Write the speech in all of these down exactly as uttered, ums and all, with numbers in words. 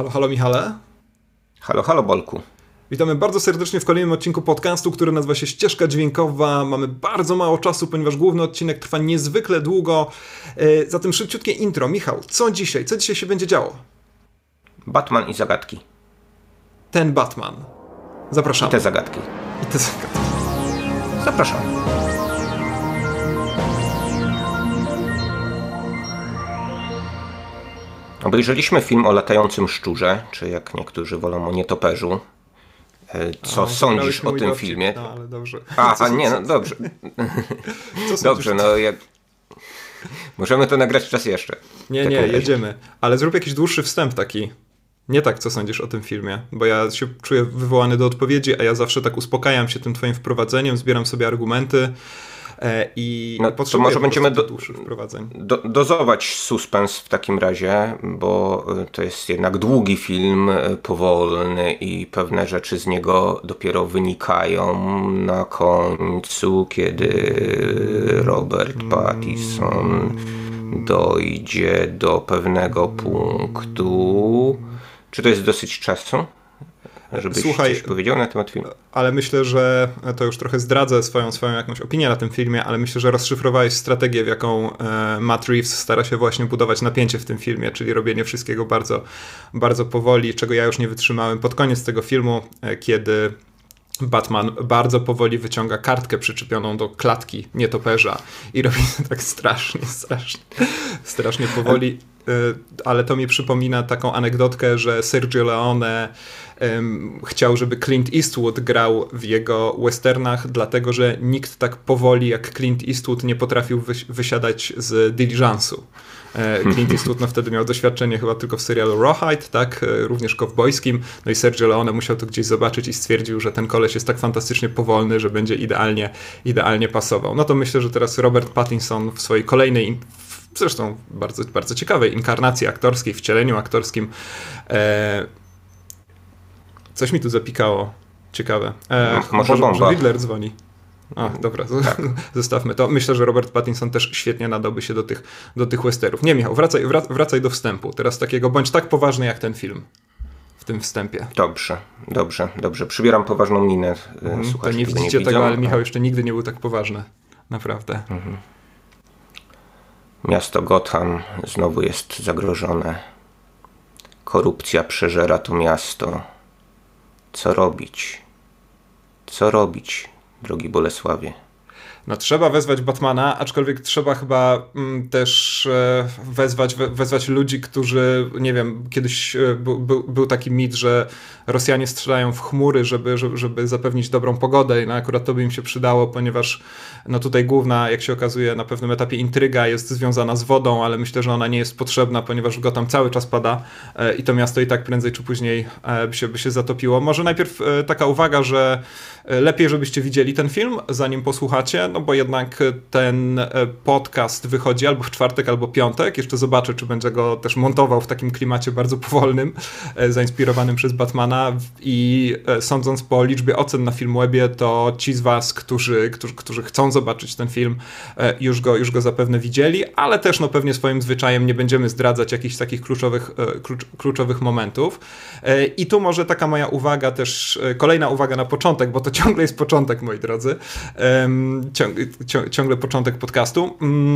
Halo, halo Michale. Halo, halo Bolku. Witamy bardzo serdecznie w kolejnym odcinku podcastu, który nazywa się Ścieżka Dźwiękowa. Mamy bardzo mało czasu, ponieważ główny odcinek trwa niezwykle długo. Zatem szybciutkie intro. Michał, co dzisiaj? Co dzisiaj się będzie działo? Batman i zagadki. Ten Batman. Zapraszamy. I te zagadki. I te zagadki. Zapraszam. Obejrzeliśmy film o latającym szczurze, czy jak niektórzy wolą o nietoperzu. Co o, sądzisz o tym dowcip. filmie? No, ale dobrze. A, co, a nie, co, no dobrze. Co Dobrze, no jak... Możemy to nagrać czas jeszcze. Nie, nie, jedziemy. Ale zrób jakiś dłuższy wstęp taki. Nie tak, co sądzisz o tym filmie, bo ja się czuję wywołany do odpowiedzi, a ja zawsze tak uspokajam się tym twoim wprowadzeniem, zbieram sobie argumenty e, i no, potrzebuję to może będziemy do, dłuższych wprowadzeń. Do, dozować suspens w takim razie, bo to jest jednak długi film, powolny i pewne rzeczy z niego dopiero wynikają na końcu, kiedy Robert Pattinson dojdzie do pewnego punktu. Czy to jest dosyć czasu, żebyś Słuchaj, coś powiedział na temat filmu? Ale myślę, że to już trochę zdradzę swoją, swoją jakąś opinię na tym filmie, ale myślę, że rozszyfrowałeś strategię, w jaką e, Matt Reeves stara się właśnie budować napięcie w tym filmie, czyli robienie wszystkiego bardzo, bardzo powoli, czego ja już nie wytrzymałem pod koniec tego filmu, e, kiedy Batman bardzo powoli wyciąga kartkę przyczepioną do klatki nietoperza i robi to tak strasznie, strasznie, strasznie powoli. Ale to mi przypomina taką anegdotkę, że Sergio Leone um, chciał, żeby Clint Eastwood grał w jego westernach, dlatego że nikt tak powoli jak Clint Eastwood nie potrafił wysi- wysiadać z diligence'u. Clint Eastwood no, wtedy miał doświadczenie chyba tylko w serialu Rawhide, tak, również kowbojskim, no i Sergio Leone musiał to gdzieś zobaczyć i stwierdził, że ten koleś jest tak fantastycznie powolny, że będzie idealnie, idealnie pasował. No to myślę, że teraz Robert Pattinson w swojej kolejnej, zresztą bardzo, bardzo ciekawej inkarnacji aktorskiej, wcieleniu aktorskim, e, coś mi tu zapikało, ciekawe. E, no, może Boże, bomba. Riddler dzwoni. A, dobra, tak. Zostawmy to. Myślę, że Robert Pattinson też świetnie nadałby się do tych, do tych westerów. Nie, Michał, wracaj, wracaj do wstępu. Teraz takiego, bądź tak poważny jak ten film w tym wstępie. Dobrze, dobrze, dobrze. Przybieram poważną minę. Mhm, to nie widzicie nie tego, widzą, ale Michał jeszcze nigdy nie był tak poważny. Naprawdę. Mhm. Miasto Gotham znowu jest zagrożone. Korupcja przeżera to miasto. Co robić? Co robić? Drogi Bolesławie. No trzeba wezwać Batmana, aczkolwiek trzeba chyba mm, też e, wezwać, we, wezwać ludzi, którzy, nie wiem, kiedyś e, był, był, był taki mit, że Rosjanie strzelają w chmury, żeby, żeby, żeby zapewnić dobrą pogodę i no akurat to by im się przydało, ponieważ no tutaj główna, jak się okazuje, na pewnym etapie intryga jest związana z wodą, ale myślę, że ona nie jest potrzebna, ponieważ w Gotham cały czas pada e, i to miasto i tak prędzej czy później e, by, się, by się zatopiło. Może najpierw e, taka uwaga, że lepiej, żebyście widzieli ten film, zanim posłuchacie, no bo jednak ten podcast wychodzi albo w czwartek, albo piątek. Jeszcze zobaczę, czy będzie go też montował w takim klimacie bardzo powolnym, zainspirowanym przez Batmana i sądząc po liczbie ocen na Filmwebie, to ci z was, którzy, którzy, którzy chcą zobaczyć ten film, już go, już go zapewne widzieli, ale też no pewnie swoim zwyczajem nie będziemy zdradzać jakichś takich kluczowych, klucz, kluczowych momentów. I tu może taka moja uwaga też, kolejna uwaga na początek, bo to ciągle jest początek, moi drodzy. Ciągle, ciągle początek podcastu.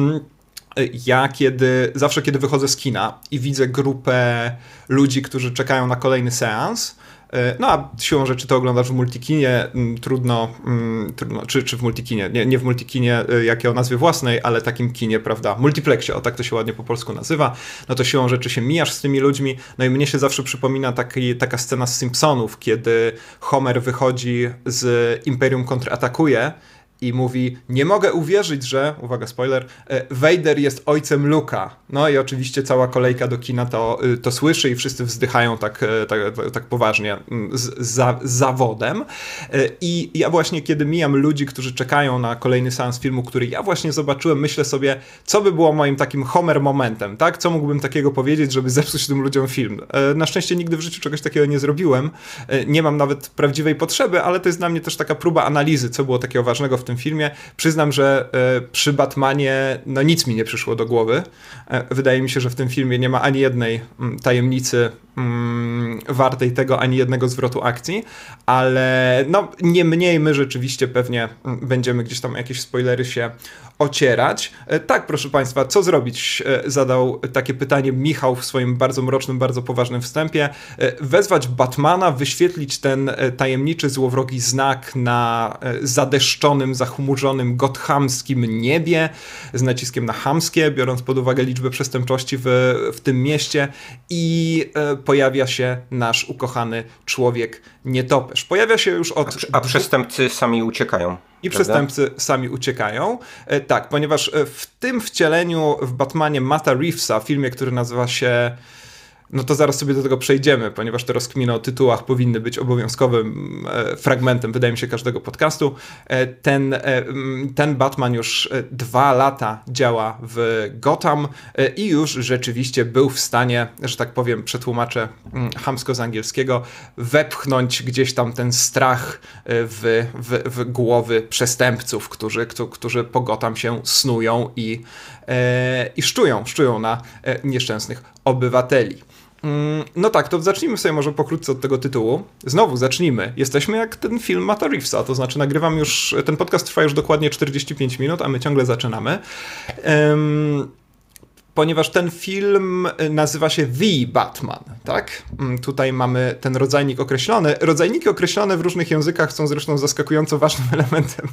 Ja kiedy, zawsze kiedy wychodzę z kina i widzę grupę ludzi, którzy czekają na kolejny seans, no a siłą rzeczy to oglądasz w multikinie, trudno, trudno czy, czy w multikinie, nie, nie w multikinie jakie o nazwie własnej, ale takim kinie, prawda, multiplexie, o tak to się ładnie po polsku nazywa, no to siłą rzeczy się mijasz z tymi ludźmi, no i mnie się zawsze przypomina taki, taka scena z Simpsonów, kiedy Homer wychodzi z Imperium kontratakuje i mówi, nie mogę uwierzyć, że, uwaga, spoiler, Vader jest ojcem Luke'a. No i oczywiście cała kolejka do kina to, to słyszy i wszyscy wzdychają tak, tak, tak poważnie z, za, z zawodem. I ja właśnie, kiedy mijam ludzi, którzy czekają na kolejny seans filmu, który ja właśnie zobaczyłem, myślę sobie, co by było moim takim Homer momentem, tak? Co mógłbym takiego powiedzieć, żeby zepsuć tym ludziom film? Na szczęście nigdy w życiu czegoś takiego nie zrobiłem. Nie mam nawet prawdziwej potrzeby, ale to jest dla mnie też taka próba analizy, co było takiego ważnego w tym filmie. Przyznam, że y, przy Batmanie no nic mi nie przyszło do głowy. Y, wydaje mi się, że w tym filmie nie ma ani jednej y, tajemnicy, y, mm, wartej tego ani jednego zwrotu akcji, ale no niemniej my rzeczywiście pewnie będziemy gdzieś tam jakieś spoilery się ocierać. Tak, proszę Państwa, co zrobić? Zadał takie pytanie Michał w swoim bardzo mrocznym, bardzo poważnym wstępie. Wezwać Batmana, wyświetlić ten tajemniczy, złowrogi znak na zadeszczonym, zachmurzonym, gothamskim niebie z naciskiem na chamskie, biorąc pod uwagę liczbę przestępczości w, w tym mieście i pojawia się nasz ukochany człowiek nietoperz. Pojawia się już od... A, a przestępcy sami uciekają. I prawda? Przestępcy sami uciekają. E, tak, ponieważ w tym wcieleniu w Batmanie Matta Reevesa, filmie, który nazywa się... No to zaraz sobie do tego przejdziemy, ponieważ te rozkminy o tytułach powinny być obowiązkowym e, fragmentem, wydaje mi się, każdego podcastu. E, ten, e, ten Batman już dwa lata działa w Gotham e, i już rzeczywiście był w stanie, że tak powiem, przetłumaczę mm, chamsko z angielskiego, wepchnąć gdzieś tam ten strach w, w, w głowy przestępców, którzy, którzy po Gotham się snują i, e, i szczują, szczują na e, nieszczęsnych obywateli. No tak, to zacznijmy sobie może pokrótce od tego tytułu. Znowu zacznijmy. Jesteśmy jak ten film Matta Reevesa, to znaczy nagrywam już, ten podcast trwa już dokładnie czterdzieści pięć minut, a my ciągle zaczynamy. Um, ponieważ ten film nazywa się The Batman, tak? Tutaj mamy ten rodzajnik określony. Rodzajniki określone w różnych językach są zresztą zaskakująco ważnym elementem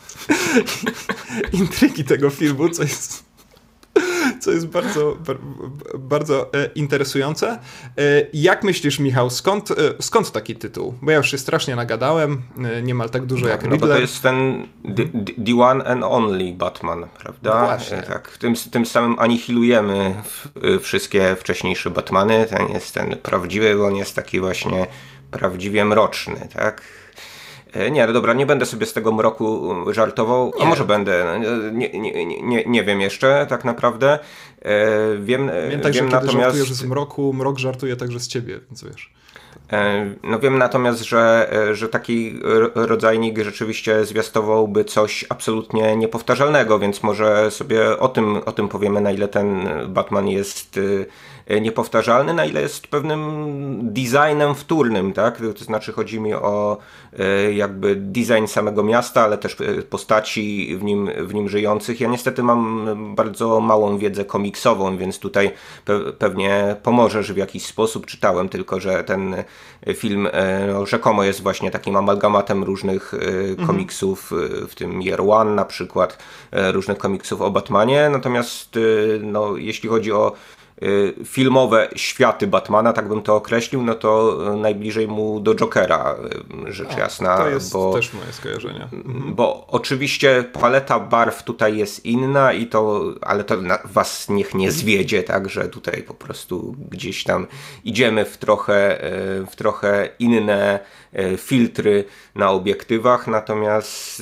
intrygi tego filmu, co jest... co jest bardzo, bardzo interesujące. Jak myślisz, Michał, skąd, skąd taki tytuł? Bo ja już się strasznie nagadałem, niemal tak dużo jak no, Riddler. No bo to jest ten the, the one and only Batman, prawda? No właśnie. Tak, tym, tym samym anihilujemy wszystkie wcześniejsze Batmany. Ten jest ten prawdziwy, bo on jest taki właśnie prawdziwie mroczny, tak? Nie, no dobra, nie będę sobie z tego mroku żartował, nie. A może będę, nie, nie, nie, nie wiem jeszcze tak naprawdę. Wiem, wiem tak, wiem że natomiast... kiedy żartujesz z mroku, mrok żartuje także z ciebie, więc wiesz. No wiem natomiast, że, że taki rodzajnik rzeczywiście zwiastowałby coś absolutnie niepowtarzalnego, więc może sobie o tym, o tym powiemy, na ile ten Batman jest niepowtarzalny, na ile jest pewnym designem wtórnym, tak? To znaczy chodzi mi o jakby design samego miasta, ale też postaci w nim, w nim żyjących. Ja niestety mam bardzo małą wiedzę komiksową, więc tutaj pe- pewnie pomożesz w jakiś sposób. Czytałem tylko, że ten film no, rzekomo jest właśnie takim amalgamatem różnych mhm. komiksów, w tym Year One na przykład, różnych komiksów o Batmanie. Natomiast no, jeśli chodzi o filmowe światy Batmana, tak bym to określił, no to najbliżej mu do Jokera, rzecz A, jasna. To jest bo, też moje skojarzenie. Mhm. Bo oczywiście paleta barw tutaj jest inna, i to, ale to was niech nie zwiedzie, tak, że tutaj po prostu gdzieś tam idziemy w trochę, w trochę inne filtry na obiektywach, natomiast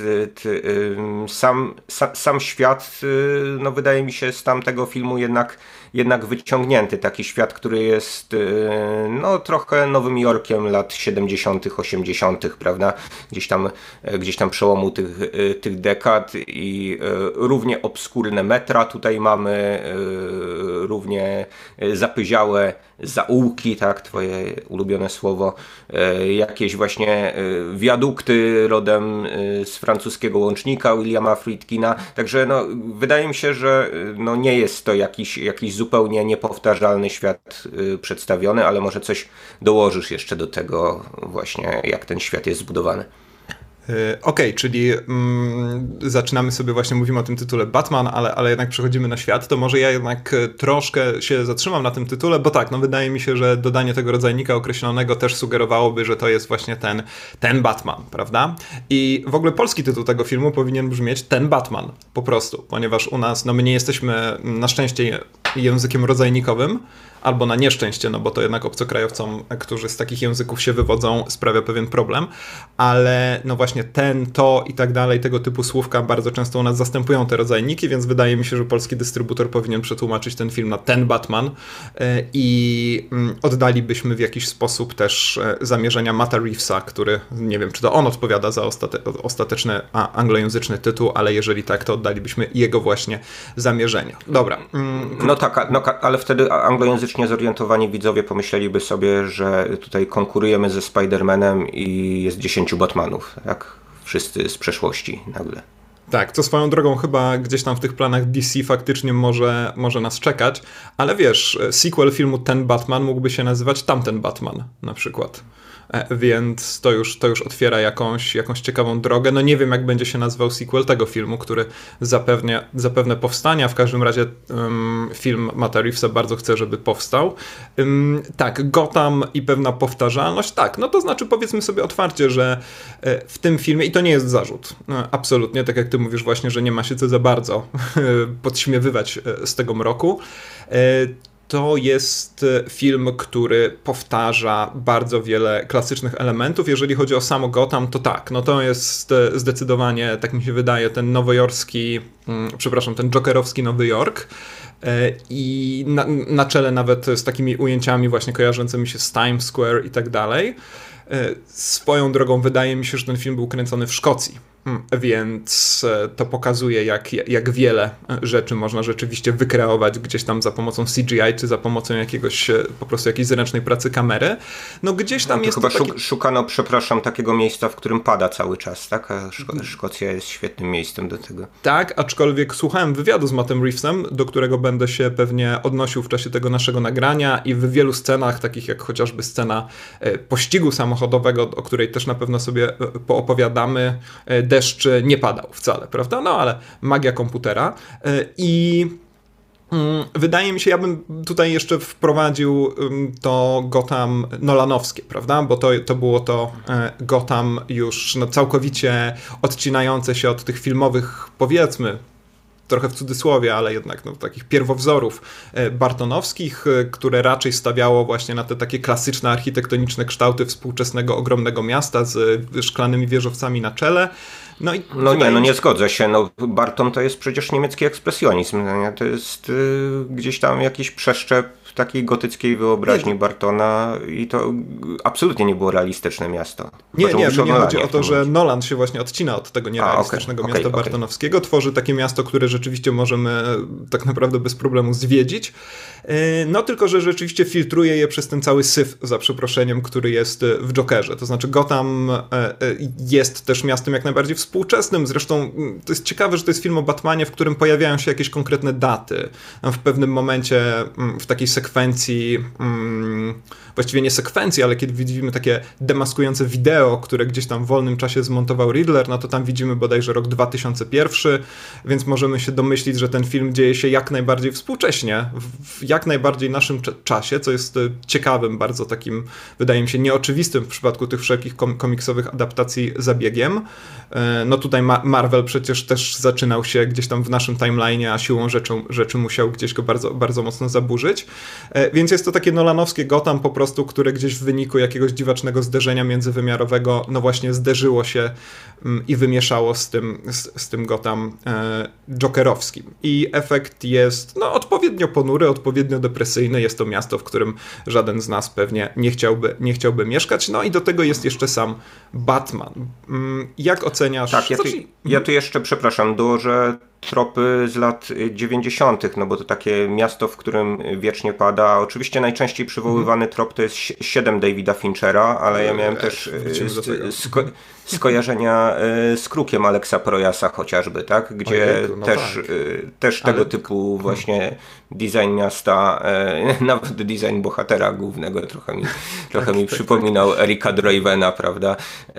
sam, sam, sam świat, no wydaje mi się, z tamtego filmu jednak jednak wyciągnięty, taki świat, który jest no trochę Nowym Jorkiem lat siedemdziesiątych, osiemdziesiątych, prawda? Gdzieś tam, gdzieś tam przełomu tych, tych dekad i równie obskurne metra tutaj mamy, równie zapyziałe zaułki, tak, twoje ulubione słowo, jakieś właśnie wiadukty rodem z francuskiego łącznika Williama Friedkina, także no, wydaje mi się, że no, nie jest to jakiś, jakiś zupełnie niepowtarzalny świat przedstawiony, ale może coś dołożysz jeszcze do tego właśnie, jak ten świat jest zbudowany. Okej, okay, czyli mm, zaczynamy sobie, właśnie mówimy o tym tytule Batman, ale, ale jednak przechodzimy na świat, to może ja jednak troszkę się zatrzymam na tym tytule, bo tak, no wydaje mi się, że dodanie tego rodzajnika określonego też sugerowałoby, że to jest właśnie ten, ten Batman, prawda? I w ogóle polski tytuł tego filmu powinien brzmieć Ten Batman, po prostu, ponieważ u nas, no my nie jesteśmy na szczęście językiem rodzajnikowym, albo na nieszczęście, no bo to jednak obcokrajowcom, którzy z takich języków się wywodzą, sprawia pewien problem, ale no właśnie ten, to i tak dalej, tego typu słówka bardzo często u nas zastępują te rodzajniki, więc wydaje mi się, że polski dystrybutor powinien przetłumaczyć ten film na Ten Batman i oddalibyśmy w jakiś sposób też zamierzenia Matta Reevesa, który, nie wiem, czy to on odpowiada za ostate- ostateczny anglojęzyczny tytuł, ale jeżeli tak, to oddalibyśmy jego właśnie zamierzenia. Dobra. No tak, no, ale wtedy anglojęzyczny faktycznie zorientowani widzowie pomyśleliby sobie, że tutaj konkurujemy ze Spider-Manem i jest dziesięciu Batmanów, tak? Wszyscy z przeszłości nagle. Tak, to swoją drogą chyba gdzieś tam w tych planach D C faktycznie może, może nas czekać, ale wiesz, sequel filmu Ten Batman mógłby się nazywać Tamten Batman na przykład. Więc to już, to już otwiera jakąś, jakąś ciekawą drogę. No nie wiem, jak będzie się nazywał sequel tego filmu, który zapewne, zapewne powstanie, a w każdym razie um, film Matta Reevesa bardzo chcę, żeby powstał. Um, tak, Gotham i pewna powtarzalność, tak, no to znaczy powiedzmy sobie otwarcie, że w tym filmie, i to nie jest zarzut, absolutnie, tak jak ty mówisz właśnie, że nie ma się co za bardzo podśmiewywać z tego mroku. To jest film, który powtarza bardzo wiele klasycznych elementów. Jeżeli chodzi o samo Gotham, to tak, no to jest zdecydowanie, tak mi się wydaje, ten nowojorski, przepraszam, ten jokerowski Nowy Jork. I na, na czele nawet z takimi ujęciami właśnie kojarzącymi się z Times Square i tak dalej. Swoją drogą wydaje mi się, że ten film był kręcony w Szkocji. Więc to pokazuje, jak, jak wiele rzeczy można rzeczywiście wykreować gdzieś tam za pomocą C G I, czy za pomocą jakiegoś, po prostu jakiejś zręcznej pracy kamery. No gdzieś tam no jest chyba to taki... szukano, przepraszam, takiego miejsca, w którym pada cały czas, tak? A Szko- Szkocja jest świetnym miejscem do tego. Tak, aczkolwiek słuchałem wywiadu z Mattem Reevesem, do którego będę się pewnie odnosił w czasie tego naszego nagrania i w wielu scenach, takich jak chociażby scena pościgu samochodowego, o której też na pewno sobie poopowiadamy, deszcz nie padał wcale, prawda? No ale magia komputera. I wydaje mi się, ja bym tutaj jeszcze wprowadził to Gotham nolanowskie, prawda? Bo to, to było to Gotham już no, całkowicie odcinające się od tych filmowych, powiedzmy, trochę w cudzysłowie, ale jednak no, takich pierwowzorów bartonowskich, które raczej stawiało właśnie na te takie klasyczne architektoniczne kształty współczesnego ogromnego miasta z szklanymi wieżowcami na czele. No, i no nie, no nie zgodzę się. No, Barton to jest przecież niemiecki ekspresjonizm. No, to jest y, gdzieś tam jakiś przeszczep takiej gotyckiej wyobraźni nie. Bartona i to absolutnie nie było realistyczne miasto. Nie, nie, nie chodzi o to, że Nolan się właśnie odcina od tego nierealistycznego A, okay, miasta okay, bartonowskiego, okay. Tworzy takie miasto, które rzeczywiście możemy tak naprawdę bez problemu zwiedzić. No tylko, że rzeczywiście filtruje je przez ten cały syf, za przeproszeniem, który jest w Jokerze. To znaczy Gotham jest też miastem jak najbardziej współczesnym. Zresztą to jest ciekawe, że to jest film o Batmanie, w którym pojawiają się jakieś konkretne daty. W pewnym momencie w takiej sekwencji, właściwie nie sekwencji, ale kiedy widzimy takie demaskujące wideo, które gdzieś tam w wolnym czasie zmontował Riddler, no to tam widzimy bodajże rok dwa tysiące pierwszy, więc możemy się domyślić, że ten film dzieje się jak najbardziej współcześnie, w jak najbardziej naszym czasie, co jest ciekawym, bardzo takim, wydaje mi się, nieoczywistym w przypadku tych wszelkich komiksowych adaptacji zabiegiem. No tutaj Marvel przecież też zaczynał się gdzieś tam w naszym timeline'ie, a siłą rzeczy, rzeczy musiał gdzieś go bardzo, bardzo mocno zaburzyć. Więc jest to takie nolanowskie Gotham po prostu, które gdzieś w wyniku jakiegoś dziwacznego zderzenia międzywymiarowego no właśnie zderzyło się i wymieszało z tym, z, z tym Gotham e, jokerowskim. I efekt jest no, odpowiednio ponury, odpowiednio depresyjny. Jest to miasto, w którym żaden z nas pewnie nie chciałby, nie chciałby mieszkać. No i do tego jest jeszcze sam Batman. Jak oceniasz? Tak, ja tu, ja tu jeszcze, przepraszam, dołożę tropy z lat dziewięćdziesiątych, no bo to takie miasto, w którym wiecznie pada. Oczywiście najczęściej przywoływany trop to jest siedem Davida Finchera, ale ja miałem też sko- skojarzenia z Krukiem Alexa Proyasa chociażby, tak? Gdzie Ojejku, no też, tak. też tego ale... typu właśnie design miasta, nawet design bohatera głównego trochę mi, trochę tak, mi tak, przypominał tak. Erika Dravena, prawda?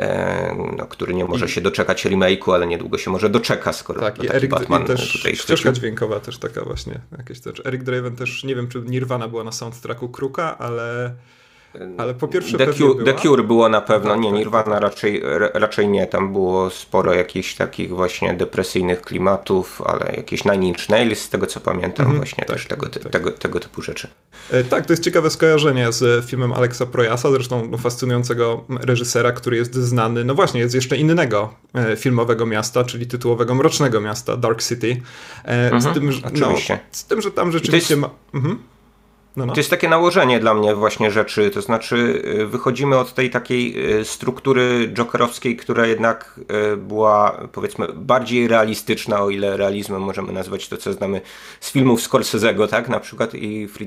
No, który nie może I... się doczekać remake'u, ale niedługo się może doczeka, skoro tak, taki Eric Batman też, tutaj ścieżka dźwiękowa też taka właśnie. Jakieś też. Eric Draven też, nie wiem czy Nirvana była na soundtracku Kruka, ale ale po pierwsze The Cure, The Cure było na pewno, tak, nie, Nirvana tak. raczej, raczej nie, tam było sporo jakichś takich właśnie depresyjnych klimatów, ale jakieś Nine Inch Nails, z tego co pamiętam, mm-hmm, właśnie tak, też tego, tak. tego, tego typu rzeczy. E, tak, to jest ciekawe skojarzenie z filmem Alexa Proyasa, zresztą no, fascynującego reżysera, który jest znany, no właśnie, jest jeszcze innego e, filmowego miasta, czyli tytułowego Mrocznego Miasta, Dark City. E, mm-hmm, z, tym, że, oczywiście. No, z tym, że tam rzeczywiście jest... ma... Mm-hmm. No, no. To jest takie nałożenie dla mnie właśnie rzeczy, to znaczy wychodzimy od tej takiej struktury jokerowskiej, która jednak była powiedzmy bardziej realistyczna, o ile realizmem możemy nazwać to, co znamy z filmów Scorsese'ego, tak, na przykład i Friedkina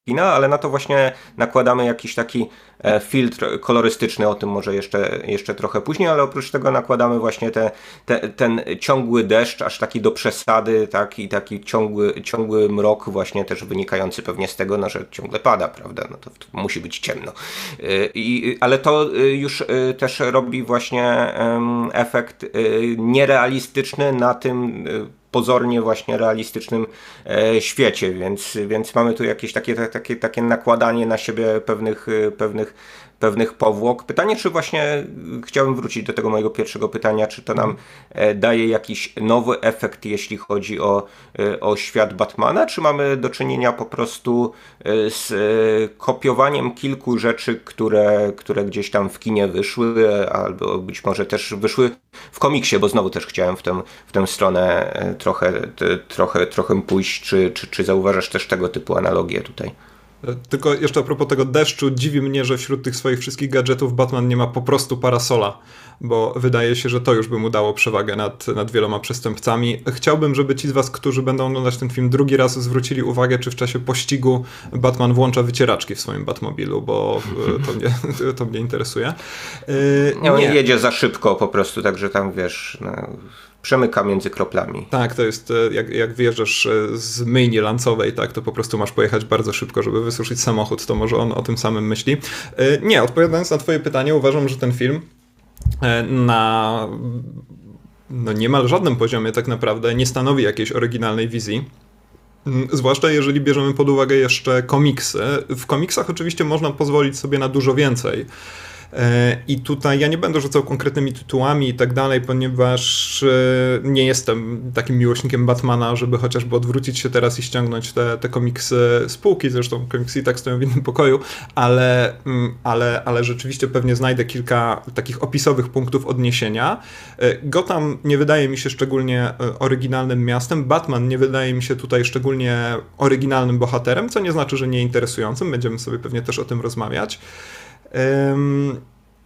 kina, ale na to właśnie nakładamy jakiś taki filtr kolorystyczny, o tym może jeszcze, jeszcze trochę później, ale oprócz tego nakładamy właśnie te, te, ten ciągły deszcz, aż taki do przesady, tak, i taki ciągły, ciągły mrok właśnie też wynikający pewnie z tego, no, że ciągle pada, prawda, no to, to musi być ciemno. I, ale to już też robi właśnie efekt nierealistyczny na tym pozornie właśnie realistycznym e, świecie, więc, więc mamy tu jakieś takie, takie, takie nakładanie na siebie pewnych, pewnych, pewnych powłok. Pytanie, czy właśnie, chciałem wrócić do tego mojego pierwszego pytania, czy to nam e, daje jakiś nowy efekt, jeśli chodzi o, e, o świat Batmana, czy mamy do czynienia po prostu e, z e, kopiowaniem kilku rzeczy, które, które gdzieś tam w kinie wyszły, albo być może też wyszły w komiksie, bo znowu też chciałem w tę, w tę stronę e, trochę, te, trochę, trochę pójść, czy, czy, czy zauważasz też tego typu analogie tutaj? Tylko jeszcze a propos tego deszczu, dziwi mnie, że wśród tych swoich wszystkich gadżetów Batman nie ma po prostu parasola, bo wydaje się, że to już by mu dało przewagę nad, nad wieloma przestępcami. Chciałbym, żeby ci z was, którzy będą oglądać ten film drugi raz, zwrócili uwagę, czy w czasie pościgu Batman włącza wycieraczki w swoim Batmobilu, bo to mnie, to mnie interesuje. Nie, on jedzie za szybko po prostu, także tam wiesz... No... Przemyka między kroplami. Tak, to jest jak, jak wyjeżdżasz z myjni lancowej, tak, to po prostu masz pojechać bardzo szybko, żeby wysuszyć samochód, to może on o tym samym myśli. Nie, odpowiadając na twoje pytanie, uważam, że ten film na no niemal żadnym poziomie tak naprawdę nie stanowi jakiejś oryginalnej wizji. Zwłaszcza jeżeli bierzemy pod uwagę jeszcze komiksy. W komiksach oczywiście można pozwolić sobie na dużo więcej. I tutaj ja nie będę rzucał konkretnymi tytułami i tak dalej, ponieważ nie jestem takim miłośnikiem Batmana, żeby chociażby odwrócić się teraz i ściągnąć te, te komiksy z półki, zresztą komiksy i tak stoją w innym pokoju, ale, ale, ale rzeczywiście pewnie znajdę kilka takich opisowych punktów odniesienia. Gotham nie wydaje mi się szczególnie oryginalnym miastem, Batman nie wydaje mi się tutaj szczególnie oryginalnym bohaterem, co nie znaczy, że nie interesującym, będziemy sobie pewnie też o tym rozmawiać. Um,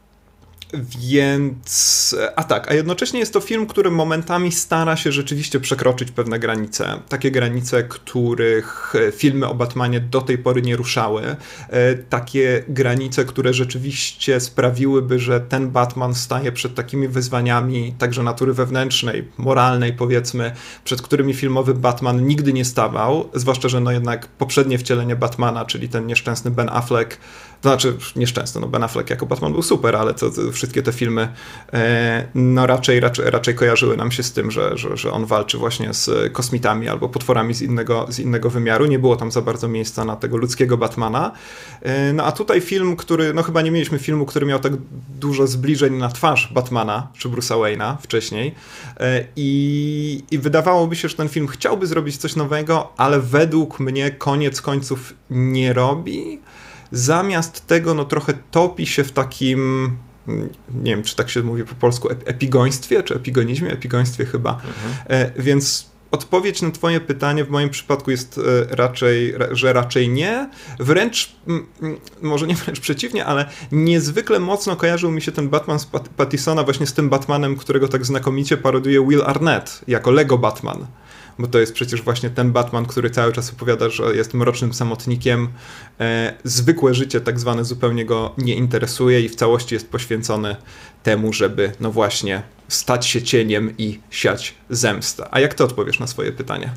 więc, a tak, a jednocześnie jest to film, który momentami stara się rzeczywiście przekroczyć pewne granice. Takie granice, których filmy o Batmanie do tej pory nie ruszały. Takie granice, które rzeczywiście sprawiłyby, że ten Batman staje przed takimi wyzwaniami także natury wewnętrznej, moralnej powiedzmy, przed którymi filmowy Batman nigdy nie stawał. Zwłaszcza, że no jednak poprzednie wcielenie Batmana, czyli ten nieszczęsny Ben Affleck, to znaczy nieszczęsny, no Ben Affleck jako Batman był super, ale to, to wszystkie te filmy e, no raczej, raczej, raczej kojarzyły nam się z tym, że, że, że on walczy właśnie z kosmitami albo potworami z innego, z innego wymiaru. Nie było tam za bardzo miejsca na tego ludzkiego Batmana. E, no a tutaj film, który, no chyba nie mieliśmy filmu, który miał tak dużo zbliżeń na twarz Batmana czy Bruce'a Wayne'a wcześniej. E, i, I wydawałoby się, że ten film chciałby zrobić coś nowego, ale według mnie koniec końców nie robi. Zamiast tego no trochę topi się w takim, nie wiem czy tak się mówi po polsku, epigoństwie, czy epigonizmie, epigoństwie chyba. Mhm. E, więc odpowiedź na twoje pytanie w moim przypadku jest raczej, że raczej nie. Wręcz, może nie wręcz przeciwnie, ale niezwykle mocno kojarzył mi się ten Batman z Pat- Pattisona właśnie z tym Batmanem, którego tak znakomicie paroduje Will Arnett jako Lego Batman. Bo to jest przecież właśnie ten Batman, który cały czas opowiada, że jest mrocznym samotnikiem. E, zwykłe życie tak zwane zupełnie go nie interesuje i w całości jest poświęcony temu, żeby no właśnie stać się cieniem i siać zemstę. A jak ty odpowiesz na swoje pytanie?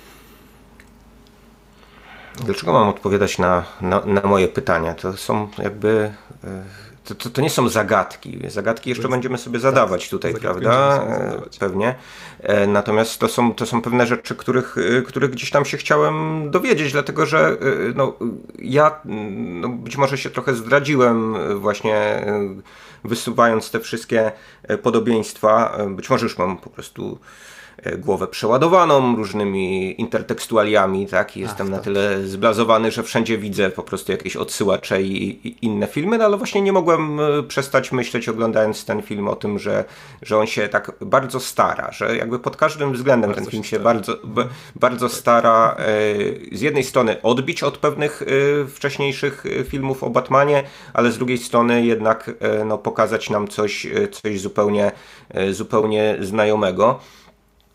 Dlaczego mam odpowiadać na, na, na moje pytania? To są jakby... To, to, to nie są zagadki. Zagadki jeszcze jest, będziemy sobie zadawać tak, tutaj, prawda? Zadawać. Pewnie. Natomiast to są, to są pewne rzeczy, których, których gdzieś tam się chciałem dowiedzieć, dlatego że no, ja no, być może się trochę zdradziłem właśnie wysuwając te wszystkie podobieństwa. Być może już mam po prostu głowę przeładowaną różnymi intertekstualiami, tak? I jestem Ach, na tak. tyle zblazowany, że wszędzie widzę po prostu jakieś odsyłacze i, i inne filmy, no ale właśnie nie mogłem przestać myśleć, oglądając ten film, o tym, że, że on się tak bardzo stara, że jakby pod każdym względem bardzo ten film się, się bardzo, b, bardzo tak. stara e, z jednej strony odbić od pewnych e, wcześniejszych filmów o Batmanie, ale z drugiej strony jednak e, no, pokazać nam coś, coś zupełnie, e, zupełnie znajomego.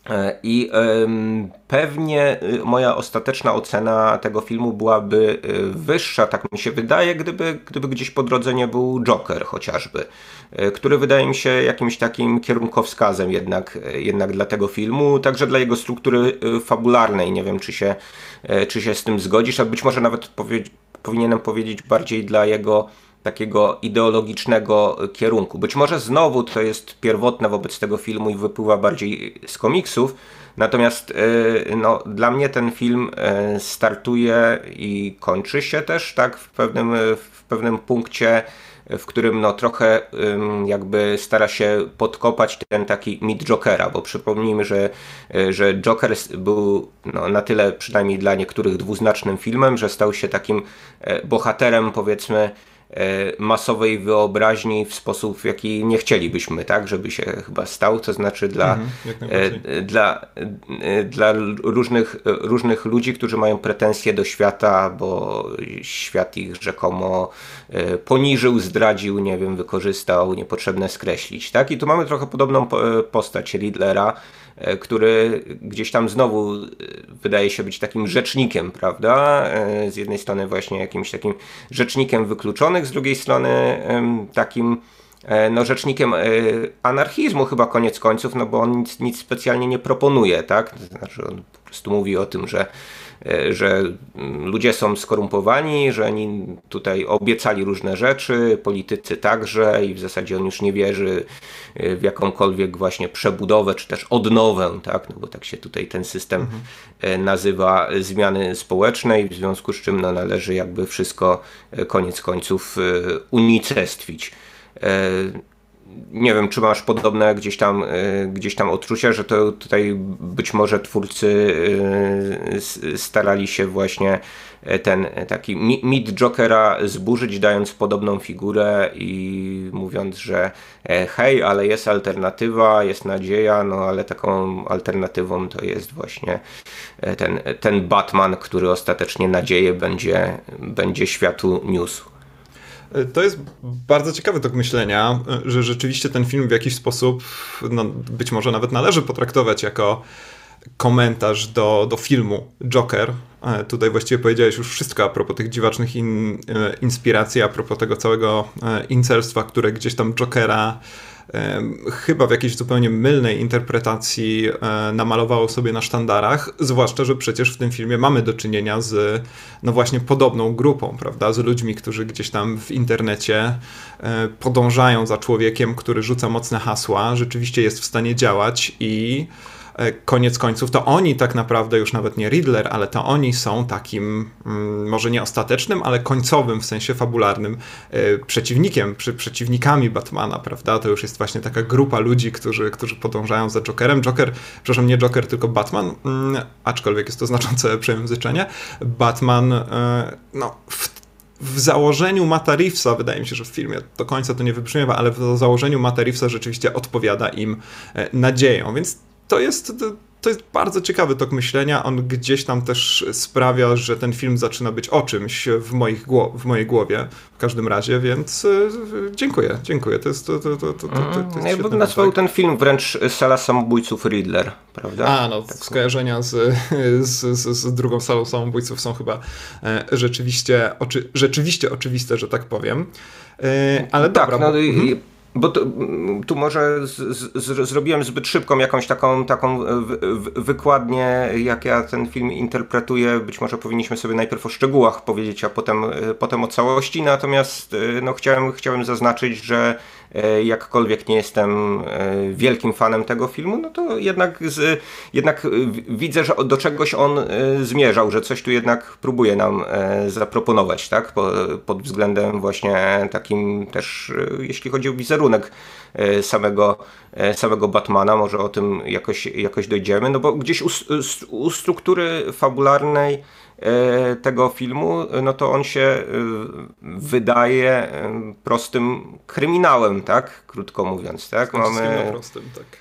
I pewnie moja ostateczna ocena tego filmu byłaby wyższa, tak mi się wydaje, gdyby, gdyby gdzieś po drodze nie był Joker chociażby, który wydaje mi się jakimś takim kierunkowskazem jednak, jednak dla tego filmu, także dla jego struktury fabularnej. Nie wiem, czy się, czy się z tym zgodzisz, a być może nawet powie, powinienem powiedzieć bardziej dla jego takiego ideologicznego kierunku. Być może znowu to jest pierwotne wobec tego filmu i wypływa bardziej z komiksów, natomiast no, dla mnie ten film startuje i kończy się też tak w pewnym, w pewnym punkcie, w którym no, trochę jakby stara się podkopać ten taki mit Jokera, bo przypomnijmy, że, że Joker był no, na tyle przynajmniej dla niektórych dwuznacznym filmem, że stał się takim bohaterem, powiedzmy, masowej wyobraźni w sposób, w jaki nie chcielibyśmy, tak, żeby się chyba stał, to znaczy dla, mhm, dla, dla różnych, różnych ludzi, którzy mają pretensje do świata, bo świat ich rzekomo poniżył, zdradził, nie wiem, wykorzystał, niepotrzebne skreślić, tak, i tu mamy trochę podobną postać Riddlera, który gdzieś tam znowu wydaje się być takim rzecznikiem, prawda? Z jednej strony właśnie jakimś takim rzecznikiem wykluczonych, z drugiej strony takim no, rzecznikiem anarchizmu chyba koniec końców, no bo on nic, nic specjalnie nie proponuje, tak? To znaczy on po prostu mówi o tym, że że ludzie są skorumpowani, że oni tutaj obiecali różne rzeczy, politycy także, i w zasadzie on już nie wierzy w jakąkolwiek właśnie przebudowę, czy też odnowę, tak? No bo tak się tutaj ten system mhm. nazywa, zmiany społecznej, w związku z czym no, należy jakby wszystko koniec końców unicestwić. Nie wiem, czy masz podobne gdzieś tam, gdzieś tam odczucia, że to tutaj być może twórcy starali się właśnie ten taki mit Jokera zburzyć, dając podobną figurę i mówiąc, że hej, ale jest alternatywa, jest nadzieja, no ale taką alternatywą to jest właśnie ten, ten Batman, który ostatecznie nadzieję będzie, będzie światu niósł. To jest bardzo ciekawy tok myślenia, że rzeczywiście ten film w jakiś sposób, no, być może nawet należy potraktować jako komentarz do, do filmu Joker. Tutaj właściwie powiedziałeś już wszystko a propos tych dziwacznych in, inspiracji, a propos tego całego incelstwa, które gdzieś tam Jokera chyba w jakiejś zupełnie mylnej interpretacji namalowało sobie na sztandarach, zwłaszcza, że przecież w tym filmie mamy do czynienia z no właśnie podobną grupą, prawda, z ludźmi, którzy gdzieś tam w internecie podążają za człowiekiem, który rzuca mocne hasła, rzeczywiście jest w stanie działać i koniec końców to oni tak naprawdę, już nawet nie Riddler, ale to oni są takim, może nie ostatecznym, ale końcowym, w sensie fabularnym przeciwnikiem, przy, przeciwnikami Batmana, prawda? To już jest właśnie taka grupa ludzi, którzy, którzy podążają za Jokerem. Joker, przepraszam, nie Joker, tylko Batman, aczkolwiek jest to znaczące przejęzyczenie. Batman, no, w W założeniu Matta Reevesa, wydaje mi się, że w filmie do końca to nie wybrzmiewa, ale w założeniu Matta Reevesa rzeczywiście odpowiada im nadzieją, więc to jest, to jest bardzo ciekawy tok myślenia. On gdzieś tam też sprawia, że ten film zaczyna być o czymś w, moich gło- w mojej głowie w każdym razie, więc y, dziękuję, dziękuję. To jest, to, to, to, to, to, to jest ja bym nazwał ten film wręcz Sala samobójców Riddler, prawda? A, no, tak. Skojarzenia z, z, z, z drugą salą samobójców są chyba e, rzeczywiście, oczy, rzeczywiście oczywiste, że tak powiem. E, ale tak, dobra. No, bo, i, mhm. Bo to, tu może z, z, zrobiłem zbyt szybką jakąś taką, taką wy, wykładnię, jak ja ten film interpretuję. Być może powinniśmy sobie najpierw o szczegółach powiedzieć, a potem, potem o całości. Natomiast no, chciałem, chciałem zaznaczyć, że jakkolwiek nie jestem wielkim fanem tego filmu, no to jednak, z, jednak widzę, że do czegoś on zmierzał, że coś tu jednak próbuje nam zaproponować, tak? Pod względem właśnie takim też, jeśli chodzi o wizerunek samego, samego Batmana, może o tym jakoś, jakoś dojdziemy, no bo gdzieś u, u struktury fabularnej tego filmu, no to on się wydaje prostym kryminałem, tak? Krótko mówiąc, tak? Mamy... prostym, tak.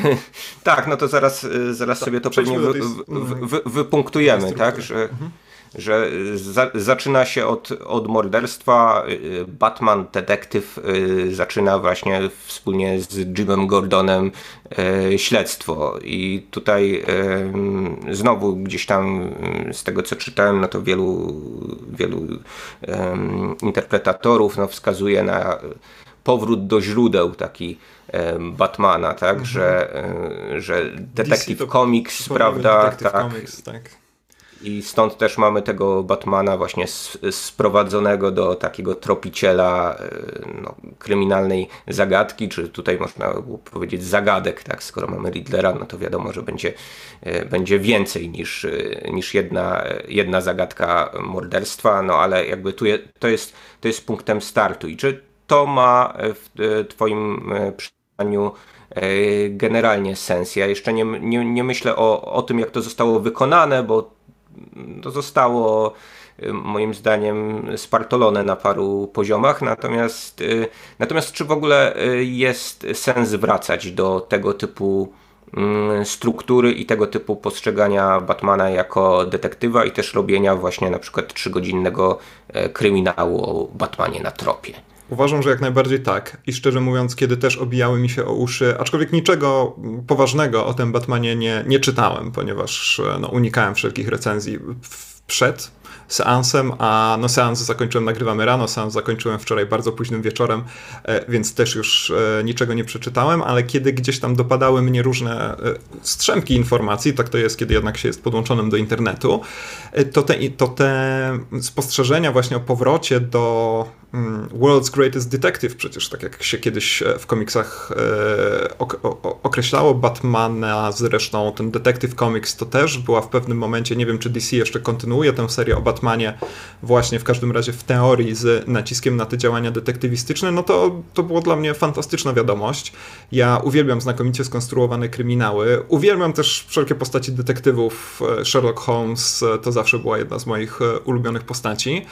Tak, no to zaraz, zaraz tak, sobie to pewnie wy, wy, wy, wypunktujemy, tak? Że, mhm. że za, zaczyna się od, od morderstwa, Batman, detektyw zaczyna właśnie wspólnie z Jimem Gordonem śledztwo i tutaj znowu gdzieś tam z tego co czytałem, no to wielu, wielu interpretatorów no, wskazuje na powrót do źródeł taki Batmana, tak, mhm. że, że Detective Comics, prawda, Detective tak, Comics, tak. I stąd też mamy tego Batmana właśnie sprowadzonego do takiego tropiciela no, kryminalnej zagadki, czy tutaj można powiedzieć zagadek, tak, skoro mamy Riddlera, no to wiadomo, że będzie, będzie więcej niż, niż jedna, jedna zagadka morderstwa, no ale jakby tu je, to, jest, to jest punktem startu. I czy to ma w twoim przekonaniu generalnie sens? Ja jeszcze nie, nie, nie myślę o, o tym, jak to zostało wykonane, bo to zostało moim zdaniem spartolone na paru poziomach, natomiast, natomiast czy w ogóle jest sens wracać do tego typu struktury i tego typu postrzegania Batmana jako detektywa i też robienia właśnie na przykład trzygodzinnego kryminału o Batmanie na tropie? Uważam, że jak najbardziej tak. I szczerze mówiąc, kiedy też obijały mi się o uszy, aczkolwiek niczego poważnego o tym Batmanie nie, nie czytałem, ponieważ no, unikałem wszelkich recenzji przed seansem, a no seans zakończyłem, nagrywamy rano, seans zakończyłem wczoraj bardzo późnym wieczorem, więc też już niczego nie przeczytałem, ale kiedy gdzieś tam dopadały mnie różne strzępki informacji, tak to jest, kiedy jednak się jest podłączonym do internetu, to te, to te spostrzeżenia właśnie o powrocie do World's Greatest Detective, przecież tak jak się kiedyś w komiksach e, ok, o, określało Batmana, zresztą ten Detective Comics to też była w pewnym momencie, nie wiem czy D C jeszcze kontynuuje tę serię o Batmanie, właśnie w każdym razie w teorii z naciskiem na te działania detektywistyczne, no to, to było dla mnie fantastyczna wiadomość. Ja uwielbiam znakomicie skonstruowane kryminały, uwielbiam też wszelkie postaci detektywów, Sherlock Holmes to zawsze była jedna z moich ulubionych postaci.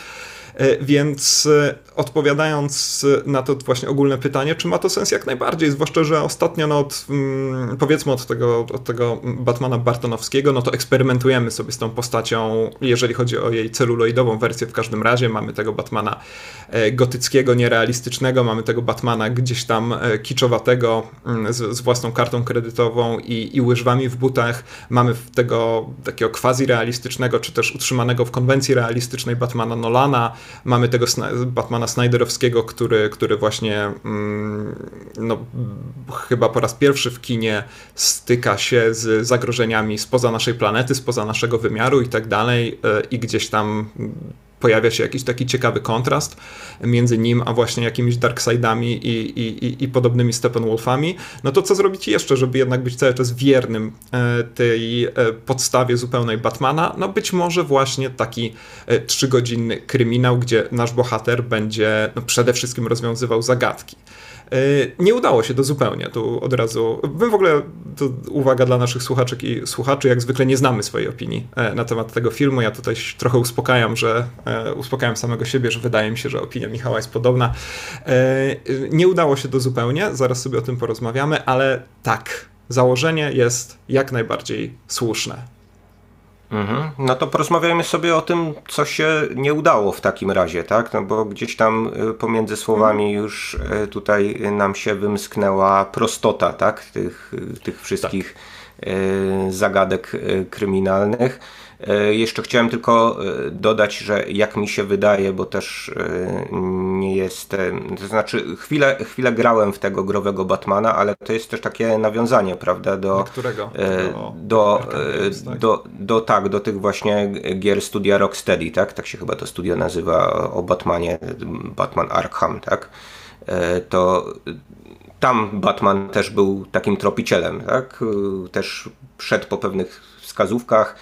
Więc odpowiadając na to właśnie ogólne pytanie, czy ma to sens? Jak najbardziej, zwłaszcza, że ostatnio no od, powiedzmy od tego, od tego Batmana Bartonowskiego, no to eksperymentujemy sobie z tą postacią, jeżeli chodzi o jej celuloidową wersję w każdym razie. Mamy tego Batmana gotyckiego, nierealistycznego, mamy tego Batmana gdzieś tam kiczowatego z, z własną kartą kredytową i, i łyżwami w butach. Mamy tego takiego quasi-realistycznego, czy też utrzymanego w konwencji realistycznej Batmana Nolana. Mamy tego Batmana Snyderowskiego, który, który właśnie no, chyba po raz pierwszy w kinie styka się z zagrożeniami spoza naszej planety, spoza naszego wymiaru i tak dalej i gdzieś tam pojawia się jakiś taki ciekawy kontrast między nim a właśnie jakimiś Darkseidami i, i, i podobnymi Steppenwolfami. No to co zrobić jeszcze, żeby jednak być cały czas wiernym tej podstawie zupełnej Batmana? No być może właśnie taki trzygodzinny kryminał, gdzie nasz bohater będzie no, przede wszystkim rozwiązywał zagadki. Nie udało się to zupełnie, tu od razu, my w ogóle, to uwaga dla naszych słuchaczek i słuchaczy, jak zwykle nie znamy swojej opinii na temat tego filmu, ja tutaj trochę uspokajam, że uspokajam samego siebie, że wydaje mi się, że opinia Michała jest podobna. Nie udało się to zupełnie, zaraz sobie o tym porozmawiamy, ale tak, założenie jest jak najbardziej słuszne. Mhm. No to porozmawiajmy sobie o tym, co się nie udało w takim razie, tak? No bo gdzieś tam pomiędzy słowami już tutaj nam się wymsknęła prostota, tak? Tych, tych wszystkich tak. zagadek kryminalnych. Jeszcze chciałem tylko dodać, że jak mi się wydaje, bo też nie jestem, to znaczy chwilę, chwilę grałem w tego growego Batmana, ale to jest też takie nawiązanie, prawda, do którego? Do, do, Games, tak? do, do tak, do tych właśnie gier studia Rocksteady, tak? Tak się chyba to studio nazywa o Batmanie, Batman Arkham, tak? To tam Batman też był takim tropicielem, tak? Też szedł po pewnych wskazówkach.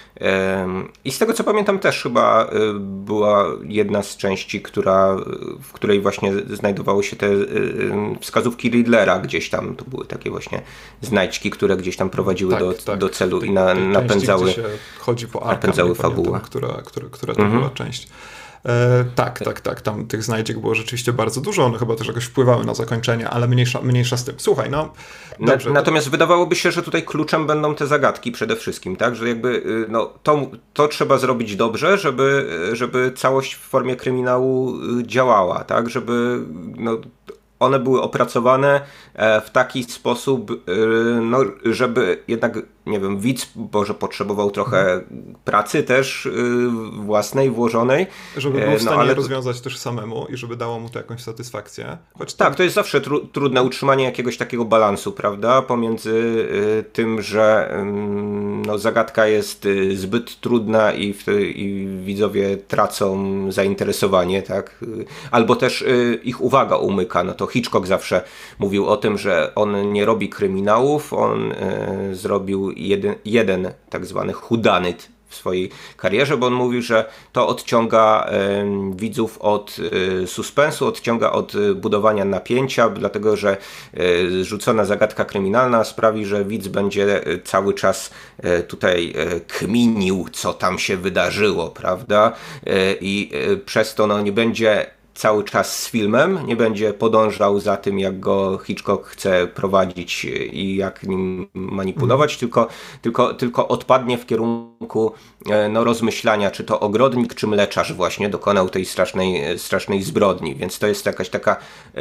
I z tego co pamiętam też chyba była jedna z części, która, w której właśnie znajdowały się te wskazówki Riddlera gdzieś tam, to były takie właśnie znajdźki, które gdzieś tam prowadziły tak, do, tak. do celu tej, i na, napędzały, części, się chodzi po Arkham, napędzały fabułę. Która, która, która to mhm. była część. E, tak, tak, tak. Tam tych znajdziek było rzeczywiście bardzo dużo. One chyba też jakoś wpływały na zakończenie, ale mniejsza, mniejsza z tym. Słuchaj, no... Dobrze, na, natomiast to... wydawałoby się, że tutaj kluczem będą te zagadki przede wszystkim, tak? Że jakby no, to, to trzeba zrobić dobrze, żeby, żeby całość w formie kryminału działała, tak? Żeby no, one były opracowane w taki sposób, no, żeby jednak, nie wiem, widz może potrzebował trochę pracy też własnej, włożonej. Żeby był w stanie no, ale... rozwiązać też samemu i żeby dało mu to jakąś satysfakcję. Choć tak, tam... to jest zawsze tru- trudne utrzymanie jakiegoś takiego balansu, prawda, pomiędzy y, tym, że y, no, zagadka jest y, zbyt trudna i, w, i widzowie tracą zainteresowanie, tak, y, albo też y, ich uwaga umyka. No to Hitchcock zawsze mówił o tym, że on nie robi kryminałów, on y, zrobił jeden, jeden tak zwany whodunit w swojej karierze, bo on mówił, że to odciąga y, widzów od y, suspensu, odciąga od y, budowania napięcia, dlatego że y, rzucona zagadka kryminalna sprawi, że widz będzie y, cały czas y, tutaj y, kminił, co tam się wydarzyło, prawda? Y, I y, przez to no, nie będzie cały czas z filmem, nie będzie podążał za tym, jak go Hitchcock chce prowadzić i jak nim manipulować, mm. tylko, tylko, tylko odpadnie w kierunku no, rozmyślania, czy to ogrodnik, czy mleczarz właśnie dokonał tej strasznej, strasznej zbrodni. Więc to jest jakaś taka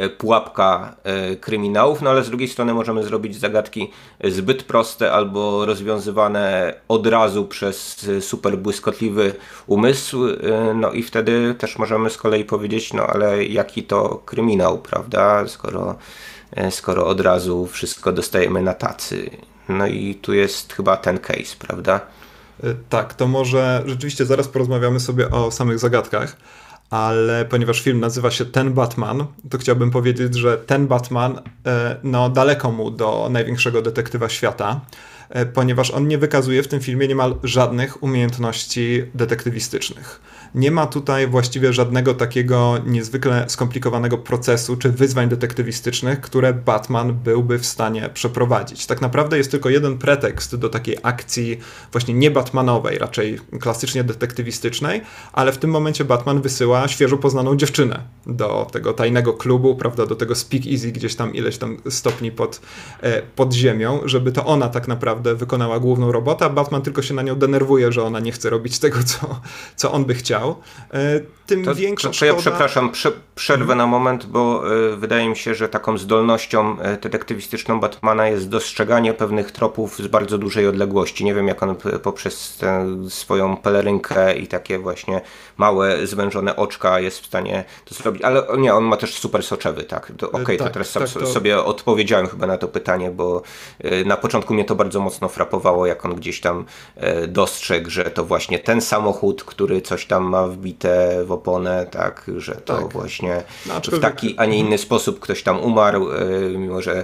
pułapka kryminałów, no ale z drugiej strony możemy zrobić zagadki zbyt proste albo rozwiązywane od razu przez super błyskotliwy umysł, no i wtedy też możemy z kolei powiedzieć, no ale jaki to kryminał, prawda, skoro, skoro od razu wszystko dostajemy na tacy. No i tu jest chyba ten case, prawda? Tak, to może rzeczywiście zaraz porozmawiamy sobie o samych zagadkach, ale ponieważ film nazywa się Ten Batman, to chciałbym powiedzieć, że ten Batman, no daleko mu do największego detektywa świata, ponieważ on nie wykazuje w tym filmie niemal żadnych umiejętności detektywistycznych. Nie ma tutaj właściwie żadnego takiego niezwykle skomplikowanego procesu czy wyzwań detektywistycznych, które Batman byłby w stanie przeprowadzić. Tak naprawdę jest tylko jeden pretekst do takiej akcji właśnie nie Batmanowej, raczej klasycznie detektywistycznej, ale w tym momencie Batman wysyła świeżo poznaną dziewczynę do tego tajnego klubu, prawda, do tego speakeasy gdzieś tam ileś tam stopni pod, pod ziemią, żeby to ona tak naprawdę wykonała główną robotę, a Batman tylko się na nią denerwuje, że ona nie chce robić tego, co, co on by chciał. Tym to, większa to, to szkoda... ja przepraszam, prze, przerwę hmm. na moment, bo y, wydaje mi się, że taką zdolnością y, detektywistyczną Batmana jest dostrzeganie pewnych tropów z bardzo dużej odległości. Nie wiem, jak on p- poprzez tę swoją pelerynkę i takie właśnie małe, zwężone oczka jest w stanie to zrobić, ale nie, on ma też super soczewy, tak? Okej, okay, tak, to teraz tak, to... sobie odpowiedziałem chyba na to pytanie, bo y, na początku mnie to bardzo mocno frapowało, jak on gdzieś tam y, dostrzegł, że to właśnie ten samochód, który coś tam ma wbite w oponę, tak, że to tak. właśnie no, w taki, a nie inny sposób ktoś tam umarł, mimo że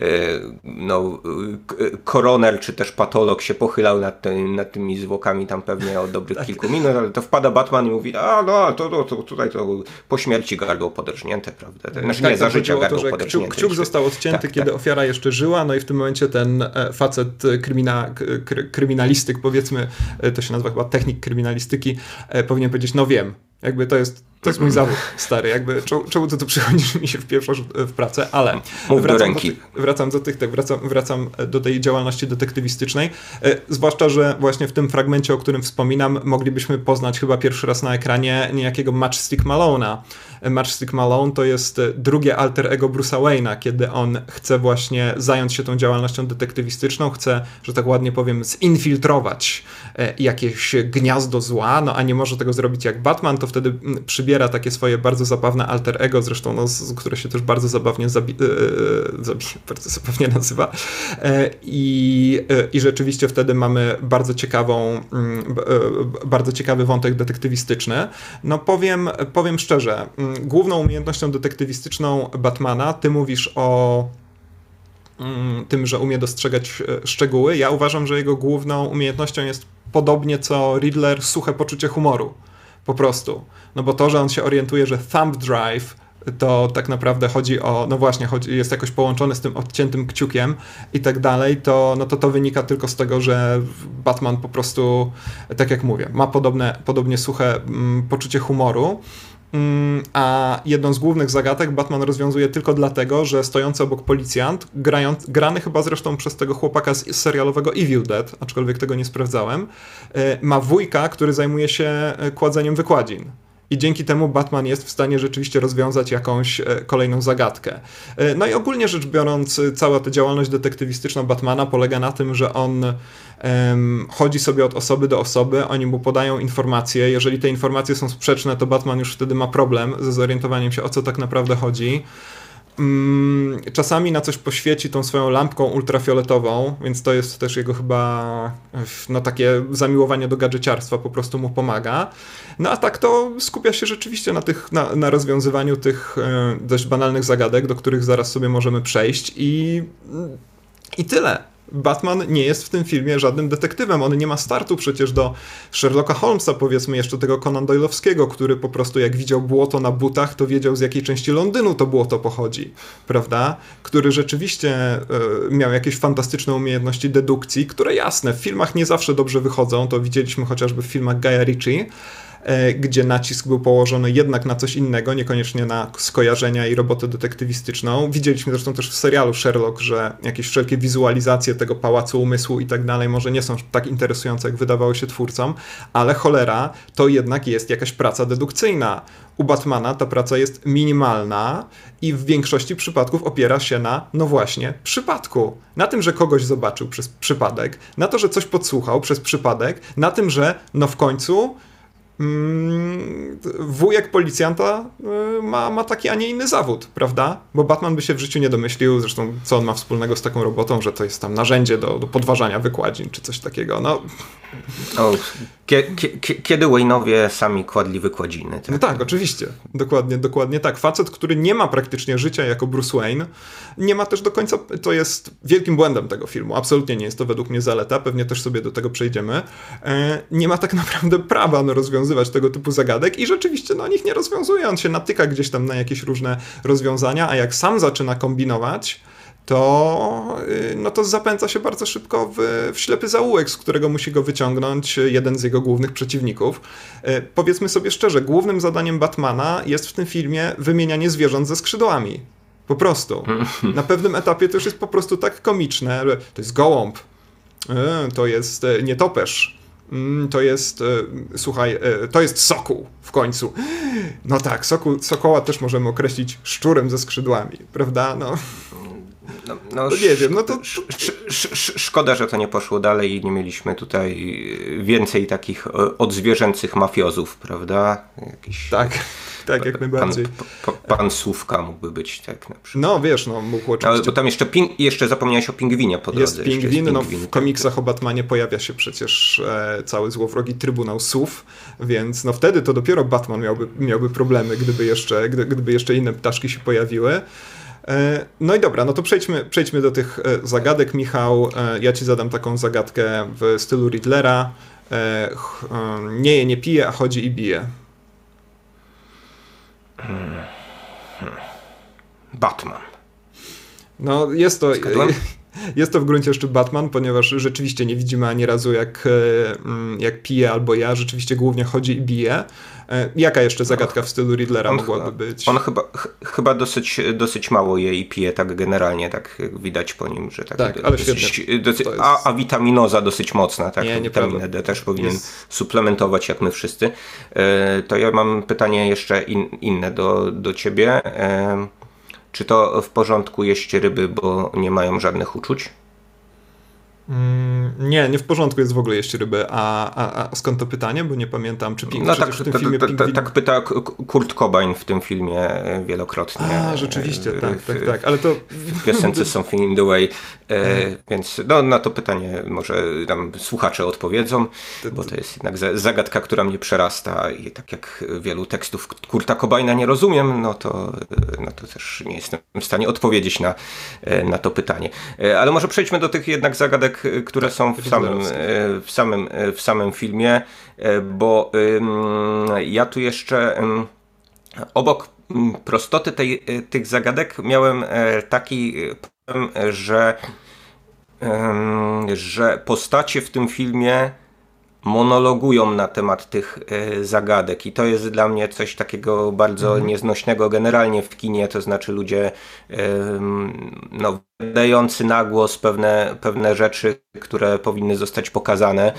no, koroner czy też patolog się pochylał nad, tym, nad tymi zwłokami tam pewnie od dobrych tak. kilku minut, ale to wpada Batman i mówi, a no, to, to, to tutaj to po śmierci gardło podrżnięte, prawda? Znaczy tak, nie, za życia gardło podrżnięte. Kciuk, kciuk został odcięty, tak, kiedy tak. ofiara jeszcze żyła, no i w tym momencie ten facet krymina, kry, kryminalistyk, powiedzmy, to się nazywa chyba technik kryminalistyki, powinien powiedzieć, no wiem, jakby to jest, to jest mój zawód, stary, jakby czemu, czemu ty tu przychodzisz mi się wpieprzasz w pracę, ale Mów wracam do ręki. Do tych, wracam do tych, tak, wracam, wracam do tej działalności detektywistycznej, e, zwłaszcza, że właśnie w tym fragmencie, o którym wspominam, moglibyśmy poznać chyba pierwszy raz na ekranie niejakiego Matchstick Malone'a. Matchstick Malone to jest drugie alter ego Bruce'a Wayne'a, kiedy on chce właśnie zająć się tą działalnością detektywistyczną, chce, że tak ładnie powiem, zinfiltrować jakieś gniazdo zła, no a nie może tego zrobić jak Batman, to wtedy przybiera takie swoje bardzo zabawne alter ego, zresztą no, które się też bardzo zabawnie zabi- zabi- bardzo zabawnie nazywa i, i rzeczywiście wtedy mamy bardzo ciekawą bardzo ciekawy wątek detektywistyczny. No powiem, powiem szczerze, główną umiejętnością detektywistyczną Batmana, ty mówisz o tym, że umie dostrzegać szczegóły. Ja uważam, że jego główną umiejętnością jest podobnie co Riddler, suche poczucie humoru. Po prostu. No bo to, że on się orientuje, że thumb drive to tak naprawdę chodzi o, no właśnie, chodzi, jest jakoś połączony z tym odciętym kciukiem i tak dalej, to, no to to wynika tylko z tego, że Batman po prostu, tak jak mówię, ma podobne, podobnie suche mm, poczucie humoru. A jedną z głównych zagadek Batman rozwiązuje tylko dlatego, że stojący obok policjant, grając, grany chyba zresztą przez tego chłopaka z serialowego Evil Dead, aczkolwiek tego nie sprawdzałem, ma wujka, który zajmuje się kładzeniem wykładzin. I dzięki temu Batman jest w stanie rzeczywiście rozwiązać jakąś kolejną zagadkę. No i ogólnie rzecz biorąc, cała ta działalność detektywistyczna Batmana polega na tym, że on um, chodzi sobie od osoby do osoby, oni mu podają informacje. Jeżeli te informacje są sprzeczne, to Batman już wtedy ma problem ze zorientowaniem się, o co tak naprawdę chodzi. Czasami na coś poświeci tą swoją lampką ultrafioletową, więc to jest też jego chyba no takie zamiłowanie do gadżeciarstwa po prostu mu pomaga. No a tak to skupia się rzeczywiście na, tych, na, na rozwiązywaniu tych e, dość banalnych zagadek, do których zaraz sobie możemy przejść i, i tyle. Batman nie jest w tym filmie żadnym detektywem. On nie ma startu przecież do Sherlocka Holmesa, powiedzmy jeszcze tego Conan Doyle'owskiego, który po prostu jak widział błoto na butach, to wiedział, z jakiej części Londynu to błoto pochodzi, prawda? Który rzeczywiście y, miał jakieś fantastyczne umiejętności dedukcji, które jasne, w filmach nie zawsze dobrze wychodzą, to widzieliśmy chociażby w filmach Guya Ritchie, gdzie nacisk był położony jednak na coś innego, niekoniecznie na skojarzenia i robotę detektywistyczną. Widzieliśmy zresztą też w serialu Sherlock, że jakieś wszelkie wizualizacje tego pałacu umysłu i tak dalej może nie są tak interesujące, jak wydawało się twórcom, ale cholera, to jednak jest jakaś praca dedukcyjna. U Batmana ta praca jest minimalna i w większości przypadków opiera się na, no właśnie, przypadku. Na tym, że kogoś zobaczył przez przypadek, na to, że coś podsłuchał przez przypadek, na tym, że no w końcu wujek policjanta ma, ma taki, a nie inny zawód, prawda? Bo Batman by się w życiu nie domyślił, zresztą co on ma wspólnego z taką robotą, że to jest tam narzędzie do, do podważania wykładzin, czy coś takiego, no... O, kie, kie, kiedy Wayne'owie sami kładli wykładziny. Tak? No tak, oczywiście. Dokładnie, dokładnie tak. Facet, który nie ma praktycznie życia jako Bruce Wayne, nie ma też do końca, to jest wielkim błędem tego filmu, absolutnie nie jest to według mnie zaleta, pewnie też sobie do tego przejdziemy, nie ma tak naprawdę prawa no, rozwiązywać tego typu zagadek i rzeczywiście no, nich nie rozwiązuje, on się natyka gdzieś tam na jakieś różne rozwiązania, a jak sam zaczyna kombinować, to, no to zapędza się bardzo szybko w, w ślepy zaułek, z którego musi go wyciągnąć jeden z jego głównych przeciwników. E, powiedzmy sobie szczerze, głównym zadaniem Batmana jest w tym filmie wymienianie zwierząt ze skrzydłami. Po prostu. Na pewnym etapie to już jest po prostu tak komiczne. To jest gołąb, e, to jest e, nietoperz, mm, to jest, e, słuchaj, e, to jest sokół w końcu. No tak, sokół, sokoła też możemy określić szczurem ze skrzydłami, prawda? No... No, no, no nie wiem, no to... Sz, sz, sz, szkoda, że to nie poszło dalej i nie mieliśmy tutaj więcej takich odzwierzęcych mafiozów, prawda? Jakiś, tak, tak, jak najbardziej. Pan, pan, pan Słówka mógłby być, tak na przykład. No wiesz, no mógł oczywiście... Ale bo tam jeszcze, ping, jeszcze zapomniałeś o pingwinie po drodze. Jest pingwin, jest no pingwin, w komiksach o Batmanie pojawia się przecież e, cały złowrogi Trybunał Słów, więc no wtedy to dopiero Batman miałby, miałby problemy, gdyby jeszcze, gdy, gdyby jeszcze inne ptaszki się pojawiły. No i dobra, no to przejdźmy, przejdźmy do tych zagadek, Michał. Ja ci zadam taką zagadkę w stylu Riddlera. Nie je, nie pije, a chodzi i bije. Batman. No jest to... Jest to w gruncie rzeczy Batman, ponieważ rzeczywiście nie widzimy ani razu jak, jak pije albo ja, rzeczywiście głównie chodzi i bije. Jaka jeszcze zagadka w stylu Riddlera on mogłaby chyba, być? On chyba, ch- chyba dosyć, dosyć mało je i pije tak generalnie, tak widać po nim, że tak, tak ale dosyć, dosyć, jest... a, a witaminoza dosyć mocna, tak? Nie, Witaminę D też powinien jest... suplementować jak my wszyscy. E, to ja mam pytanie jeszcze in, inne do, do ciebie. E, Czy to w porządku jeść ryby, bo nie mają żadnych uczuć? Mm, nie, nie w porządku jest w ogóle jeść ryby. A, a, a skąd to pytanie? Bo nie pamiętam, czy ping... No tak, w tym filmie ta, ta, pingwin... tak pyta Kurt Cobain w tym filmie wielokrotnie. A, rzeczywiście, tak, w, tak, tak, ale to... W piosence Something in the Way, e, więc no, na to pytanie może tam słuchacze odpowiedzą, bo to jest jednak zagadka, która mnie przerasta i tak jak wielu tekstów Kurta Cobaina nie rozumiem, no to, no to też nie jestem w stanie odpowiedzieć na, na to pytanie. Ale może przejdźmy do tych jednak zagadek, które tak, są w samym, w, samym, w samym filmie, bo ym, ja tu jeszcze ym, obok prostoty tej, tych zagadek miałem taki problem, że, że postacie w tym filmie monologują na temat tych zagadek i to jest dla mnie coś takiego bardzo mhm. nieznośnego generalnie w kinie, to znaczy ludzie no, wydający na głos pewne, pewne rzeczy, które powinny zostać pokazane.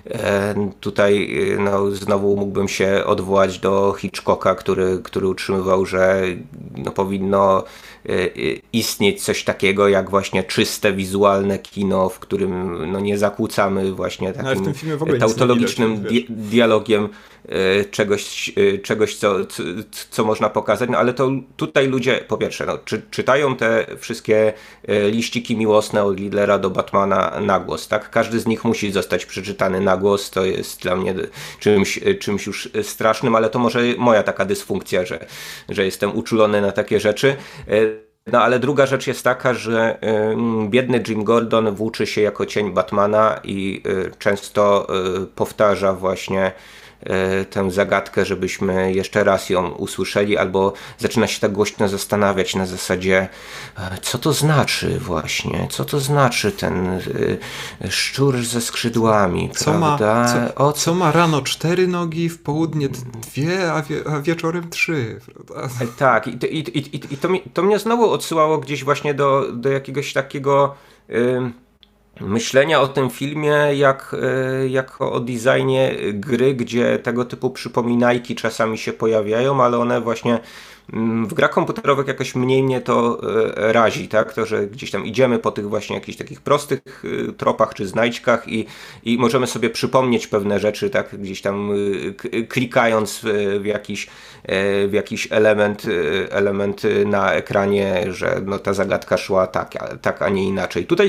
Tutaj no, znowu mógłbym się odwołać do Hitchcocka, który, który utrzymywał, że no, powinno istnieć coś takiego jak właśnie czyste, wizualne kino, w którym no, nie zakłócamy właśnie takim no, tautologicznym di- dialogiem czegoś, czegoś co, co, co można pokazać, no ale to tutaj ludzie po pierwsze no, czy, czytają te wszystkie liściki miłosne od Riddlera do Batmana na głos, tak? Każdy z nich musi zostać przeczytany na głos, to jest dla mnie czymś, czymś już strasznym, ale to może moja taka dysfunkcja, że, że jestem uczulony na takie rzeczy. No ale druga rzecz jest taka, że y, biedny Jim Gordon włóczy się jako cień Batmana i y, często y, powtarza właśnie y, tę zagadkę, żebyśmy jeszcze raz ją usłyszeli, albo zaczyna się tak głośno zastanawiać na zasadzie, y, co to znaczy właśnie, co to znaczy ten y, szczur ze skrzydłami, co prawda? Ma, co, o, co ma rano cztery nogi, w południe dwie, a, wie, a wieczorem trzy. Prawda? Tak, i, i, i, i to, mi, to mnie znowu odsyłało gdzieś właśnie do, do jakiegoś takiego y, myślenia o tym filmie jak, y, jak o designie gry, gdzie tego typu przypominajki czasami się pojawiają, ale one właśnie w grach komputerowych jakoś mniej mnie to razi, tak? To, że gdzieś tam idziemy po tych właśnie jakichś takich prostych tropach czy znajdźkach i, i możemy sobie przypomnieć pewne rzeczy, tak? Gdzieś tam klikając w jakiś, w jakiś element, element na ekranie, że no ta zagadka szła tak, tak, a nie inaczej. Tutaj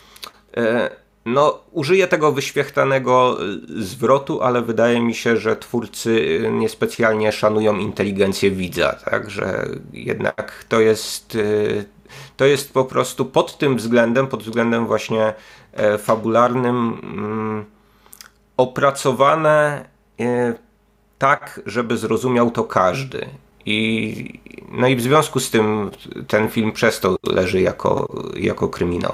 no, użyję tego wyświechtanego zwrotu, ale wydaje mi się, że twórcy niespecjalnie szanują inteligencję widza, tak? Że jednak to jest, to jest po prostu pod tym względem, pod względem właśnie fabularnym opracowane tak, żeby zrozumiał to każdy. I, no i w związku z tym ten film przez to leży jako, jako kryminał.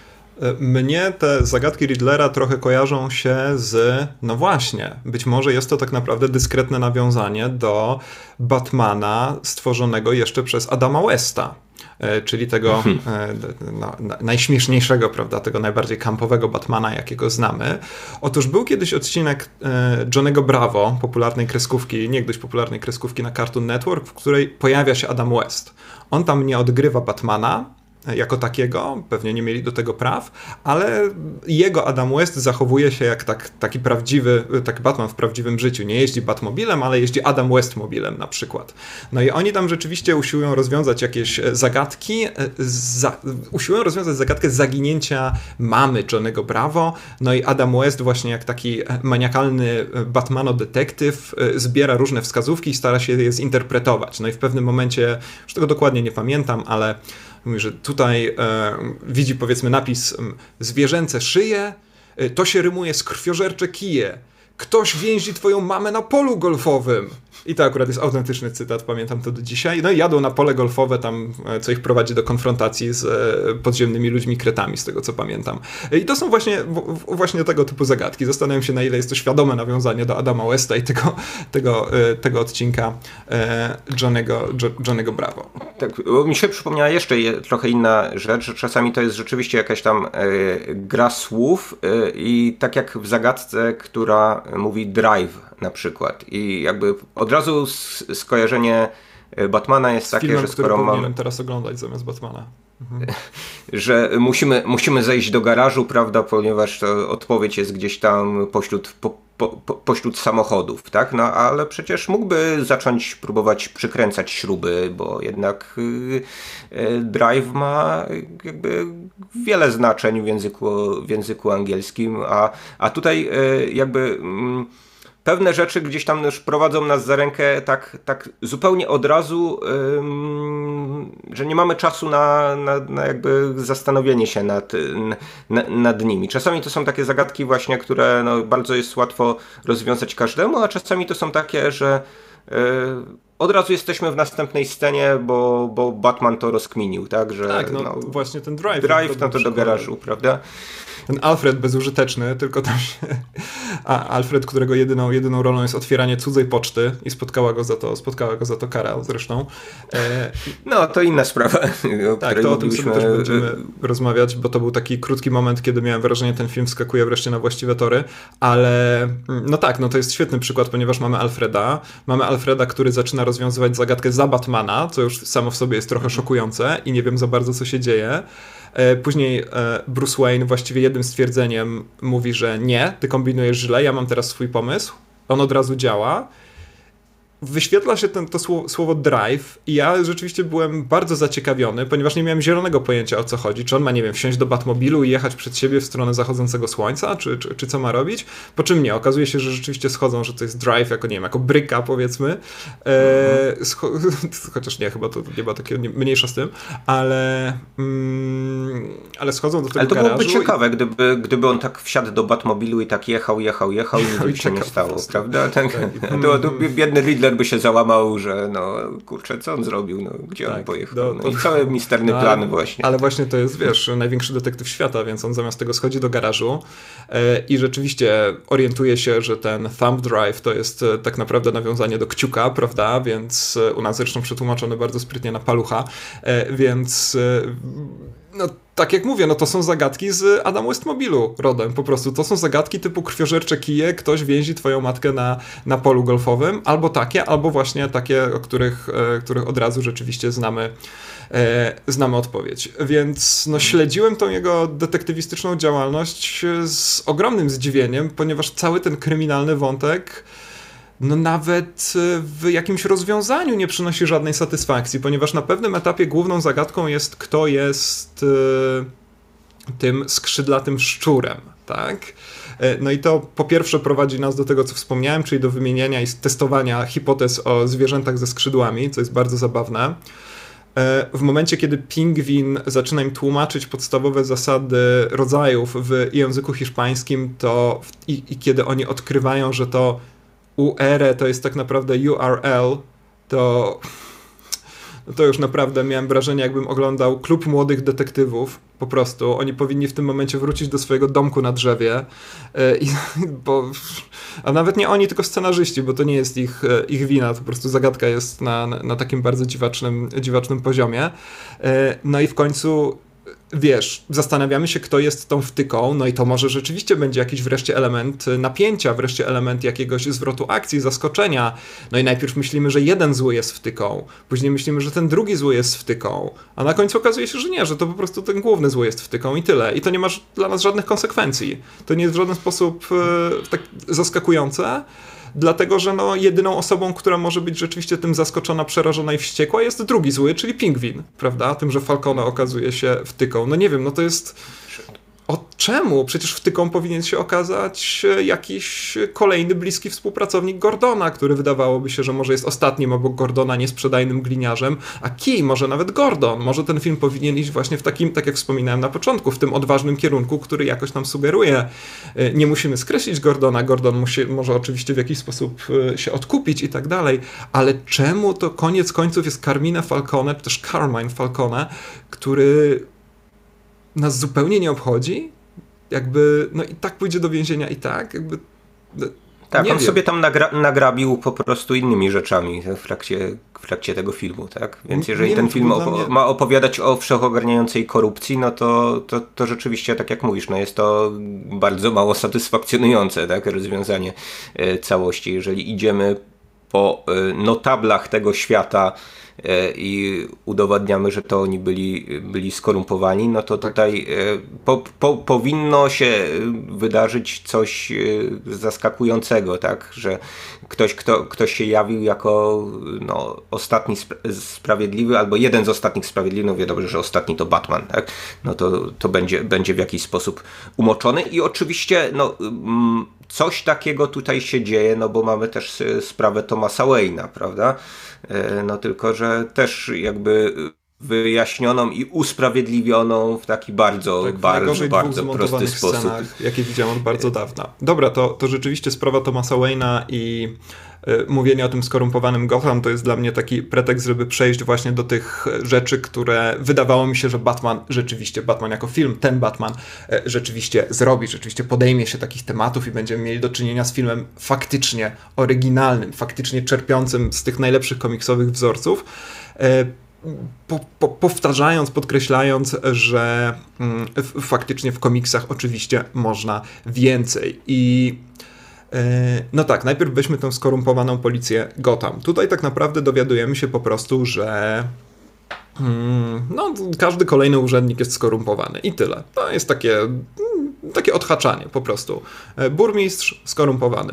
Mnie te zagadki Riddlera trochę kojarzą się z, no właśnie, być może jest to tak naprawdę dyskretne nawiązanie do Batmana stworzonego jeszcze przez Adama Westa, czyli tego no, najśmieszniejszego, prawda, tego najbardziej kampowego Batmana, jakiego znamy. Otóż był kiedyś odcinek Johnny'ego Bravo, popularnej kreskówki, niegdyś popularnej kreskówki na Cartoon Network, w której pojawia się Adam West. On tam nie odgrywa Batmana jako takiego, pewnie nie mieli do tego praw, ale jego Adam West zachowuje się jak tak, taki prawdziwy, taki Batman w prawdziwym życiu. Nie jeździ Batmobilem, ale jeździ Adam West mobilem na przykład. No i oni tam rzeczywiście usiłują rozwiązać jakieś zagadki, za, usiłują rozwiązać zagadkę zaginięcia mamy Johnny'ego Bravo, no i Adam West właśnie jak taki maniakalny Batmano-detektyw zbiera różne wskazówki i stara się je zinterpretować. No i w pewnym momencie, już tego dokładnie nie pamiętam, ale mówi, że tutaj e, widzi powiedzmy napis zwierzęce szyje, e, to się rymuje z krwiożercze kije. Ktoś więzi twoją mamę na polu golfowym. I to akurat jest autentyczny cytat, pamiętam to do dzisiaj. No i jadą na pole golfowe tam, co ich prowadzi do konfrontacji z podziemnymi ludźmi kretami, z tego co pamiętam. I to są właśnie, właśnie tego typu zagadki. Zastanawiam się, na ile jest to świadome nawiązanie do Adama Westa i tego, tego, tego odcinka Johnny'ego, Johnny'ego Bravo. Tak, mi się przypomniała jeszcze trochę inna rzecz, że czasami to jest rzeczywiście jakaś tam e, gra słów e, i tak jak w zagadce, która mówi drive na przykład i jakby od razu skojarzenie Batmana jest z takie, filmem, że skoro który mam... powinienem teraz oglądać zamiast Batmana. Mhm. Że musimy, musimy zejść do garażu, prawda, ponieważ to odpowiedź jest gdzieś tam pośród, po, po, po, pośród samochodów, tak? No ale przecież mógłby zacząć próbować przykręcać śruby, bo jednak yy, drive ma jakby wiele znaczeń w języku, w języku angielskim, a, a tutaj yy, jakby... Yy, pewne rzeczy gdzieś tam już prowadzą nas za rękę tak, tak zupełnie od razu, ym, że nie mamy czasu na, na, na jakby zastanowienie się nad, na, nad nimi. Czasami to są takie zagadki właśnie, które no, bardzo jest łatwo rozwiązać każdemu, a czasami to są takie, że yy, od razu jesteśmy w następnej scenie, bo, bo Batman to rozkminił, tak? Że, tak, no, no właśnie ten drive. Drive, no to do garażu, prawda? Ten Alfred bezużyteczny, tylko tam się... A Alfred, którego jedyną, jedyną rolą jest otwieranie cudzej poczty i spotkała go za to, spotkała go za to kara zresztą. E... No, to inna sprawa. O tak, to o tym sobie też będziemy rozmawiać, bo to był taki krótki moment, kiedy miałem wrażenie, że ten film wskakuje wreszcie na właściwe tory, ale no tak, no to jest świetny przykład, ponieważ mamy Alfreda, mamy Alfreda, który zaczyna rozwiązywać zagadkę za Batmana, co już samo w sobie jest trochę szokujące i nie wiem za bardzo, co się dzieje. Później Bruce Wayne właściwie jednym stwierdzeniem mówi, że nie, ty kombinujesz źle, ja mam teraz swój pomysł. On od razu działa. Wyświetla się ten, to słowo, słowo drive i ja rzeczywiście byłem bardzo zaciekawiony, ponieważ nie miałem zielonego pojęcia, o co chodzi. Czy on ma, nie wiem, wsiąść do Batmobilu i jechać przed siebie w stronę zachodzącego słońca, czy, czy, czy co ma robić? Po czym nie, okazuje się, że rzeczywiście schodzą, że to jest drive jako, nie wiem, jako bryka, powiedzmy. E, scho- chociaż nie, chyba to nie ma takiego, nie, mniejsza z tym, ale mm, ale schodzą do tego garażu. Ale to byłoby i... ciekawe, gdyby, gdyby on tak wsiadł do Batmobilu i tak jechał, jechał, jechał i nic się nie stało, prawda? Tak, tak. To, to biedny Riddler by się załamał, że no kurczę, co on zrobił, no gdzie tak, on pojechał. No, no, to, i cały misterny no, plan właśnie. Ale właśnie to jest, wiesz, największy detektyw świata, więc on zamiast tego schodzi do garażu yy, i rzeczywiście orientuje się, że ten thumb drive to jest yy, tak naprawdę nawiązanie do kciuka, prawda, więc yy, u nas zresztą przetłumaczone bardzo sprytnie na palucha, yy, więc yy, no tak jak mówię, no to są zagadki z Adam Westmobilu rodem, po prostu to są zagadki typu krwiożercze kije, ktoś więzi twoją matkę na, na polu golfowym, albo takie, albo właśnie takie, o których, e, których od razu rzeczywiście znamy, e, znamy odpowiedź. Więc no, śledziłem tą jego detektywistyczną działalność z ogromnym zdziwieniem, ponieważ cały ten kryminalny wątek no nawet w jakimś rozwiązaniu nie przynosi żadnej satysfakcji, ponieważ na pewnym etapie główną zagadką jest, kto jest y, tym skrzydlatym szczurem, tak? No i to po pierwsze prowadzi nas do tego, co wspomniałem, czyli do wymieniania i testowania hipotez o zwierzętach ze skrzydłami, co jest bardzo zabawne. W momencie, kiedy pingwin zaczyna im tłumaczyć podstawowe zasady rodzajów w języku hiszpańskim, to i, i kiedy oni odkrywają, że to U R to jest tak naprawdę U R L, to, to już naprawdę miałem wrażenie, jakbym oglądał klub młodych detektywów. Po prostu oni powinni w tym momencie wrócić do swojego domku na drzewie. I, bo, a nawet nie oni, tylko scenarzyści, bo to nie jest ich, ich wina, to po prostu zagadka jest na, na, na takim bardzo dziwacznym, dziwacznym poziomie. No i w końcu wiesz, zastanawiamy się, kto jest tą wtyką, no i to może rzeczywiście będzie jakiś wreszcie element napięcia, wreszcie element jakiegoś zwrotu akcji, zaskoczenia. No i najpierw myślimy, że jeden zły jest wtyką, później myślimy, że ten drugi zły jest wtyką, a na końcu okazuje się, że nie, że to po prostu ten główny zły jest wtyką i tyle. I to nie ma dla nas żadnych konsekwencji. To nie jest w żaden sposób e, tak zaskakujące, dlatego, że no, jedyną osobą, która może być rzeczywiście tym zaskoczona, przerażona i wściekła jest drugi zły, czyli pingwin, prawda? Tym, że Falcone okazuje się wtyką. No nie wiem, no to jest... O czemu? Przecież wtyką powinien się okazać jakiś kolejny bliski współpracownik Gordona, który wydawałoby się, że może jest ostatnim obok Gordona niesprzedajnym gliniarzem, a kij, może nawet Gordon. Może ten film powinien iść właśnie w takim, tak jak wspominałem na początku, w tym odważnym kierunku, który jakoś nam sugeruje. Nie musimy skreślić Gordona, Gordon musi, może oczywiście w jakiś sposób się odkupić i tak dalej, ale czemu to koniec końców jest Carmine Falcone, czy też Carmine Falcone, który nas zupełnie nie obchodzi, jakby, no i tak pójdzie do więzienia i tak, jakby... No, tak, nie on wiem. sobie tam nagra- nagrabił po prostu innymi rzeczami w trakcie, w trakcie tego filmu, tak? Więc jeżeli nie ten wiem, film opo- mnie... ma opowiadać o wszechogarniającej korupcji, no to, to, to rzeczywiście, tak jak mówisz, no jest to bardzo mało satysfakcjonujące, tak? Rozwiązanie e, całości. Jeżeli idziemy po e, notablach tego świata i udowadniamy, że to oni byli, byli skorumpowani, no to tutaj po, po, powinno się wydarzyć coś zaskakującego, tak, że ktoś, kto, ktoś się jawił jako no, ostatni spra- sprawiedliwy, albo jeden z ostatnich sprawiedliwych, no wie dobrze, że ostatni to Batman, tak, no to, to będzie, będzie w jakiś sposób umoczony i oczywiście no, coś takiego tutaj się dzieje, no bo mamy też sprawę Thomasa Wayne'a, prawda? No tylko, że też jakby wyjaśnioną i usprawiedliwioną w taki bardzo, tak, bardzo, bardzo prosty sposób. Scenach, jakie widziałem od bardzo dawna. Dobra, to, to rzeczywiście sprawa Thomasa Wayne'a i y, mówienie o tym skorumpowanym Gotham to jest dla mnie taki pretekst, żeby przejść właśnie do tych rzeczy, które wydawało mi się, że Batman rzeczywiście, Batman jako film, ten Batman y, rzeczywiście zrobi, rzeczywiście podejmie się takich tematów i będziemy mieli do czynienia z filmem faktycznie oryginalnym, faktycznie czerpiącym z tych najlepszych komiksowych wzorców. Y, Po, po, powtarzając, podkreślając, że mm, f, faktycznie w komiksach oczywiście można więcej. I yy, no tak, najpierw weźmy tę skorumpowaną policję Gotham. Tutaj tak naprawdę dowiadujemy się po prostu, że mm, no, każdy kolejny urzędnik jest skorumpowany i tyle. To jest takie, mm, takie odhaczanie po prostu. Burmistrz skorumpowany.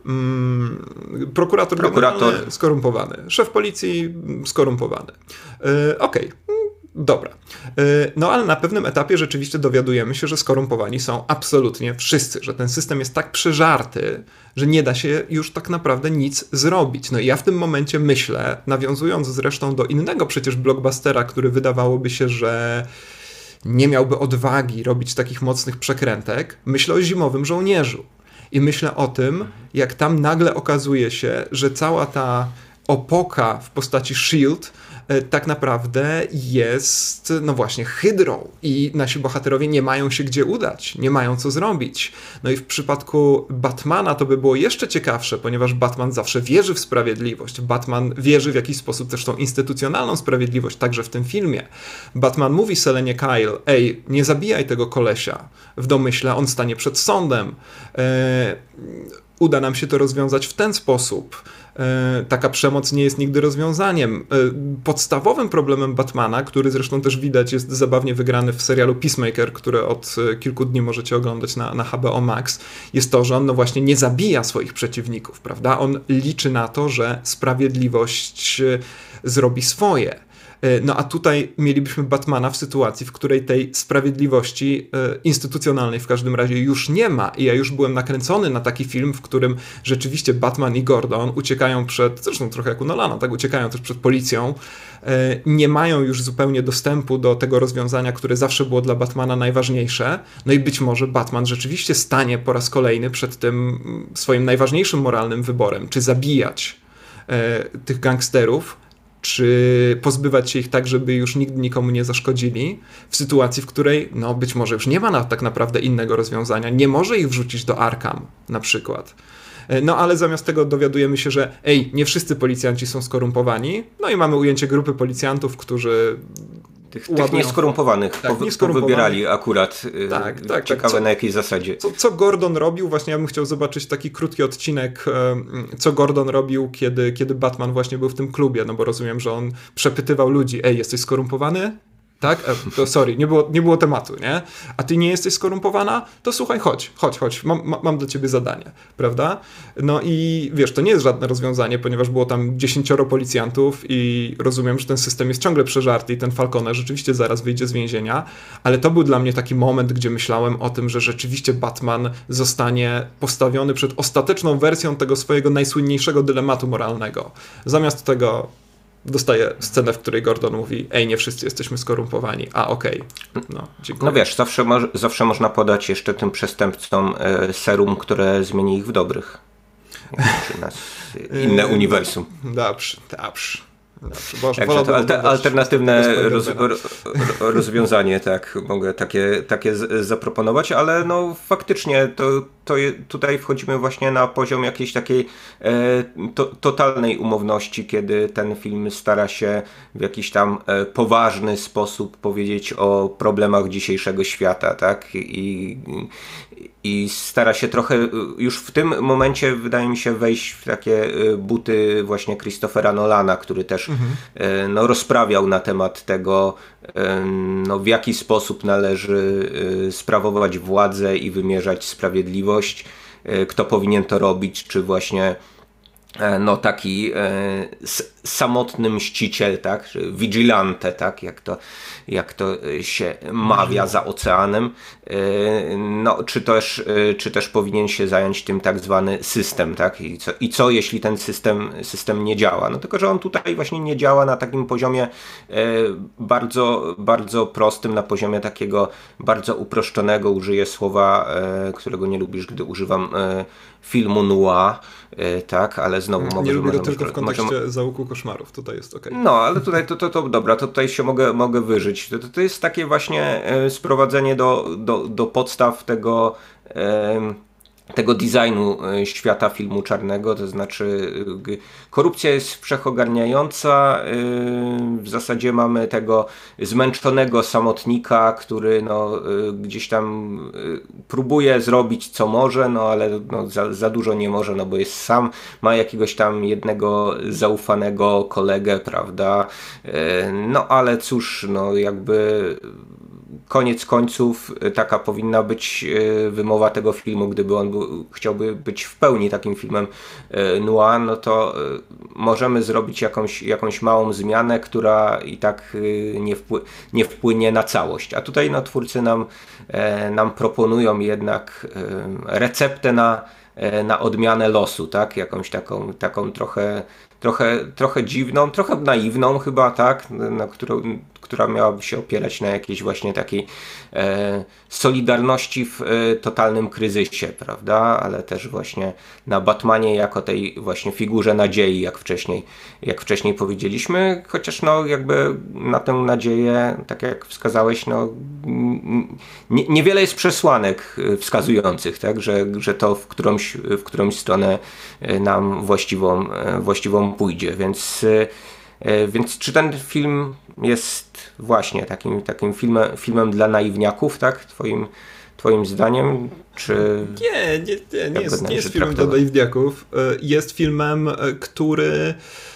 Mm, prokurator, prokurator. skorumpowany, szef policji skorumpowany. Yy, Okej, okay. Dobra. Yy, no ale na pewnym etapie rzeczywiście dowiadujemy się, że skorumpowani są absolutnie wszyscy, że ten system jest tak przeżarty, że nie da się już tak naprawdę nic zrobić. No i ja w tym momencie myślę, nawiązując zresztą do innego przecież blockbustera, który wydawałoby się, że nie miałby odwagi robić takich mocnych przekrętek, myślę o Zimowym Żołnierzu. I myślę o tym, jak tam nagle okazuje się, że cała ta opoka w postaci Shield tak naprawdę jest, no właśnie, hydrą i nasi bohaterowie nie mają się gdzie udać, nie mają co zrobić. No i w przypadku Batmana to by było jeszcze ciekawsze, ponieważ Batman zawsze wierzy w sprawiedliwość. Batman wierzy w jakiś sposób też tą instytucjonalną sprawiedliwość, także w tym filmie. Batman mówi Selenie Kyle, ej, nie zabijaj tego kolesia. W domyśle on stanie przed sądem. Eee, uda nam się to rozwiązać w ten sposób. Taka przemoc nie jest nigdy rozwiązaniem. Podstawowym problemem Batmana, który zresztą też widać jest zabawnie wygrany w serialu Peacemaker, który od kilku dni możecie oglądać na, na H B O Max, jest to, że on no właśnie nie zabija swoich przeciwników, prawda? On liczy na to, że sprawiedliwość zrobi swoje. No a tutaj mielibyśmy Batmana w sytuacji, w której tej sprawiedliwości instytucjonalnej w każdym razie już nie ma. I ja już byłem nakręcony na taki film, w którym rzeczywiście Batman i Gordon uciekają przed, zresztą trochę jak u Nolana, tak, uciekają też przed policją, nie mają już zupełnie dostępu do tego rozwiązania, które zawsze było dla Batmana najważniejsze. No i być może Batman rzeczywiście stanie po raz kolejny przed tym swoim najważniejszym moralnym wyborem, czy zabijać tych gangsterów, czy pozbywać się ich tak, żeby już nigdy nikomu nie zaszkodzili, w sytuacji, w której no być może już nie ma na, tak naprawdę innego rozwiązania, nie może ich wrzucić do Arkham na przykład. No ale zamiast tego dowiadujemy się, że ej, nie wszyscy policjanci są skorumpowani, no i mamy ujęcie grupy policjantów, którzy Tych, tych nieskorumpowanych, tak, po, nieskorumpowanych. Wybierali akurat. Tak, tak, ciekawe tak. Co, na jakiej zasadzie. Co, co Gordon robił? Właśnie ja bym chciał zobaczyć taki krótki odcinek, co Gordon robił, kiedy, kiedy Batman właśnie był w tym klubie, no bo rozumiem, że on przepytywał ludzi, ej, jesteś skorumpowany? Tak? E, to sorry, nie było, nie było tematu, nie? A ty nie jesteś skorumpowana? To słuchaj, chodź, chodź, chodź, mam, mam dla ciebie zadanie, prawda? No i wiesz, to nie jest żadne rozwiązanie, ponieważ było tam dziesięcioro policjantów i rozumiem, że ten system jest ciągle przeżarty i ten Falcone rzeczywiście zaraz wyjdzie z więzienia, ale to był dla mnie taki moment, gdzie myślałem o tym, że rzeczywiście Batman zostanie postawiony przed ostateczną wersją tego swojego najsłynniejszego dylematu moralnego. Zamiast tego dostaje scenę, w której Gordon mówi, ej, nie wszyscy jesteśmy skorumpowani. A, okej. Okay. No, dziękuję. No wiesz, zawsze, mo- zawsze można podać jeszcze tym przestępcom e, serum, które zmieni ich w dobrych. Czy nas inne uniwersum. Dobrze, dobrze. Boże, Także to alter, alternatywne roz, ro, rozwiązanie, tak, mogę takie, takie z, zaproponować, ale no faktycznie to, to je, tutaj wchodzimy właśnie na poziom jakiejś takiej e, to, totalnej umowności, kiedy ten film stara się w jakiś tam e, poważny sposób powiedzieć o problemach dzisiejszego świata, tak, i, i stara się trochę już w tym momencie, wydaje mi się, wejść w takie buty właśnie Christophera Nolana, który też mhm. no, rozprawiał na temat tego, no, w jaki sposób należy sprawować władzę i wymierzać sprawiedliwość, kto powinien to robić, czy właśnie no taki e, samotny mściciel, tak, vigilante, tak, jak to, jak to się mawia za oceanem, e, no, czy też, e, czy też powinien się zająć tym tak zwany system, tak, i co, i co jeśli ten system, system nie działa, no tylko, że on tutaj właśnie nie działa na takim poziomie e, bardzo, bardzo prostym, na poziomie takiego bardzo uproszczonego, użyję słowa, e, którego nie lubisz, gdy używam e, filmu noir, tak, ale znowu nie mogę... Nie lubię go tylko w kontekście możemy... Załuku koszmarów, tutaj jest okej. Okay. No, ale tutaj to, to, to dobra, to tutaj się mogę, mogę wyżyć. To, to jest takie właśnie sprowadzenie do, do, do podstaw tego... E, tego designu świata filmu czarnego, to znaczy korupcja jest wszechogarniająca, w zasadzie mamy tego zmęczonego samotnika, który no, gdzieś tam próbuje zrobić co może, no ale no, za, za dużo nie może, no bo jest sam, ma jakiegoś tam jednego zaufanego kolegę, prawda, no ale cóż, no jakby koniec końców taka powinna być wymowa tego filmu, gdyby on był, chciałby być w pełni takim filmem noir, no to możemy zrobić jakąś, jakąś małą zmianę, która i tak nie, wpły, nie wpłynie na całość. A tutaj no, twórcy nam, nam proponują jednak receptę na, na odmianę losu, tak? Jakąś taką, taką trochę, trochę, trochę dziwną, trochę naiwną chyba, tak? Na którą, która miałaby się opierać na jakiejś właśnie takiej e, solidarności w e, totalnym kryzysie, prawda? Ale też właśnie na Batmanie jako tej właśnie figurze nadziei, jak wcześniej, jak wcześniej powiedzieliśmy, chociaż no jakby na tę nadzieję, tak jak wskazałeś, no nie, niewiele jest przesłanek wskazujących, tak? Że, że to w którąś, w którąś stronę nam właściwą, właściwą pójdzie, więc Więc czy ten film jest właśnie takim, takim filmem, filmem dla naiwniaków, tak? Twoim, twoim zdaniem? Czy nie, nie, nie, nie jest, nie jest filmem dla naiwniaków. Jest filmem, który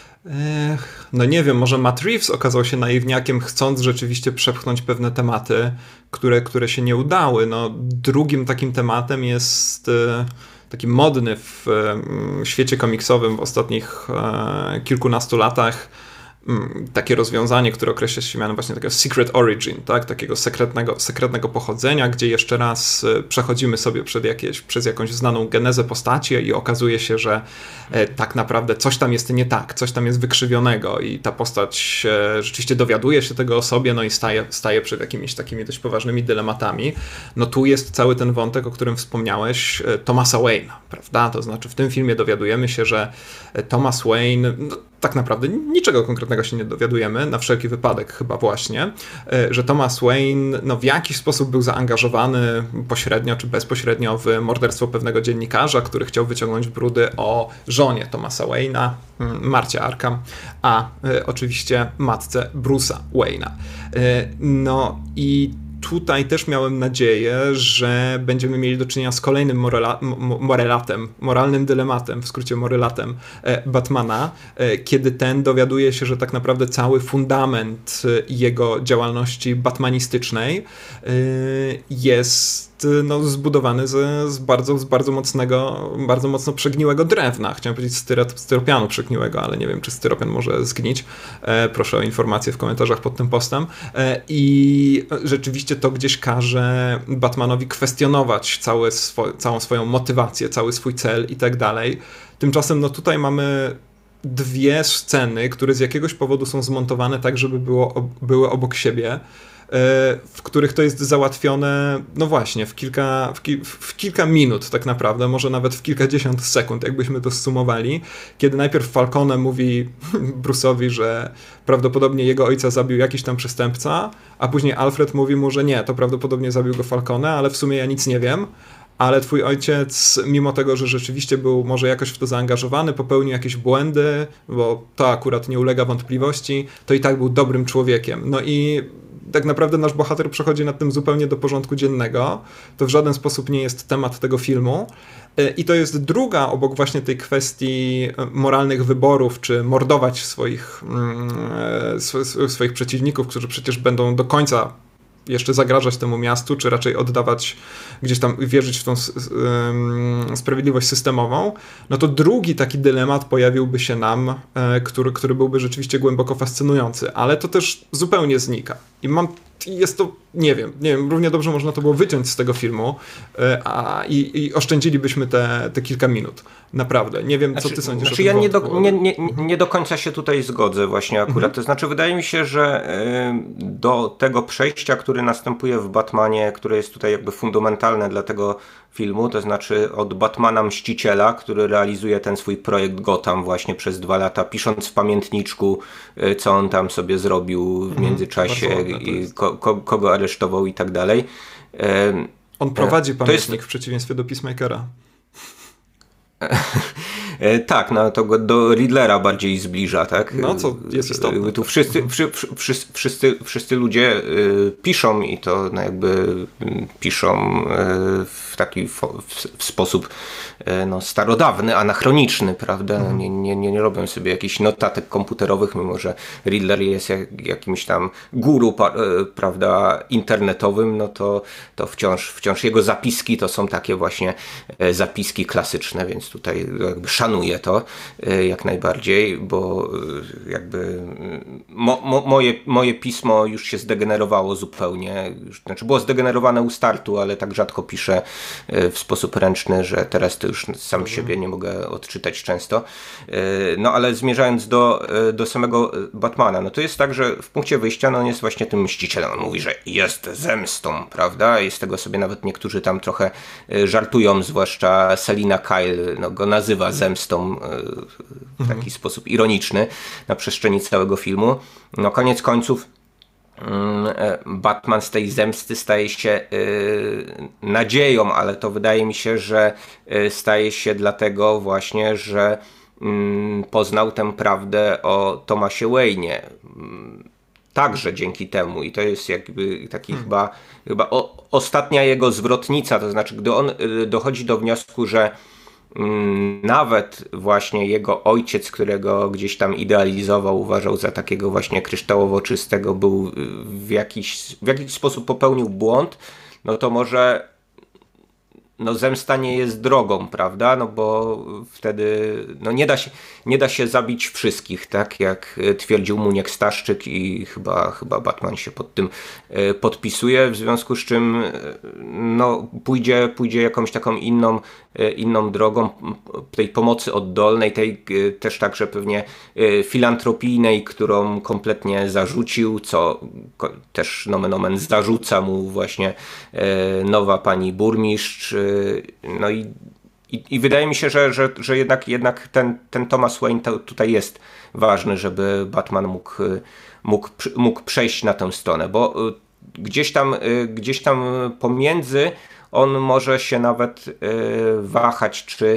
no nie wiem, może Matt Reeves okazał się naiwniakiem, chcąc rzeczywiście przepchnąć pewne tematy, które, które się nie udały. No, drugim takim tematem jest taki modny w świecie komiksowym w ostatnich kilkunastu latach takie rozwiązanie, które określa się mianem właśnie takiego secret origin, tak? Takiego sekretnego, sekretnego pochodzenia, gdzie jeszcze raz przechodzimy sobie przed jakieś, przez jakąś znaną genezę postaci i okazuje się, że e, tak naprawdę coś tam jest nie tak, coś tam jest wykrzywionego i ta postać e, rzeczywiście dowiaduje się tego o sobie, no i staje, staje przed jakimiś takimi dość poważnymi dylematami. No tu jest cały ten wątek, o którym wspomniałeś, e, Thomasa Wayne'a, prawda? To znaczy w tym filmie dowiadujemy się, że Thomas Wayne, no, tak naprawdę niczego konkretnego się nie dowiadujemy, na wszelki wypadek chyba właśnie, że Thomas Wayne no, w jakiś sposób był zaangażowany pośrednio czy bezpośrednio w morderstwo pewnego dziennikarza, który chciał wyciągnąć brudy o żonie Thomasa Wayne'a, Marcie Arkham, a y, oczywiście matce Bruce'a Wayne'a. Y, no i tutaj też miałem nadzieję, że będziemy mieli do czynienia z kolejnym morela, morelatem, moralnym dylematem, w skrócie morelatem e, Batmana, e, kiedy ten dowiaduje się, że tak naprawdę cały fundament jego działalności batmanistycznej e, jest no, zbudowany z, z, bardzo, z bardzo mocnego, bardzo mocno przegniłego drewna. Chciałem powiedzieć styrop, styropianu przegniłego, ale nie wiem, czy styropian może zgnić. E, proszę o informacje w komentarzach pod tym postem. E, I rzeczywiście to gdzieś każe Batmanowi kwestionować całe swo- całą swoją motywację, cały swój cel i tak dalej. Tymczasem no tutaj mamy dwie sceny, które z jakiegoś powodu są zmontowane tak, żeby było, były obok siebie, w których to jest załatwione, no właśnie, w kilka, w, ki, w kilka minut tak naprawdę, może nawet w kilkadziesiąt sekund, jakbyśmy to zsumowali, kiedy najpierw Falcone mówi Bruce'owi, że prawdopodobnie jego ojca zabił jakiś tam przestępca, a później Alfred mówi mu, że nie, to prawdopodobnie zabił go Falcone, ale w sumie ja nic nie wiem. Ale twój ojciec, mimo tego, że rzeczywiście był może jakoś w to zaangażowany, popełnił jakieś błędy, bo to akurat nie ulega wątpliwości, to i tak był dobrym człowiekiem. No i tak naprawdę nasz bohater przechodzi nad tym zupełnie do porządku dziennego. To w żaden sposób nie jest temat tego filmu. I to jest druga obok właśnie tej kwestii moralnych wyborów, czy mordować swoich, swoich przeciwników, którzy przecież będą do końca jeszcze zagrażać temu miastu, czy raczej oddawać, gdzieś tam wierzyć w tą sprawiedliwość systemową, no to drugi taki dylemat pojawiłby się nam, który, który byłby rzeczywiście głęboko fascynujący, ale to też zupełnie znika. I mam, jest to, nie wiem, nie wiem, równie dobrze można to było wyciąć z tego filmu a, i, i oszczędzilibyśmy te, te kilka minut. Naprawdę. Nie wiem, znaczy, co ty sądzisz znaczy o tym ja nie do, wątku. nie, nie, nie do końca się tutaj zgodzę właśnie akurat. Mhm. To znaczy wydaje mi się, że do tego przejścia, które następuje w Batmanie, które jest tutaj jakby fundamentalne dla tego filmu, to znaczy od Batmana Mściciela, który realizuje ten swój projekt Gotham właśnie przez dwa lata, pisząc w pamiętniczku, co on tam sobie zrobił w międzyczasie, i ko, ko, kogo aresztował i tak dalej. On prowadzi pamiętnik jest... w przeciwieństwie do Peacemakera. Tak, no to go do Riddlera bardziej zbliża, tak? No, co jest istotne. Tu wszyscy, wszy, wszyscy, wszyscy, wszyscy ludzie piszą i to no jakby piszą w taki w sposób no, starodawny, anachroniczny, prawda? Mhm. Nie, nie, nie robią sobie jakichś notatek komputerowych, mimo że Riddler jest jak, jakimś tam guru, prawda, internetowym, no to, to wciąż, wciąż jego zapiski to są takie właśnie zapiski klasyczne, więc tutaj jakby szanuję to jak najbardziej, bo jakby mo, mo, moje, moje pismo już się zdegenerowało zupełnie, znaczy było zdegenerowane u startu, ale tak rzadko piszę w sposób ręczny, że teraz to już sam mhm. siebie nie mogę odczytać często. No ale zmierzając do, do samego Batmana, no to jest tak, że w punkcie wyjścia no on jest właśnie tym mścicielem. On mówi, że jest zemstą, prawda? I z tego sobie nawet niektórzy tam trochę żartują, zwłaszcza Selina Kyle no, go nazywa zemstą w taki mhm. sposób ironiczny na przestrzeni całego filmu. No koniec końców Batman z tej zemsty staje się yy, nadzieją, ale to wydaje mi się, że yy, staje się dlatego właśnie, że yy, poznał tę prawdę o Thomasie Wayne'ie. Yy, także dzięki temu i to jest jakby taki hmm. chyba, chyba o, ostatnia jego zwrotnica, to znaczy gdy on yy, dochodzi do wniosku, że nawet właśnie jego ojciec, którego gdzieś tam idealizował, uważał za takiego właśnie kryształowo czystego, był w jakiś, w jakiś sposób popełnił błąd, no to może no zemsta nie jest drogą, prawda? No bo wtedy no nie da się, nie da się zabić wszystkich, tak jak twierdził Muniek Staszczyk i chyba, chyba Batman się pod tym podpisuje, w związku z czym no pójdzie, pójdzie jakąś taką inną, inną drogą tej pomocy oddolnej, tej też także pewnie filantropijnej, którą kompletnie zarzucił, co też nomen omen zarzuca mu właśnie nowa pani burmistrz. No i, i, i wydaje mi się, że, że, że jednak, jednak ten, ten Thomas Wayne to, tutaj jest ważny, żeby Batman mógł, mógł, mógł przejść na tę stronę, bo gdzieś tam, gdzieś tam pomiędzy on może się nawet wahać, czy,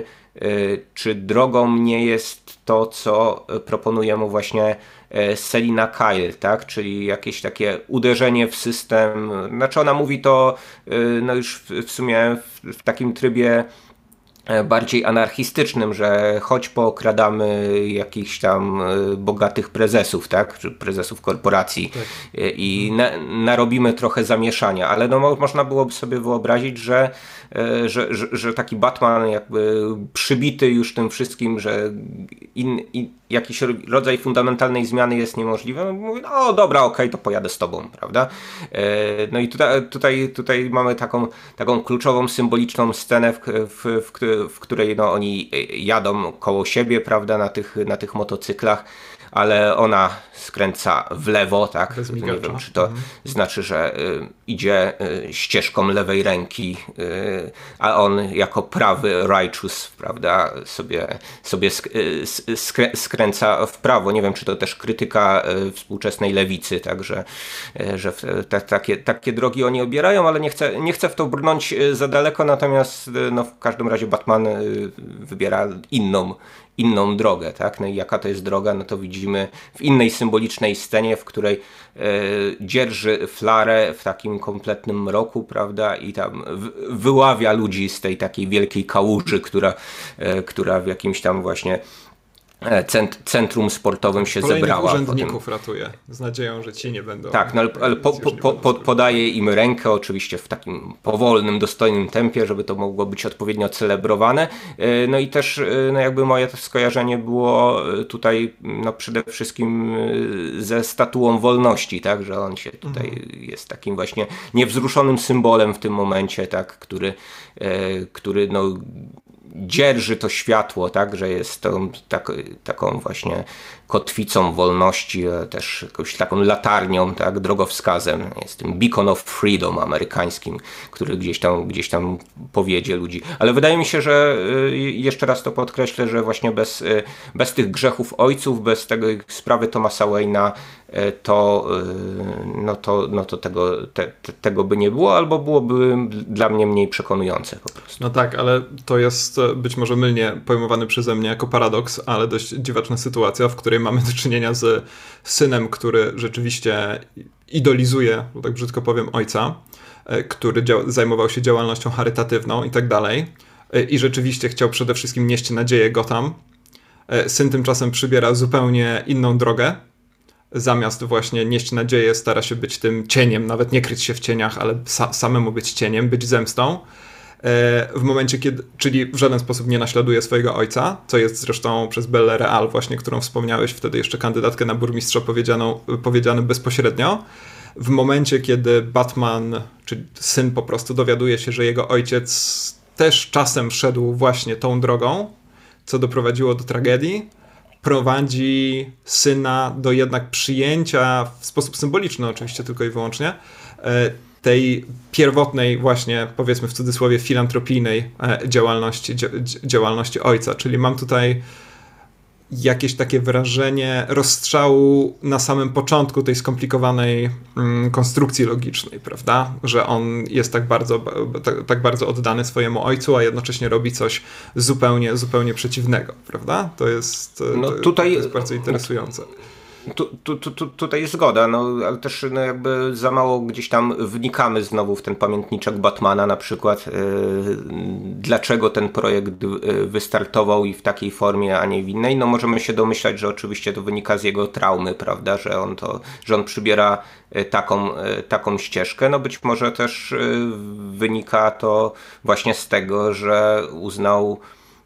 czy drogą nie jest to, co proponuje mu właśnie Selina Kyle, tak? Czyli jakieś takie uderzenie w system. Znaczy ona mówi to no już w, w sumie w, w takim trybie bardziej anarchistycznym, że choć pookradamy jakichś tam bogatych prezesów, tak? Czy prezesów korporacji tak. i na, narobimy trochę zamieszania, ale no można byłoby sobie wyobrazić, że, że, że, że taki Batman jakby przybity już tym wszystkim, że in, in, jakiś rodzaj fundamentalnej zmiany jest niemożliwy, no mówi, no dobra, okej, okay, to pojadę z tobą, prawda? No i tutaj, tutaj, tutaj mamy taką, taką kluczową, symboliczną scenę, w, w, w, w której no, oni jadą koło siebie, prawda, na tych, na tych motocyklach, ale ona skręca w lewo, tak? Nie wiem, czy to mhm. znaczy, że y, idzie y, ścieżką lewej ręki, y, a on jako prawy righteous, prawda, sobie, sobie sk y, skrę skręca w prawo. Nie wiem, czy to też krytyka y, współczesnej lewicy, tak, że, y, że te, takie, takie drogi oni obierają, ale nie chcę, nie chcę w to brnąć za daleko, natomiast y, no, w każdym razie Batman y, wybiera inną inną drogę, tak? No i jaka to jest droga, no to widzimy w innej symbolicznej scenie, w której e, dzierży flarę w takim kompletnym mroku, prawda? I tam w, wyławia ludzi z tej takiej wielkiej kałuży, która, e, która w jakimś tam właśnie cent, centrum sportowym się Kolejnych zebrała. urzędników potem ratuje, z nadzieją, że ci nie będą... Tak, no ale, ale po, po, po, po, podaje im rękę, oczywiście w takim powolnym, dostojnym tempie, żeby to mogło być odpowiednio celebrowane. No i też no jakby moje skojarzenie było tutaj no przede wszystkim ze statuą wolności, tak, że on się tutaj mhm. jest takim właśnie niewzruszonym symbolem w tym momencie, tak, który, który no dzierży to światło, tak, że jest tą, tak, taką właśnie kotwicą wolności, też jakąś taką latarnią, tak, drogowskazem. Jest tym beacon of freedom amerykańskim, który gdzieś tam, gdzieś tam powiedzie ludzi. Ale wydaje mi się, że jeszcze raz to podkreślę, że właśnie bez, bez tych grzechów ojców, bez tego sprawy Thomasa Wayne'a, to, no to, no to tego, te, tego by nie było, albo byłoby dla mnie mniej przekonujące po prostu. No tak, ale to jest być może mylnie pojmowany przeze mnie jako paradoks, ale dość dziwaczna sytuacja, w której mamy do czynienia z synem, który rzeczywiście idolizuje, tak brzydko powiem, ojca, który dzia- zajmował się działalnością charytatywną i tak dalej, i rzeczywiście chciał przede wszystkim nieść nadzieję Gotham. Syn tymczasem przybiera zupełnie inną drogę. Zamiast właśnie nieść nadzieję, stara się być tym cieniem, nawet nie kryć się w cieniach, ale sa- samemu być cieniem, być zemstą. W momencie, kiedy, czyli w żaden sposób nie naśladuje swojego ojca, co jest zresztą przez Bellę Real właśnie, którą wspomniałeś, wtedy jeszcze kandydatkę na burmistrza powiedzianą, powiedziane bezpośrednio. W momencie, kiedy Batman, czyli syn po prostu dowiaduje się, że jego ojciec też czasem szedł właśnie tą drogą, co doprowadziło do tragedii, prowadzi syna do jednak przyjęcia w sposób symboliczny oczywiście tylko i wyłącznie tej pierwotnej właśnie, powiedzmy w cudzysłowie, filantropijnej działalności, działalności ojca. Czyli mam tutaj jakieś takie wrażenie rozstrzału na samym początku tej skomplikowanej mm, konstrukcji logicznej, prawda? Że on jest tak bardzo, tak, tak bardzo oddany swojemu ojcu, a jednocześnie robi coś zupełnie, zupełnie przeciwnego, prawda? To jest, no tutaj, to jest bardzo interesujące. Tu, tu, tu, tu, tutaj zgoda, no, ale też no, jakby za mało gdzieś tam wnikamy znowu w ten pamiętniczek Batmana na przykład, yy, dlaczego ten projekt wystartował i w takiej formie, a nie w innej. No możemy się domyślać, że oczywiście to wynika z jego traumy, prawda, że on to, że on przybiera taką, taką ścieżkę. No być może też wynika to właśnie z tego, że uznał,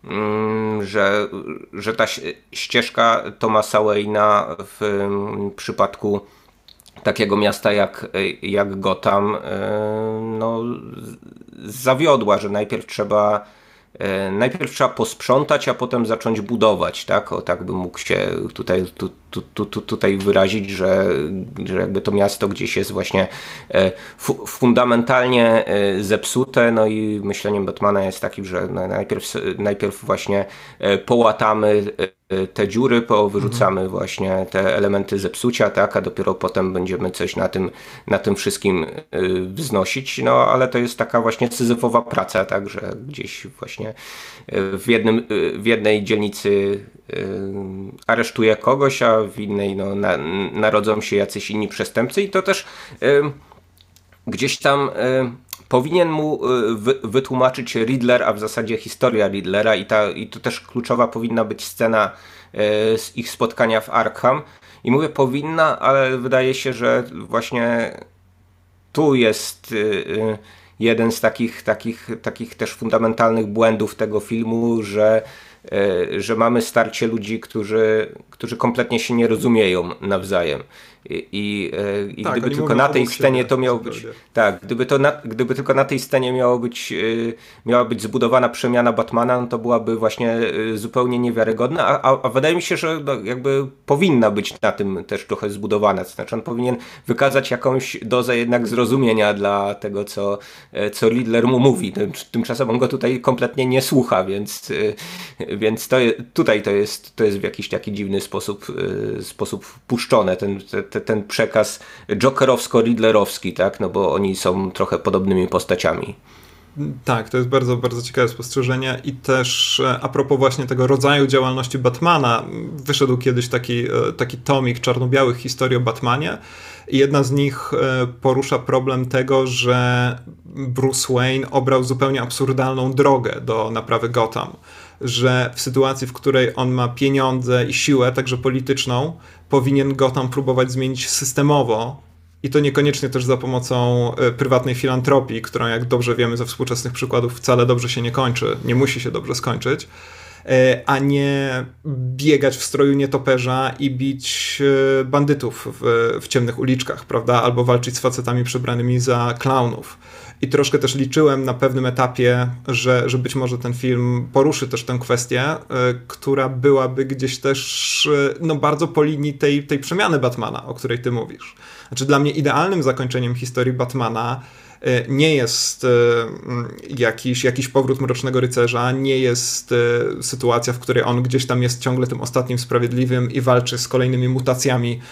Że, że ta ścieżka Thomasa Wayne'a w przypadku takiego miasta jak, jak Gotham no, zawiodła, że najpierw trzeba najpierw trzeba posprzątać, a potem zacząć budować, tak? O, tak bym mógł się tutaj, tu, tu, tu, tu, tutaj wyrazić, że, że jakby to miasto gdzieś jest właśnie fu, fundamentalnie zepsute, no i myśleniem Batmana jest takim, że najpierw, najpierw właśnie połatamy te dziury, wyrzucamy mhm. właśnie te elementy zepsucia, tak, a dopiero potem będziemy coś na tym, na tym wszystkim wznosić, no ale to jest taka właśnie syzyfowa praca, tak, że gdzieś właśnie w, jednym, w jednej dzielnicy aresztuje kogoś, a w innej no, na, narodzą się jacyś inni przestępcy i to też gdzieś tam powinien mu wy, wytłumaczyć Riddler, a w zasadzie historia Riddlera i, ta, i to też kluczowa powinna być scena e, z ich spotkania w Arkham. I mówię powinna, ale wydaje się, że właśnie tu jest e, jeden z takich, takich, takich też fundamentalnych błędów tego filmu, że, e, że mamy starcie ludzi, którzy, którzy kompletnie się nie rozumieją nawzajem. I, i, i tak, gdyby tylko na tej scenie to miało być. Tak, gdyby, to na, gdyby tylko na tej scenie miało być, yy, miała być zbudowana przemiana Batmana, no to byłaby właśnie yy, zupełnie niewiarygodna, a, a, a wydaje mi się, że no, jakby powinna być na tym też trochę zbudowana. To znaczy on powinien wykazać jakąś dozę jednak zrozumienia dla tego, co, yy, co Riddler mu mówi. Tym, tymczasem on go tutaj kompletnie nie słucha, więc, yy, więc to, tutaj to jest, to jest w jakiś taki dziwny sposób, yy, sposób puszczone. Ten, te, ten przekaz jokerowsko-riddlerowski, tak? No bo oni są trochę podobnymi postaciami. Tak, to jest bardzo, bardzo ciekawe spostrzeżenie i też a propos właśnie tego rodzaju działalności Batmana, wyszedł kiedyś taki, taki tomik czarno-białych historii o Batmanie i jedna z nich porusza problem tego, że Bruce Wayne obrał zupełnie absurdalną drogę do naprawy Gotham. że w sytuacji, w której on ma pieniądze i siłę, także polityczną, powinien Gotham próbować zmienić systemowo i to niekoniecznie też za pomocą prywatnej filantropii, którą jak dobrze wiemy ze współczesnych przykładów wcale dobrze się nie kończy, nie musi się dobrze skończyć, a nie biegać w stroju nietoperza i bić bandytów w, w ciemnych uliczkach, prawda? Albo walczyć z facetami przebranymi za klaunów. I troszkę też liczyłem na pewnym etapie, że, że być może ten film poruszy też tę kwestię, która byłaby gdzieś też no, bardzo po linii tej, tej przemiany Batmana, o której ty mówisz. Znaczy dla mnie idealnym zakończeniem historii Batmana nie jest jakiś, jakiś powrót Mrocznego Rycerza, nie jest sytuacja, w której on gdzieś tam jest ciągle tym ostatnim sprawiedliwym i walczy z kolejnymi mutacjami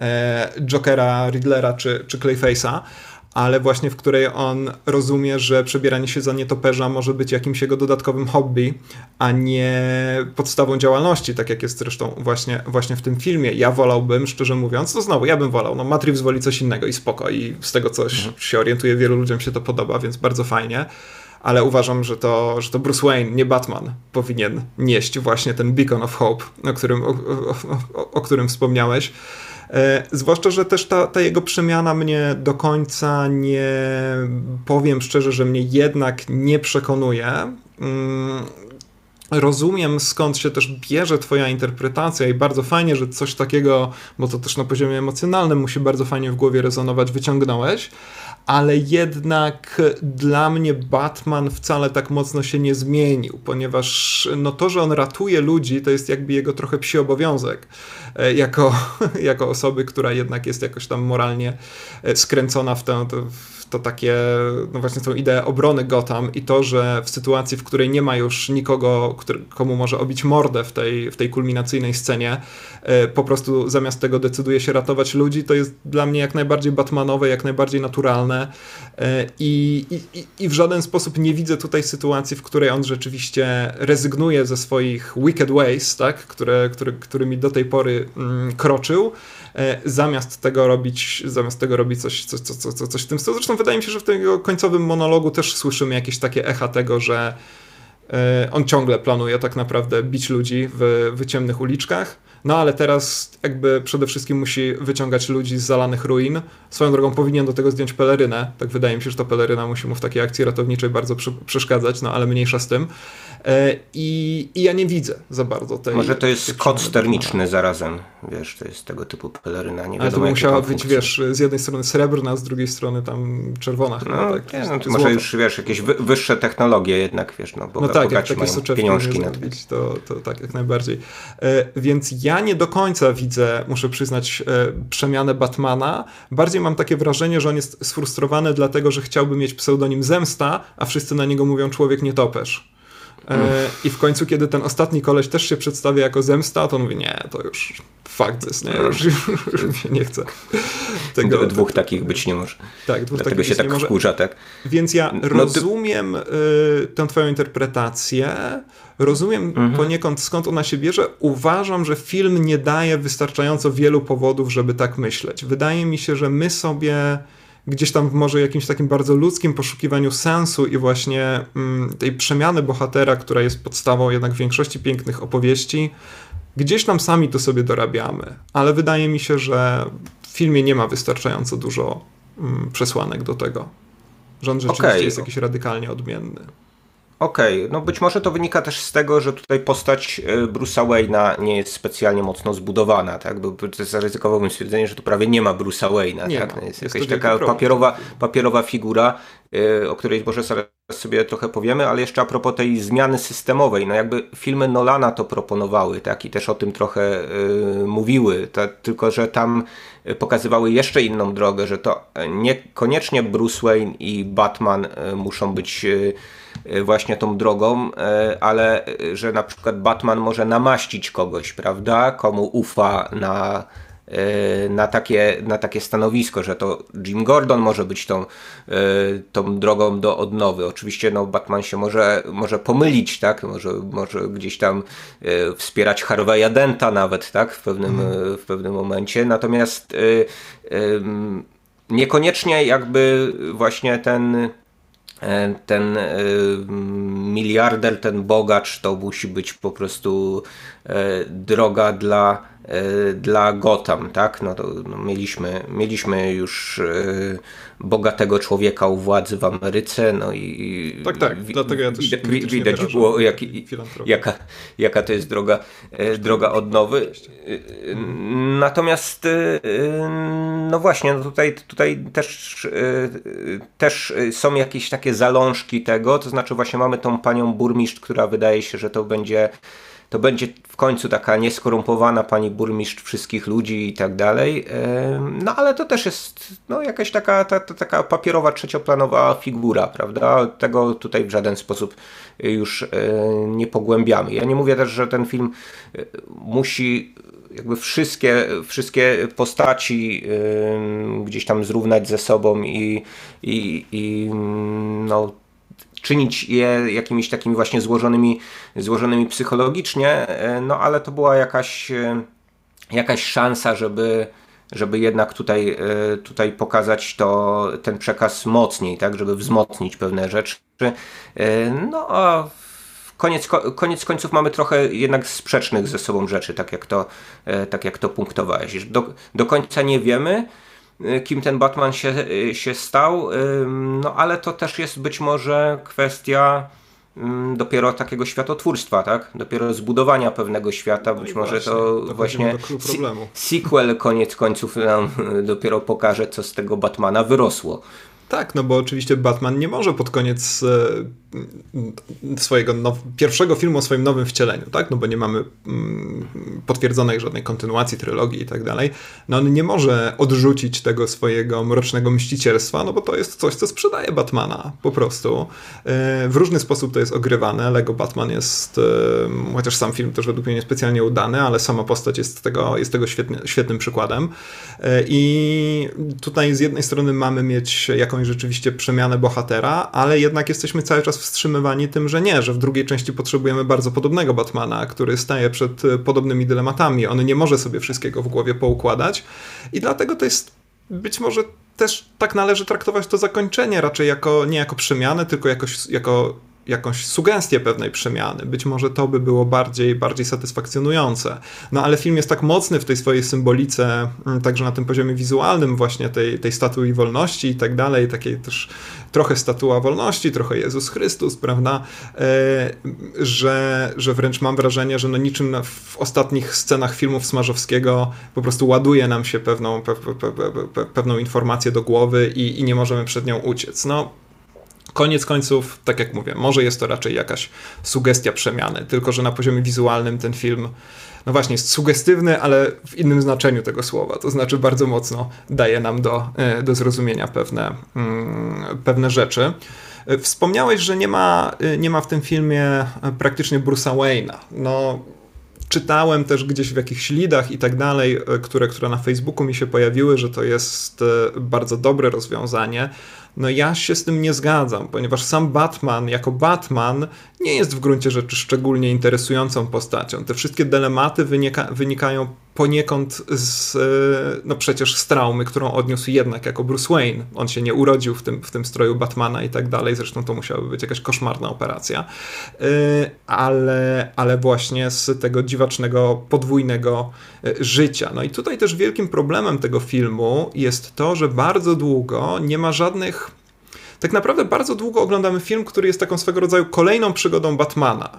Jokera, Riddlera czy, czy Clayface'a, ale właśnie w której on rozumie, że przebieranie się za nietoperza może być jakimś jego dodatkowym hobby, a nie podstawą działalności, tak jak jest zresztą właśnie, właśnie w tym filmie. Ja wolałbym, szczerze mówiąc, to znowu, ja bym wolał, no Matt Reeves woli coś innego i spoko, i z tego coś mhm. się orientuje, wielu ludziom się to podoba, więc bardzo fajnie, ale uważam, że to, że to Bruce Wayne, nie Batman, powinien nieść właśnie ten beacon of hope, o którym, o, o, o, o którym wspomniałeś. E, zwłaszcza, że też ta, ta jego przemiana mnie do końca nie, powiem szczerze, że mnie jednak nie przekonuje. Mm, rozumiem, skąd się też bierze twoja interpretacja i bardzo fajnie, że coś takiego, bo to też na poziomie emocjonalnym musi bardzo fajnie w głowie rezonować, wyciągnąłeś, ale jednak dla mnie Batman wcale tak mocno się nie zmienił, ponieważ no to, że on ratuje ludzi, to jest jakby jego trochę psi obowiązek, jako, jako osoby, która jednak jest jakoś tam moralnie skręcona w tę, w to takie, no właśnie tą ideę obrony Gotham i to, że w sytuacji, w której nie ma już nikogo, który, komu może obić mordę w tej, w tej kulminacyjnej scenie, po prostu zamiast tego decyduje się ratować ludzi, to jest dla mnie jak najbardziej Batmanowe, jak najbardziej naturalne i, i, i w żaden sposób nie widzę tutaj sytuacji, w której on rzeczywiście rezygnuje ze swoich wicked ways, tak, które, które, którymi do tej pory mm, kroczył, zamiast tego robić, zamiast tego robić coś, coś, coś, coś, coś w tym stylu. Zresztą wydaje mi się, że w tym jego końcowym monologu też słyszymy jakieś takie echa tego, że on ciągle planuje tak naprawdę bić ludzi w, w ciemnych uliczkach, no ale teraz jakby przede wszystkim musi wyciągać ludzi z zalanych ruin. Swoją drogą powinien do tego zdjąć pelerynę, tak wydaje mi się, że ta peleryna musi mu w takiej akcji ratowniczej bardzo przy, przeszkadzać, no ale mniejsza z tym. I, i ja nie widzę za bardzo tej... Może to jest kot sterniczny zarazem, wiesz, to jest tego typu peleryna, nie ale wiadomo, to musiała być, funkcja. Wiesz, z jednej strony srebrna, a z drugiej strony tam czerwona. No, chyba, tak, nie, no to złota. może już, wiesz, jakieś wy, wyższe technologie jednak, wiesz, no, bo no tak, jak bogaci takie mają soczewki pieniążki nie na zrobić, to, to tak, jak najbardziej. E, więc ja nie do końca widzę, muszę przyznać, e, przemianę Batmana. Bardziej mam takie wrażenie, że on jest sfrustrowany dlatego, że chciałby mieć pseudonim Zemsta, a wszyscy na niego mówią człowiek nietoperz. E, I w końcu, kiedy ten ostatni koleś też się przedstawia jako Zemsta, to on mówi, nie, to już fuck this, nie, już, już mi się nie chce. Tego, dwóch tak, takich być nie może. Tak, dwóch Dlatego takich się tak może. wkurza, tak? Więc ja no, rozumiem ty... y, tę twoją interpretację, rozumiem mhm. poniekąd skąd ona się bierze. Uważam, że film nie daje wystarczająco wielu powodów, żeby tak myśleć. Wydaje mi się, że my sobie gdzieś tam w może jakimś takim bardzo ludzkim poszukiwaniu sensu i właśnie mm, tej przemiany bohatera, która jest podstawą jednak większości pięknych opowieści, gdzieś tam sami to sobie dorabiamy. Ale wydaje mi się, że w filmie nie ma wystarczająco dużo mm, przesłanek do tego, że on rzeczywiście okay. jest jakiś radykalnie odmienny. Okej, okay. No być może to wynika też z tego, że tutaj postać Bruce'a Wayne'a nie jest specjalnie mocno zbudowana, tak? Bo to jest zaryzykowałbym stwierdzenie, że tu prawie nie ma Bruce'a Wayne'a, nie tak? Ma. Jest, jest jakaś taka papierowa, papierowa figura, yy, o której może sobie trochę powiemy, ale jeszcze a propos tej zmiany systemowej, no jakby filmy Nolana to proponowały, tak? I też o tym trochę yy, mówiły, to, tylko że tam pokazywały jeszcze inną drogę, że to niekoniecznie Bruce Wayne i Batman yy, muszą być yy, właśnie tą drogą, ale że na przykład Batman może namaścić kogoś, prawda, komu ufa na, na, takie, na takie stanowisko, że to Jim Gordon może być tą, tą drogą do odnowy. Oczywiście no, Batman się może, może pomylić, tak, może, może gdzieś tam wspierać Harvey'a Denta nawet, tak, w pewnym, hmm. w pewnym momencie, natomiast y, y, niekoniecznie jakby właśnie ten ten miliarder, ten bogacz to musi być po prostu droga dla, dla Gotham, tak? No to no mieliśmy, mieliśmy już bogatego człowieka u władzy w Ameryce, no i tak, tak, wi- dlatego ja też wi- widać było jak, jaka, jaka to jest droga, droga odnowy. Natomiast no właśnie, no tutaj, tutaj też, też są jakieś takie zalążki tego, to znaczy właśnie mamy tą panią burmistrz, która wydaje się, że to będzie to będzie w końcu taka nieskorumpowana pani burmistrz wszystkich ludzi i tak dalej. No ale to też jest no, jakaś taka, ta, ta, taka papierowa, trzecioplanowa figura, prawda? Tego tutaj w żaden sposób już nie pogłębiamy. Ja nie mówię też, że ten film musi jakby wszystkie, wszystkie postaci gdzieś tam zrównać ze sobą i, i, i no czynić je jakimiś takimi właśnie złożonymi, złożonymi psychologicznie, no ale to była jakaś, jakaś szansa, żeby, żeby jednak tutaj, tutaj pokazać to, ten przekaz mocniej, tak, żeby wzmocnić pewne rzeczy. No a koniec, koniec końców mamy trochę jednak sprzecznych ze sobą rzeczy, tak jak to, tak jak to punktowałeś. Do, do końca nie wiemy, kim ten Batman się, się stał, no ale to też jest być może kwestia dopiero takiego światotwórstwa, tak? Dopiero zbudowania pewnego świata, no być może właśnie, to właśnie sequel koniec końców nam dopiero pokaże, co z tego Batmana wyrosło. Tak, no bo oczywiście Batman nie może pod koniec e, swojego now- pierwszego filmu o swoim nowym wcieleniu, tak? No bo nie mamy mm, potwierdzonej żadnej kontynuacji, trylogii i tak dalej. No on nie może odrzucić tego swojego mrocznego mścicielstwa, no bo to jest coś, co sprzedaje Batmana po prostu. E, w różny sposób to jest ogrywane. Lego Batman jest, e, chociaż sam film też według mnie niespecjalnie udany, ale sama postać jest tego, jest tego świetny, świetnym przykładem. E, I tutaj z jednej strony mamy mieć jakąś rzeczywiście przemianę bohatera, ale jednak jesteśmy cały czas wstrzymywani tym, że nie, że w drugiej części potrzebujemy bardzo podobnego Batmana, który staje przed podobnymi dylematami. On nie może sobie wszystkiego w głowie poukładać i dlatego to jest być może też tak należy traktować to zakończenie raczej jako, nie jako przemianę, tylko jakoś, jako jakąś sugestię pewnej przemiany. Być może to by było bardziej, bardziej satysfakcjonujące. No ale film jest tak mocny w tej swojej symbolice, także na tym poziomie wizualnym właśnie tej, tej statui wolności i tak dalej, takiej też trochę statua wolności, trochę Jezus Chrystus, prawda, e, że, że wręcz mam wrażenie, że no niczym w ostatnich scenach filmów Smarzowskiego po prostu ładuje nam się pewną, pe, pe, pe, pe, pewną informację do głowy i, i nie możemy przed nią uciec. No koniec końców, tak jak mówię, może jest to raczej jakaś sugestia przemiany, tylko że na poziomie wizualnym ten film, no właśnie, jest sugestywny, ale w innym znaczeniu tego słowa, to znaczy bardzo mocno daje nam do, do zrozumienia pewne, pewne rzeczy. Wspomniałeś, że nie ma, nie ma w tym filmie praktycznie Bruce'a Wayne'a. No, czytałem też gdzieś w jakichś lidach i tak dalej, które, które na Facebooku mi się pojawiły, że to jest bardzo dobre rozwiązanie. No ja się z tym nie zgadzam, ponieważ sam Batman jako Batman nie jest w gruncie rzeczy szczególnie interesującą postacią. Te wszystkie dylematy wynika, wynikają poniekąd z, no przecież z traumy, którą odniósł jednak jako Bruce Wayne. On się nie urodził w tym, w tym stroju Batmana i tak dalej, zresztą to musiałaby być jakaś koszmarna operacja. Ale, ale właśnie z tego dziwacznego, podwójnego życia. No i tutaj też wielkim problemem tego filmu jest to, że bardzo długo nie ma żadnych... Tak naprawdę bardzo długo oglądamy film, który jest taką swego rodzaju kolejną przygodą Batmana.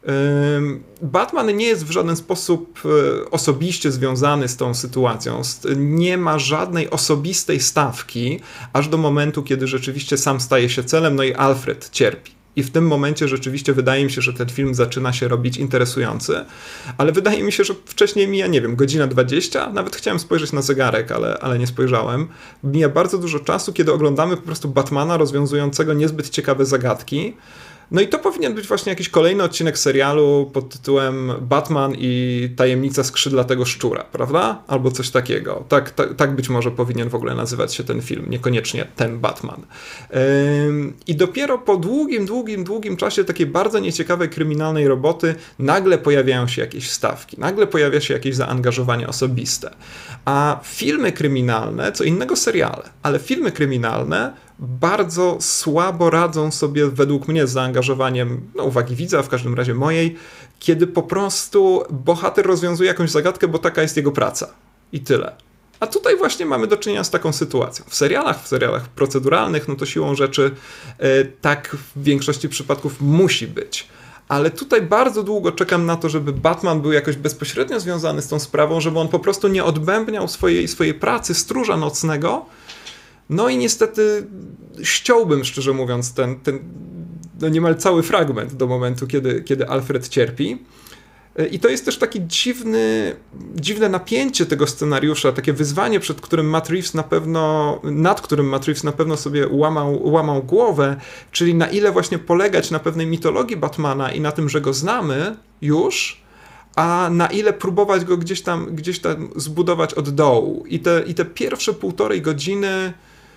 Batman nie jest w żaden sposób osobiście związany z tą sytuacją. Nie ma żadnej osobistej stawki, aż do momentu, kiedy rzeczywiście sam staje się celem, no i Alfred cierpi. I w tym momencie rzeczywiście wydaje mi się, że ten film zaczyna się robić interesujący, ale wydaje mi się, że wcześniej mija, nie wiem, godzina dwadzieścia, nawet chciałem spojrzeć na zegarek, ale, ale nie spojrzałem. Mija bardzo dużo czasu, kiedy oglądamy po prostu Batmana rozwiązującego niezbyt ciekawe zagadki. No i to powinien być właśnie jakiś kolejny odcinek serialu pod tytułem Batman i tajemnica skrzydlatego szczura, prawda? Albo coś takiego. Tak, tak, tak być może powinien w ogóle nazywać się ten film, niekoniecznie ten Batman. Ym, I dopiero po długim, długim, długim czasie takiej bardzo nieciekawej kryminalnej roboty nagle pojawiają się jakieś wstawki, nagle pojawia się jakieś zaangażowanie osobiste. A filmy kryminalne, co innego seriale, ale filmy kryminalne bardzo słabo radzą sobie według mnie z zaangażowaniem, no uwagi widza, w każdym razie mojej, kiedy po prostu bohater rozwiązuje jakąś zagadkę, bo taka jest jego praca. I tyle. A tutaj właśnie mamy do czynienia z taką sytuacją. W serialach, w serialach proceduralnych, no to siłą rzeczy yy, tak w większości przypadków musi być. Ale tutaj bardzo długo czekam na to, żeby Batman był jakoś bezpośrednio związany z tą sprawą, żeby on po prostu nie odbębniał swojej, swojej pracy stróża nocnego. No i niestety ściąłbym, szczerze mówiąc, ten, ten no niemal cały fragment do momentu, kiedy, kiedy Alfred cierpi. I to jest też taki dziwny, dziwne napięcie tego scenariusza, takie wyzwanie, przed którym Matt Reeves na pewno, nad którym Matt Reeves na pewno sobie łamał, łamał głowę, czyli na ile właśnie polegać na pewnej mitologii Batmana i na tym, że go znamy już, a na ile próbować go gdzieś tam, gdzieś tam zbudować od dołu. I te, i te pierwsze półtorej godziny,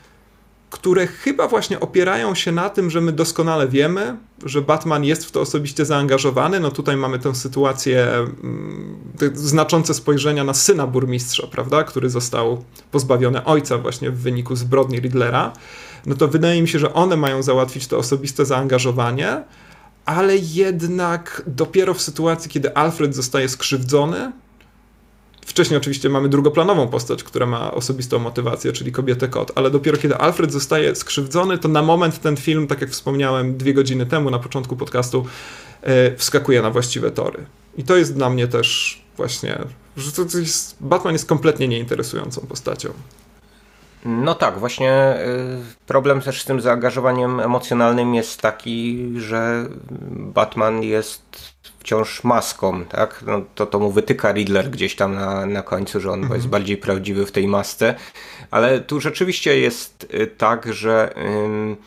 które chyba właśnie opierają się na tym, że my doskonale wiemy, że Batman jest w to osobiście zaangażowany. No tutaj mamy tę sytuację, te znaczące spojrzenia na syna burmistrza, prawda, który został pozbawiony ojca właśnie w wyniku zbrodni Riddlera. No to wydaje mi się, że one mają załatwić to osobiste zaangażowanie, ale jednak dopiero w sytuacji, kiedy Alfred zostaje skrzywdzony. Wcześniej oczywiście mamy drugoplanową postać, która ma osobistą motywację, czyli kobietę kot, ale dopiero kiedy Alfred zostaje skrzywdzony, to na moment ten film, tak jak wspomniałem dwie godziny temu na początku podcastu, yy, wskakuje na właściwe tory. I to jest dla mnie też właśnie, że to jest, Batman jest kompletnie nieinteresującą postacią. No tak, właśnie problem też z tym zaangażowaniem emocjonalnym jest taki, że Batman jest wciąż maską, tak? No to, to mu wytyka Riddler gdzieś tam na, na końcu, że on mhm. jest bardziej prawdziwy w tej masce, ale tu rzeczywiście jest tak, że ym,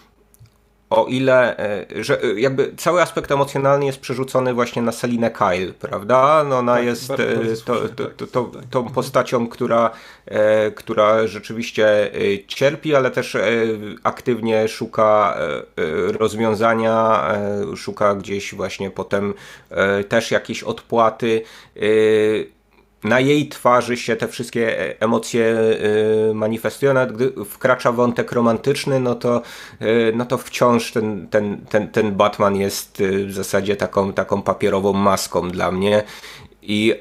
o ile, że jakby cały aspekt emocjonalny jest przerzucony właśnie na Selinę Kyle, prawda? No ona tak, jest bardzo, bardzo to, to, to, to, tak. tą postacią, która, e, która rzeczywiście cierpi, ale też e, aktywnie szuka e, rozwiązania, e, szuka gdzieś właśnie potem e, też jakiejś odpłaty. E, Na jej twarzy się te wszystkie emocje manifestują, nawet gdy wkracza wątek romantyczny, no to, no to wciąż ten, ten, ten, ten Batman jest w zasadzie taką, taką papierową maską dla mnie. I,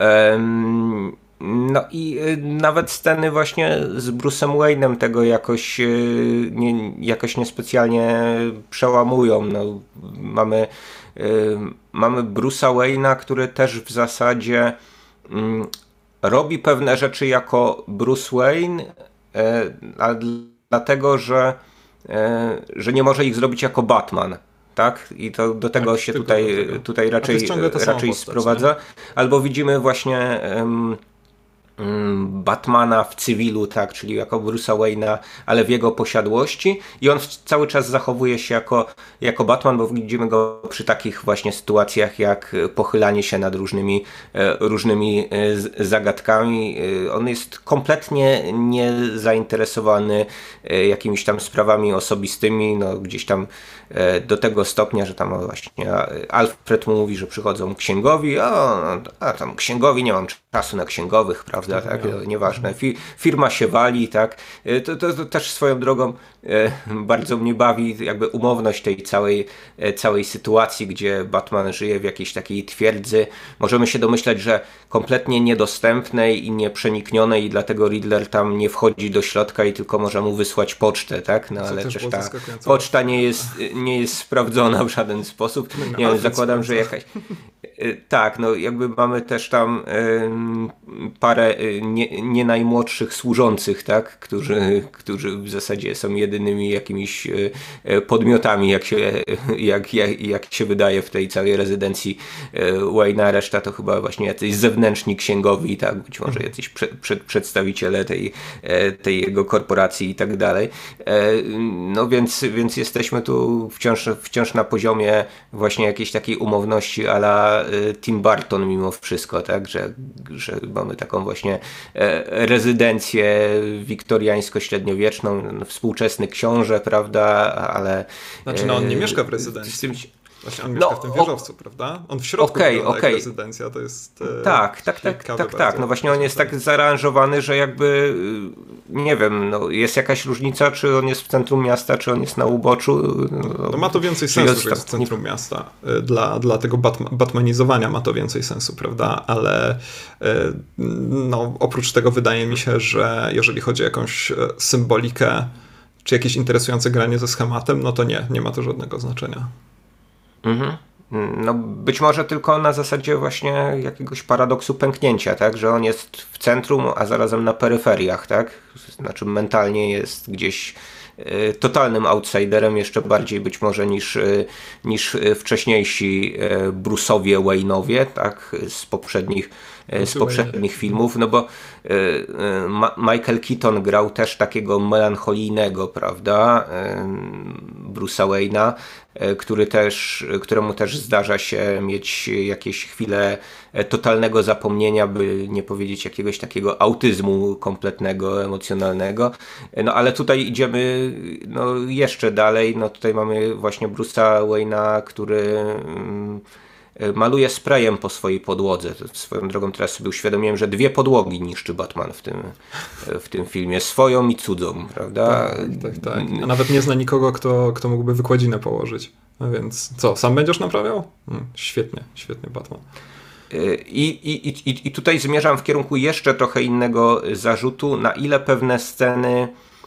no i nawet sceny właśnie z Bruce'em Wayne'em tego jakoś, nie, jakoś niespecjalnie przełamują. No, mamy, mamy Bruce'a Wayne'a, który też w zasadzie robi pewne rzeczy jako Bruce Wayne, ale dlatego, że, że nie może ich zrobić jako Batman. Tak? I to do tego tak, się tutaj, tego. tutaj raczej, raczej postać, sprowadza. Nie? Albo widzimy właśnie um, um, Batmana w cywilu, tak? Czyli jako Bruce'a Wayne'a, ale w jego posiadłości. I on cały czas zachowuje się jako, jako Batman, bo widzimy go przy takich właśnie sytuacjach jak pochylanie się nad różnymi, różnymi zagadkami. On jest kompletnie niezainteresowany jakimiś tam sprawami osobistymi, no gdzieś tam do tego stopnia, że tam właśnie Alfred mu mówi, że przychodzą księgowi, a, a tam księgowi, nie mam czasu na księgowych, prawda, tak, nieważne, Fi, firma się wali, tak, to, to, to też swoją drogą e, bardzo mnie bawi jakby umowność tej całej, e, całej sytuacji, gdzie Batman żyje w jakiejś takiej twierdzy, możemy się domyślać, że kompletnie niedostępnej i nieprzeniknionej i dlatego Riddler tam nie wchodzi do środka i tylko może mu wysłać pocztę, tak, no ale też, też ta poczta nie jest nie jest sprawdzona w żaden sposób. No, nie wiem, zakładam, że jakaś... Tak, no jakby mamy też tam y, parę y, nie, nie najmłodszych służących, tak, którzy, którzy w zasadzie są jedynymi jakimiś y, podmiotami, jak się, jak, jak, jak się wydaje w tej całej rezydencji y, Wayne'a. Reszta to chyba właśnie jacyś zewnętrzni księgowi, tak, być może jacyś prze, prze, przedstawiciele tej, tej jego korporacji i tak dalej. No więc, więc jesteśmy tu wciąż, wciąż na poziomie właśnie jakiejś takiej umowności a la Tim Burton mimo wszystko, tak, że, że mamy taką właśnie rezydencję wiktoriańsko-średniowieczną, współczesny książę, prawda, ale... Znaczy no on nie mieszka w rezydencji. Właśnie on mieszka no, w tym wieżowcu, o... prawda? On w środku okay, wygląda okay. jak rezydencja, to jest e, Tak, tak, tak, tak, tak. No właśnie on jest tak zaaranżowany, że jakby nie wiem, no jest jakaś różnica, czy on jest w centrum miasta, czy on jest na uboczu. No, no ma to więcej sensu, jest że jest w centrum nie... miasta. Dla, dla tego batma, batmanizowania ma to więcej sensu, prawda? Ale no, oprócz tego wydaje mi się, że jeżeli chodzi o jakąś symbolikę, czy jakieś interesujące granie ze schematem, no to nie, nie ma to żadnego znaczenia. Mhm. No być może tylko na zasadzie właśnie jakiegoś paradoksu pęknięcia, tak, że on jest w centrum, a zarazem na peryferiach, tak, znaczy mentalnie jest gdzieś y, totalnym outsiderem, jeszcze bardziej być może niż, y, niż wcześniejsi y, Bruce'owie, Wayne'owie, tak, z poprzednich z poprzednich filmów, no bo y, y, Ma- Michael Keaton grał też takiego melancholijnego, prawda, y, Bruce'a Wayne'a, y, który też, któremu też zdarza się mieć jakieś chwile totalnego zapomnienia, by nie powiedzieć jakiegoś takiego autyzmu kompletnego, emocjonalnego. No ale tutaj idziemy no, jeszcze dalej, no tutaj mamy właśnie Bruce'a Wayne'a, który y, maluje sprayem po swojej podłodze. Swoją drogą teraz sobie uświadomiłem, że dwie podłogi niszczy Batman w tym, w tym filmie. Swoją i cudzą, prawda? Tak, tak, tak. A nawet nie zna nikogo, kto, kto mógłby wykładzinę położyć. A więc co, sam będziesz naprawiał? Hmm, świetnie, świetnie Batman. I, i, i, I tutaj zmierzam w kierunku jeszcze trochę innego zarzutu, na ile pewne sceny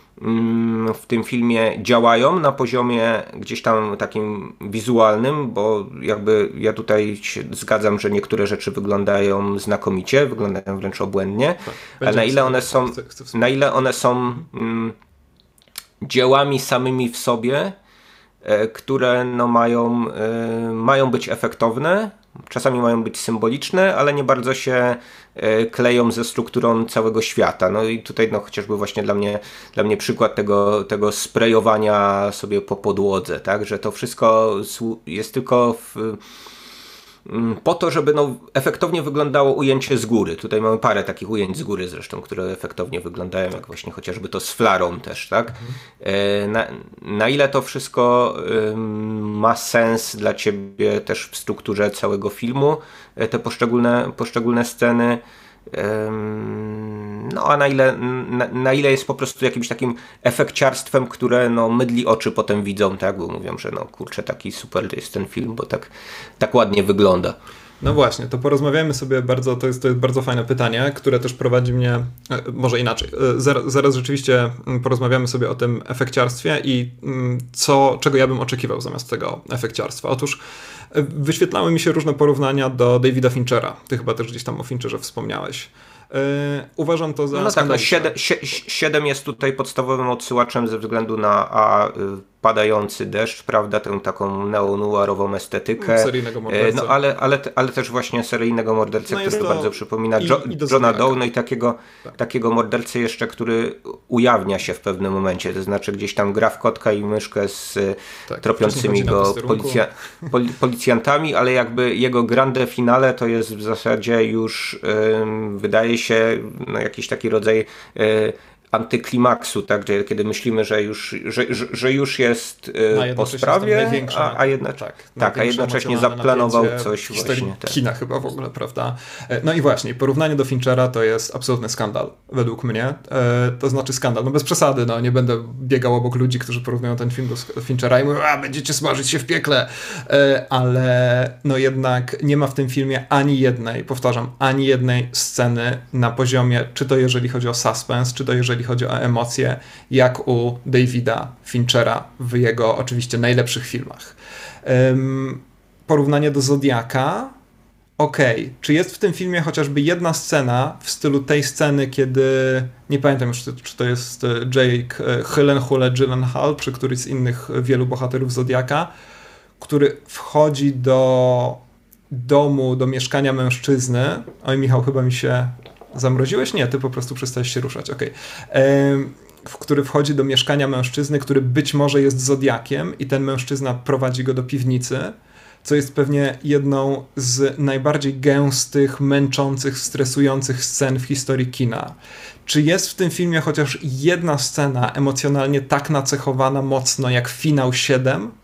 w tym filmie działają na poziomie gdzieś tam takim wizualnym, bo jakby ja tutaj się zgadzam, że niektóre rzeczy wyglądają znakomicie, wyglądają wręcz obłędnie, tak, ale na ile one są, chcę, chcę na ile one są mm, dziełami samymi w sobie, e, które no mają, e, mają być efektowne, czasami mają być symboliczne, ale nie bardzo się kleją ze strukturą całego świata. No i tutaj no, chociażby właśnie dla mnie, dla mnie przykład tego, tego sprejowania sobie po podłodze, tak? Że to wszystko jest tylko w, po to, żeby no, efektownie wyglądało ujęcie z góry. Tutaj mamy parę takich ujęć z góry zresztą, które efektownie wyglądają, jak właśnie chociażby to z flarą też, tak? Mhm. Na, na ile to wszystko ma sens dla ciebie też w strukturze całego filmu, te poszczególne, poszczególne sceny, no a na ile, na, na ile jest po prostu jakimś takim efekciarstwem, które no, mydli oczy potem widzą, tak? Bo mówią, że no kurczę, taki super jest ten film, bo tak, tak ładnie wygląda. No właśnie, to porozmawiajmy sobie bardzo, to jest, to jest bardzo fajne pytanie, które też prowadzi mnie, może inaczej, zaraz, zaraz rzeczywiście porozmawiamy sobie o tym efekciarstwie i co, czego ja bym oczekiwał zamiast tego efekciarstwa. Otóż wyświetlały mi się różne porównania do Davida Finchera. Ty chyba też gdzieś tam o Fincherze wspomniałeś. Yy, uważam to za no tak, no siedem jest tutaj podstawowym odsyłaczem ze względu na a, y, padający deszcz, prawda, tę taką neo-noirową estetykę. Seryjnego mordercę. No ale, ale, ale też właśnie seryjnego mordercę, no który to... bardzo przypomina jo- i, i Johna Doe, no i takiego, tak. takiego mordercę jeszcze, który ujawnia się w pewnym momencie, to znaczy gdzieś tam gra w kotka i myszkę z tak, tropiącymi go policja- poli- policjantami, ale jakby jego grande finale to jest w zasadzie już ym, wydaje się no, jakiś taki rodzaj y, antyklimaksu, tak, gdzie, kiedy myślimy, że już, że, że, że już jest y, po sprawie, a, a, jedna, tak, tak, a jednocześnie zaplanował coś właśnie. Tak. Kina chyba w ogóle, prawda? No i właśnie, porównanie do Finchera to jest absolutny skandal, według mnie. E, to znaczy skandal, no bez przesady, no nie będę biegał obok ludzi, którzy porównują ten film do Finchera i mówią, a będziecie smażyć się w piekle, e, ale no jednak nie ma w tym filmie ani jednej, powtarzam, ani jednej sceny na poziomie, czy to jeżeli chodzi o suspense, czy to jeżeli chodzi o emocje, jak u Davida Finchera w jego oczywiście najlepszych filmach. Um, porównanie do Zodiaka. Okej, okay. Czy jest w tym filmie chociażby jedna scena w stylu tej sceny, kiedy, nie pamiętam już, czy to jest Jake Gyllenhaal, Gyllenhaal, czy któryś z innych wielu bohaterów Zodiaka, który wchodzi do domu, do mieszkania mężczyzny. Oj, Michał, chyba mi się... Zamroziłeś? Nie, ty po prostu przestałeś się ruszać. Okej. Okay. W który wchodzi do mieszkania mężczyzny, który być może jest Zodiakiem i ten mężczyzna prowadzi go do piwnicy, co jest pewnie jedną z najbardziej gęstych, męczących, stresujących scen w historii kina. Czy jest w tym filmie chociaż jedna scena emocjonalnie tak nacechowana mocno jak finał siedem?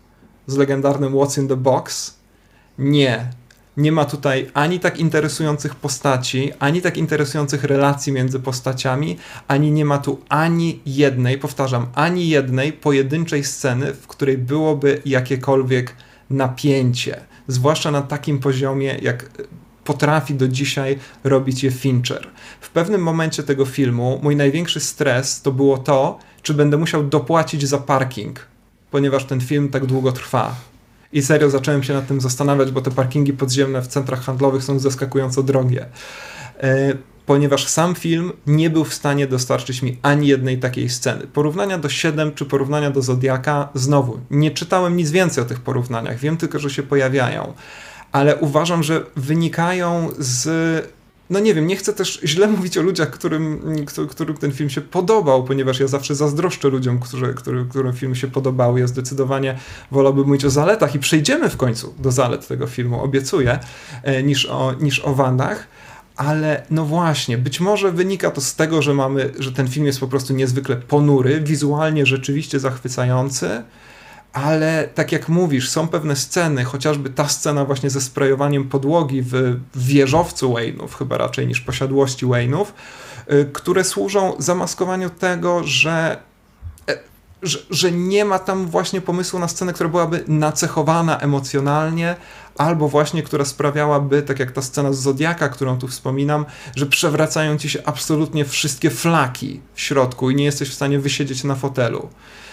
z legendarnym What's in the Box. Nie. Nie ma tutaj ani tak interesujących postaci, ani tak interesujących relacji między postaciami, ani nie ma tu ani jednej, powtarzam, ani jednej pojedynczej sceny, w której byłoby jakiekolwiek napięcie. Zwłaszcza na takim poziomie, jak potrafi do dzisiaj robić je Fincher. W pewnym momencie tego filmu mój największy stres to było to, czy będę musiał dopłacić za parking, ponieważ ten film tak długo trwa. I serio zacząłem się nad tym zastanawiać, bo te parkingi podziemne w centrach handlowych są zaskakująco drogie. E, ponieważ sam film nie był w stanie dostarczyć mi ani jednej takiej sceny. Porównania do siedem czy porównania do Zodiaka, znowu, nie czytałem nic więcej o tych porównaniach, wiem tylko, że się pojawiają. Ale uważam, że wynikają z... No nie wiem, nie chcę też źle mówić o ludziach, którym, którym ten film się podobał, ponieważ ja zawsze zazdroszczę ludziom, którzy, którym, którym film się podobał. Ja zdecydowanie wolałbym mówić o zaletach i przejdziemy w końcu do zalet tego filmu, obiecuję, niż o, niż o wadach. Ale no właśnie, być może wynika to z tego, że mamy, że ten film jest po prostu niezwykle ponury, wizualnie rzeczywiście zachwycający, ale tak jak mówisz, są pewne sceny, chociażby ta scena właśnie ze sprayowaniem podłogi w wieżowcu Wayne'ów, chyba raczej niż posiadłości Wayne'ów, które służą zamaskowaniu tego, że, że, że nie ma tam właśnie pomysłu na scenę, która byłaby nacechowana emocjonalnie, albo właśnie, która sprawiałaby, tak jak ta scena z Zodiaka, którą tu wspominam, że przewracają ci się absolutnie wszystkie flaki w środku i nie jesteś w stanie wysiedzieć na fotelu.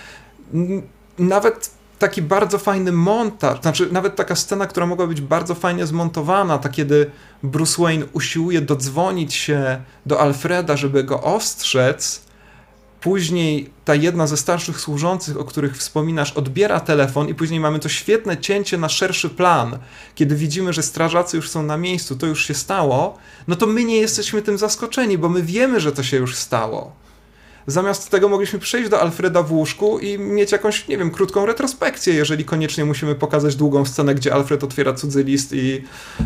Nawet taki bardzo fajny montaż, znaczy nawet taka scena, która mogła być bardzo fajnie zmontowana, tak kiedy Bruce Wayne usiłuje dodzwonić się do Alfreda, żeby go ostrzec, później ta jedna ze starszych służących, o których wspominasz, odbiera telefon i później mamy to świetne cięcie na szerszy plan, kiedy widzimy, że strażacy już są na miejscu, to już się stało, no to my nie jesteśmy tym zaskoczeni, bo my wiemy, że to się już stało. Zamiast tego mogliśmy przejść do Alfreda w łóżku i mieć jakąś, nie wiem, krótką retrospekcję, jeżeli koniecznie musimy pokazać długą scenę, gdzie Alfred otwiera cudzy list i,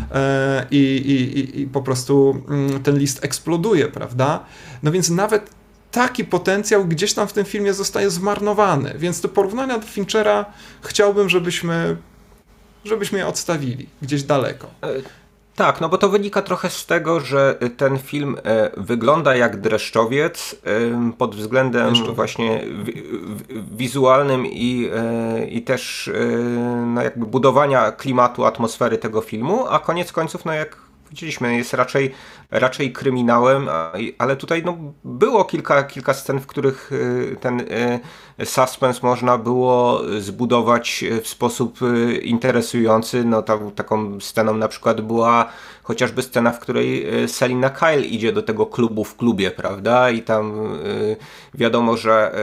e, i, i, i po prostu ten list eksploduje, prawda? No więc nawet taki potencjał gdzieś tam w tym filmie zostaje zmarnowany, więc te porównania do Finchera chciałbym, żebyśmy, żebyśmy je odstawili gdzieś daleko. Tak, no bo to wynika trochę z tego, że ten film e, wygląda jak dreszczowiec e, pod względem Dreszczowiec. właśnie wi- wizualnym i, e, i też e, no jakby budowania klimatu, atmosfery tego filmu, a koniec końców, no jak widzieliśmy, jest raczej, raczej kryminałem, ale tutaj no, było kilka, kilka scen, w których ten suspens można było zbudować w sposób interesujący. No, ta, taką sceną na przykład była chociażby scena, w której Selina Kyle idzie do tego klubu w klubie, prawda? I tam wiadomo, że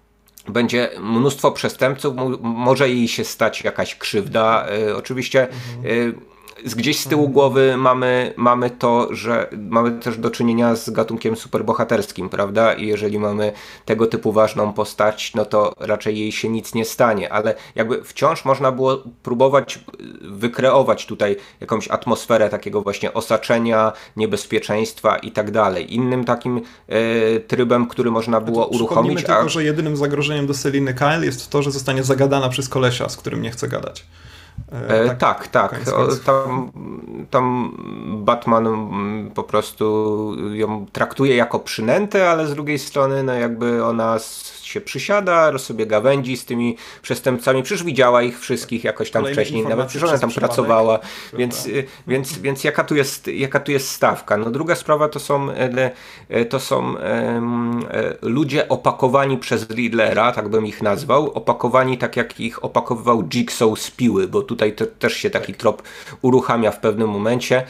będzie mnóstwo przestępców, może jej się stać jakaś krzywda. Oczywiście mhm. Gdzieś z tyłu głowy mamy, mamy to, że mamy też do czynienia z gatunkiem superbohaterskim, prawda? I jeżeli mamy tego typu ważną postać, no to raczej jej się nic nie stanie, ale jakby wciąż można było próbować wykreować tutaj jakąś atmosferę takiego właśnie osaczenia, niebezpieczeństwa i tak dalej. Innym takim e, trybem, który można było uruchomić... Przypomnijmy tylko, a... że jedynym zagrożeniem do Seliny Kyle jest to, że zostanie zagadana przez kolesia, z którym nie chce gadać. E, tak, tak. tak. O, tam, tam Batman po prostu ją traktuje jako przynętę, ale z drugiej strony no jakby ona się przysiada, sobie gawędzi z tymi przestępcami. Przecież widziała ich wszystkich jakoś tam Kolejne wcześniej, nawet przecież ona tam przypadek, pracowała. Więc, więc, więc jaka tu jest, jaka tu jest stawka? No druga sprawa to są, to są um, ludzie opakowani przez Riddlera, tak bym ich nazwał, opakowani tak jak ich opakowywał Jigsaw z Piły, bo tutaj to, też się taki trop uruchamia w pewnym momencie,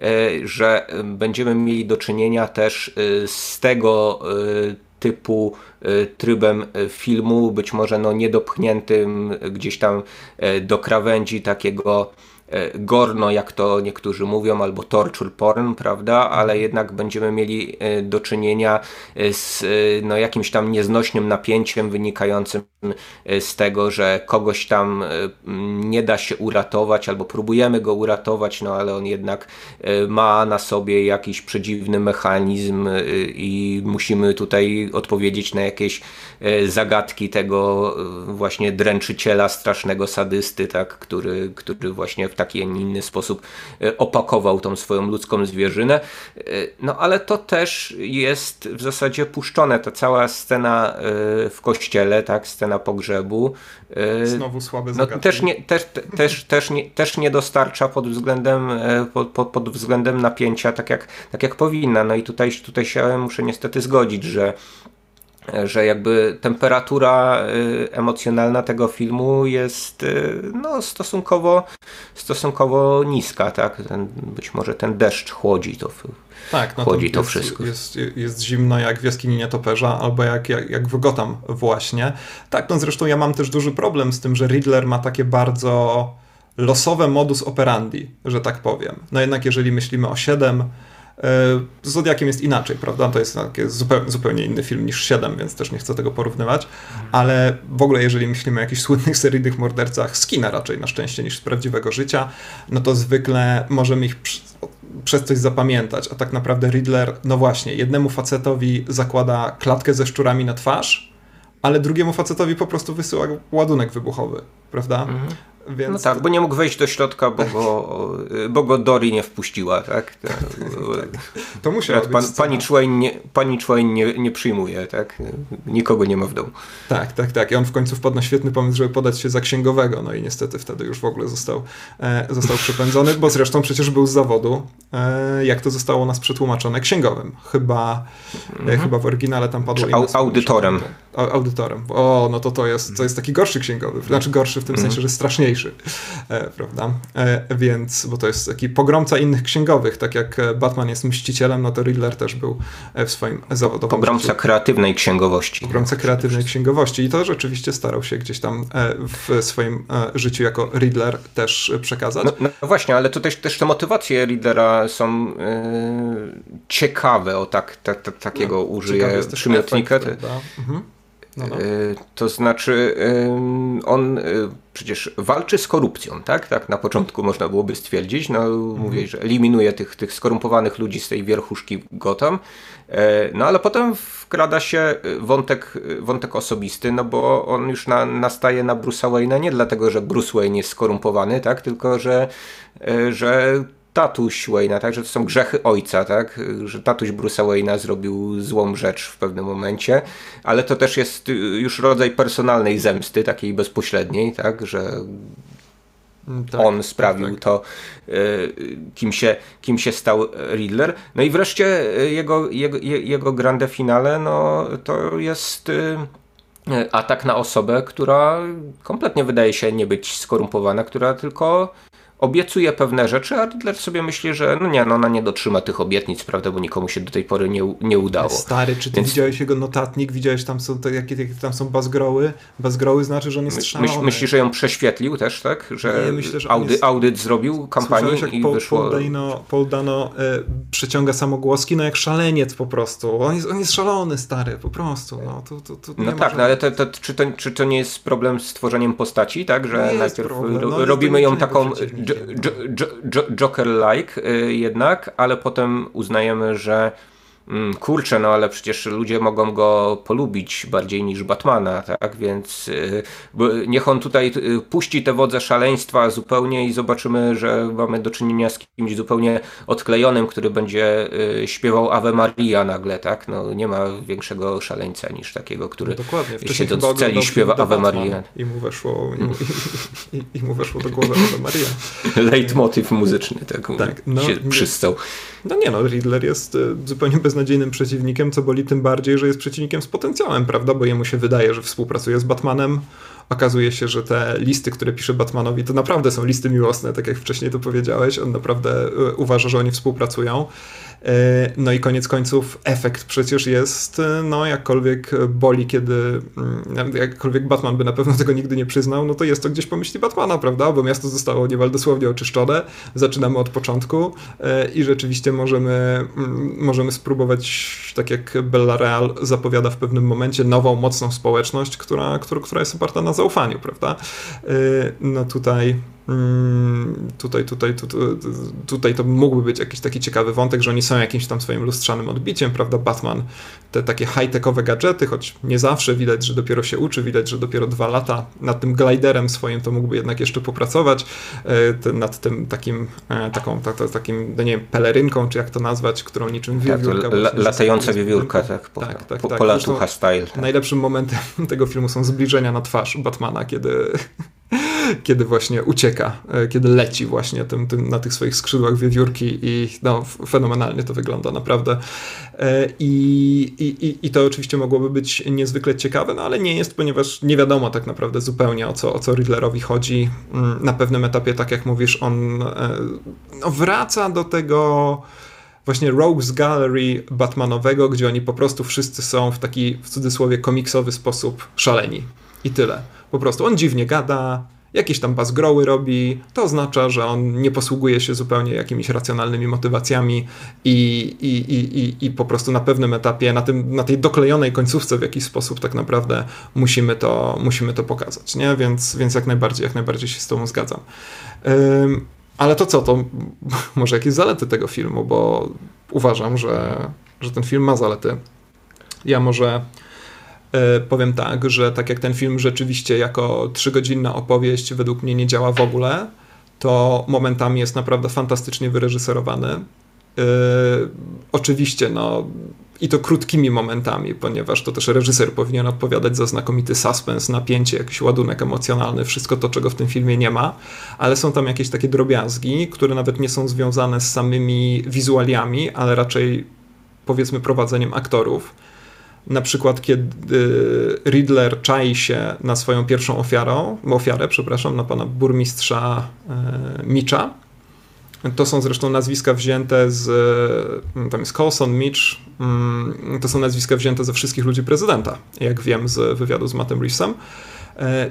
że będziemy mieli do czynienia też z tego typu trybem filmu, być może no niedopchniętym gdzieś tam do krawędzi takiego gorno, jak to niektórzy mówią, albo torture porn, prawda, ale jednak będziemy mieli do czynienia z no, jakimś tam nieznośnym napięciem wynikającym z tego, że kogoś tam nie da się uratować, albo próbujemy go uratować, no ale on jednak ma na sobie jakiś przedziwny mechanizm i musimy tutaj odpowiedzieć na jakieś zagadki tego właśnie dręczyciela, strasznego sadysty, tak, który, który właśnie w taki, a nie inny sposób opakował tą swoją ludzką zwierzynę. No ale to też jest w zasadzie puszczone, ta cała scena w kościele, tak, scena pogrzebu. Znowu słabe no, zagadki. też, nie, też, też, też, nie, też nie dostarcza pod względem, pod, pod, pod względem napięcia tak jak, tak jak powinna. No i tutaj, tutaj się muszę niestety zgodzić, że że jakby temperatura emocjonalna tego filmu jest no, stosunkowo, stosunkowo niska, tak? Ten, być może ten deszcz chłodzi to, tak, no chłodzi to, to jest, wszystko. Jest, jest zimno jak w jaskini nietoperza, albo jak, jak, jak w Gotham właśnie. Tak, no zresztą ja mam też duży problem z tym, że Riddler ma takie bardzo losowe modus operandi, że tak powiem. No jednak jeżeli myślimy o siedem, z Zodiakiem jest inaczej, prawda? To jest zupełnie, zupełnie inny film niż siedem, więc też nie chcę tego porównywać, ale w ogóle jeżeli myślimy o jakichś słynnych seryjnych mordercach z kina raczej na szczęście niż z prawdziwego życia, no to zwykle możemy ich przy, przez coś zapamiętać, a tak naprawdę Riddler, no właśnie, jednemu facetowi zakłada klatkę ze szczurami na twarz, ale drugiemu facetowi po prostu wysyła ładunek wybuchowy, prawda? Mhm. Więc no tak, bo nie mógł wejść do środka, bo go, bo go Dory nie wpuściła, tak? To, tak. To musiała być pan, pani Twain, nie, pani Twain nie, nie przyjmuje, tak? Nikogo nie ma w domu. Tak, tak, tak. I on w końcu wpadł na świetny pomysł, żeby podać się za księgowego, no i niestety wtedy już w ogóle został, e, został przypędzony, bo zresztą przecież był z zawodu, e, jak to zostało u nas przetłumaczone, księgowym. Chyba, mhm. e, chyba w oryginale tam padło... Au, audytorem. A, audytorem. O, no to to jest, to jest taki gorszy księgowy. Znaczy gorszy w tym mhm. sensie, że straszniejszy. E, prawda? E, więc, bo to jest taki pogromca innych księgowych, tak jak Batman jest mścicielem, no to Riddler też był w swoim zawodowym Pogromca życiu. kreatywnej księgowości. Pogromca kreatywnej księgowości i to rzeczywiście starał się gdzieś tam w swoim życiu jako Riddler też przekazać. No, no właśnie, ale tutaj też te motywacje Riddlera są yy, ciekawe, o tak, tak, tak takiego no, użyję przymiotnika. Mhm. No, no. To znaczy on przecież walczy z korupcją, tak? Tak na początku można byłoby stwierdzić. No, mhm. mówię, że eliminuje tych, tych skorumpowanych ludzi z tej wierchuszki Gotham. No ale potem wkrada się wątek, wątek osobisty, no bo on już na, nastaje na Bruce'a Wayne'a nie dlatego, że Bruce Wayne jest skorumpowany, tak? Tylko, że, że tatuś Wayne'a, tak, że to są grzechy ojca, tak, że tatuś Bruce'a Wayne'a zrobił złą rzecz w pewnym momencie, ale to też jest już rodzaj personalnej zemsty, takiej bezpośredniej, tak, że tak, on sprawił tak. to, kim się, kim się stał Riddler. No i wreszcie jego, jego, jego grande finale, no to jest atak na osobę, która kompletnie wydaje się nie być skorumpowana, która tylko obiecuje pewne rzeczy, a Riddler sobie myśli, że no nie, no ona nie dotrzyma tych obietnic, prawda, bo nikomu się do tej pory nie, nie udało. Stary, czy ty Więc... widziałeś jego notatnik? Widziałeś tam są te, jakie, jakie tam są bazgroły? Bazgroły znaczy, że on jest szalony. Myśl, myślisz, że ją prześwietlił też, tak? Że, nie, myślę, że audy, jest... audyt zrobił kampanię Słyszałeś, jak i Paul, wyszło... Paul Dano, Paul Dano e, przyciąga samogłoski, no jak szaleniec po prostu. On jest, on jest szalony, stary, po prostu. No, to, to, to no tak, no ale to, to, czy, to, czy to nie jest problem z tworzeniem postaci, tak? Że nie najpierw problem, no, robimy ją taką Joker-like jednak, ale potem uznajemy, że mm, kurczę, no ale przecież ludzie mogą go polubić bardziej niż Batmana, tak? Więc y, niech on tutaj y, puści te wodze szaleństwa zupełnie i zobaczymy, że mamy do czynienia z kimś zupełnie odklejonym, który będzie y, śpiewał Ave Maria nagle, tak? No nie ma większego szaleńca niż takiego, który no dokładnie. siedząc w celi śpiewa Ave Maria. I mu weszło, i, i, i mu weszło do głowy Ave Maria. Leitmotyw muzyczny, tak, tak no, się przystał. No nie no, Riddler jest y, zupełnie beznadziejnym przeciwnikiem, co boli tym bardziej, że jest przeciwnikiem z potencjałem, prawda? Bo jemu się wydaje, że współpracuje z Batmanem. Okazuje się, że te listy, które pisze Batmanowi, to naprawdę są listy miłosne, tak jak wcześniej to powiedziałeś. On naprawdę y, uważa, że oni współpracują. No i koniec końców efekt przecież jest, no jakkolwiek boli, kiedy jakkolwiek Batman by na pewno tego nigdy nie przyznał, no to jest to gdzieś po myśli Batmana, prawda? Bo miasto zostało niemal dosłownie oczyszczone, zaczynamy od początku i rzeczywiście możemy, możemy spróbować, tak jak Bella Real zapowiada w pewnym momencie, nową, mocną społeczność, która, która, która jest oparta na zaufaniu, prawda? No tutaj Tutaj, tutaj, tutaj, tutaj to mógłby być jakiś taki ciekawy wątek, że oni są jakimś tam swoim lustrzanym odbiciem, prawda? Batman, te takie high-techowe gadżety, choć nie zawsze widać, że dopiero się uczy, widać, że dopiero dwa lata nad tym gliderem swoim to mógłby jednak jeszcze popracować, nad tym takim, taką, ta, ta, takim, no nie wiem, pelerynką, czy jak to nazwać, którą niczym wiewiórka. Tak, la, latająca wiewiórka, tak, po, tak, tak, po, tak. Polatucha style. Tak. Najlepszym momentem tego filmu są zbliżenia na twarz Batmana, kiedy... kiedy właśnie ucieka, kiedy leci właśnie tym, tym, na tych swoich skrzydłach wiewiórki i no, fenomenalnie to wygląda naprawdę. I, i, I to oczywiście mogłoby być niezwykle ciekawe, no ale nie jest, ponieważ nie wiadomo tak naprawdę zupełnie o co, o co Riddlerowi chodzi. Na pewnym etapie, tak jak mówisz, on no, wraca do tego właśnie Rogues Gallery Batmanowego, gdzie oni po prostu wszyscy są w taki, w cudzysłowie, komiksowy sposób szaleni. I tyle. Po prostu on dziwnie gada, jakieś tam bazgroły robi, to oznacza, że on nie posługuje się zupełnie jakimiś racjonalnymi motywacjami i, i, i, i, i po prostu na pewnym etapie, na, tym, na tej doklejonej końcówce w jakiś sposób tak naprawdę musimy to, musimy to pokazać, nie? Więc, więc jak najbardziej, jak najbardziej się z tobą zgadzam. Ym, ale to co, to może jakieś zalety tego filmu, bo uważam, że, że ten film ma zalety. Ja może... Powiem tak, że tak jak ten film rzeczywiście jako trzygodzinna opowieść według mnie nie działa w ogóle, to momentami jest naprawdę fantastycznie wyreżyserowany. Yy, oczywiście, no i to krótkimi momentami, ponieważ to też reżyser powinien odpowiadać za znakomity suspens, napięcie, jakiś ładunek emocjonalny, wszystko to, czego w tym filmie nie ma, ale są tam jakieś takie drobiazgi, które nawet nie są związane z samymi wizualiami, ale raczej powiedzmy prowadzeniem aktorów. Na przykład, kiedy Riddler czai się na swoją pierwszą ofiarą, ofiarę, przepraszam, na pana burmistrza e, Mitcha. To są zresztą nazwiska wzięte z, tam jest Coulson, Mitch, mm, to są nazwiska wzięte ze wszystkich ludzi prezydenta, jak wiem z wywiadu z Mattem Reevesem. E,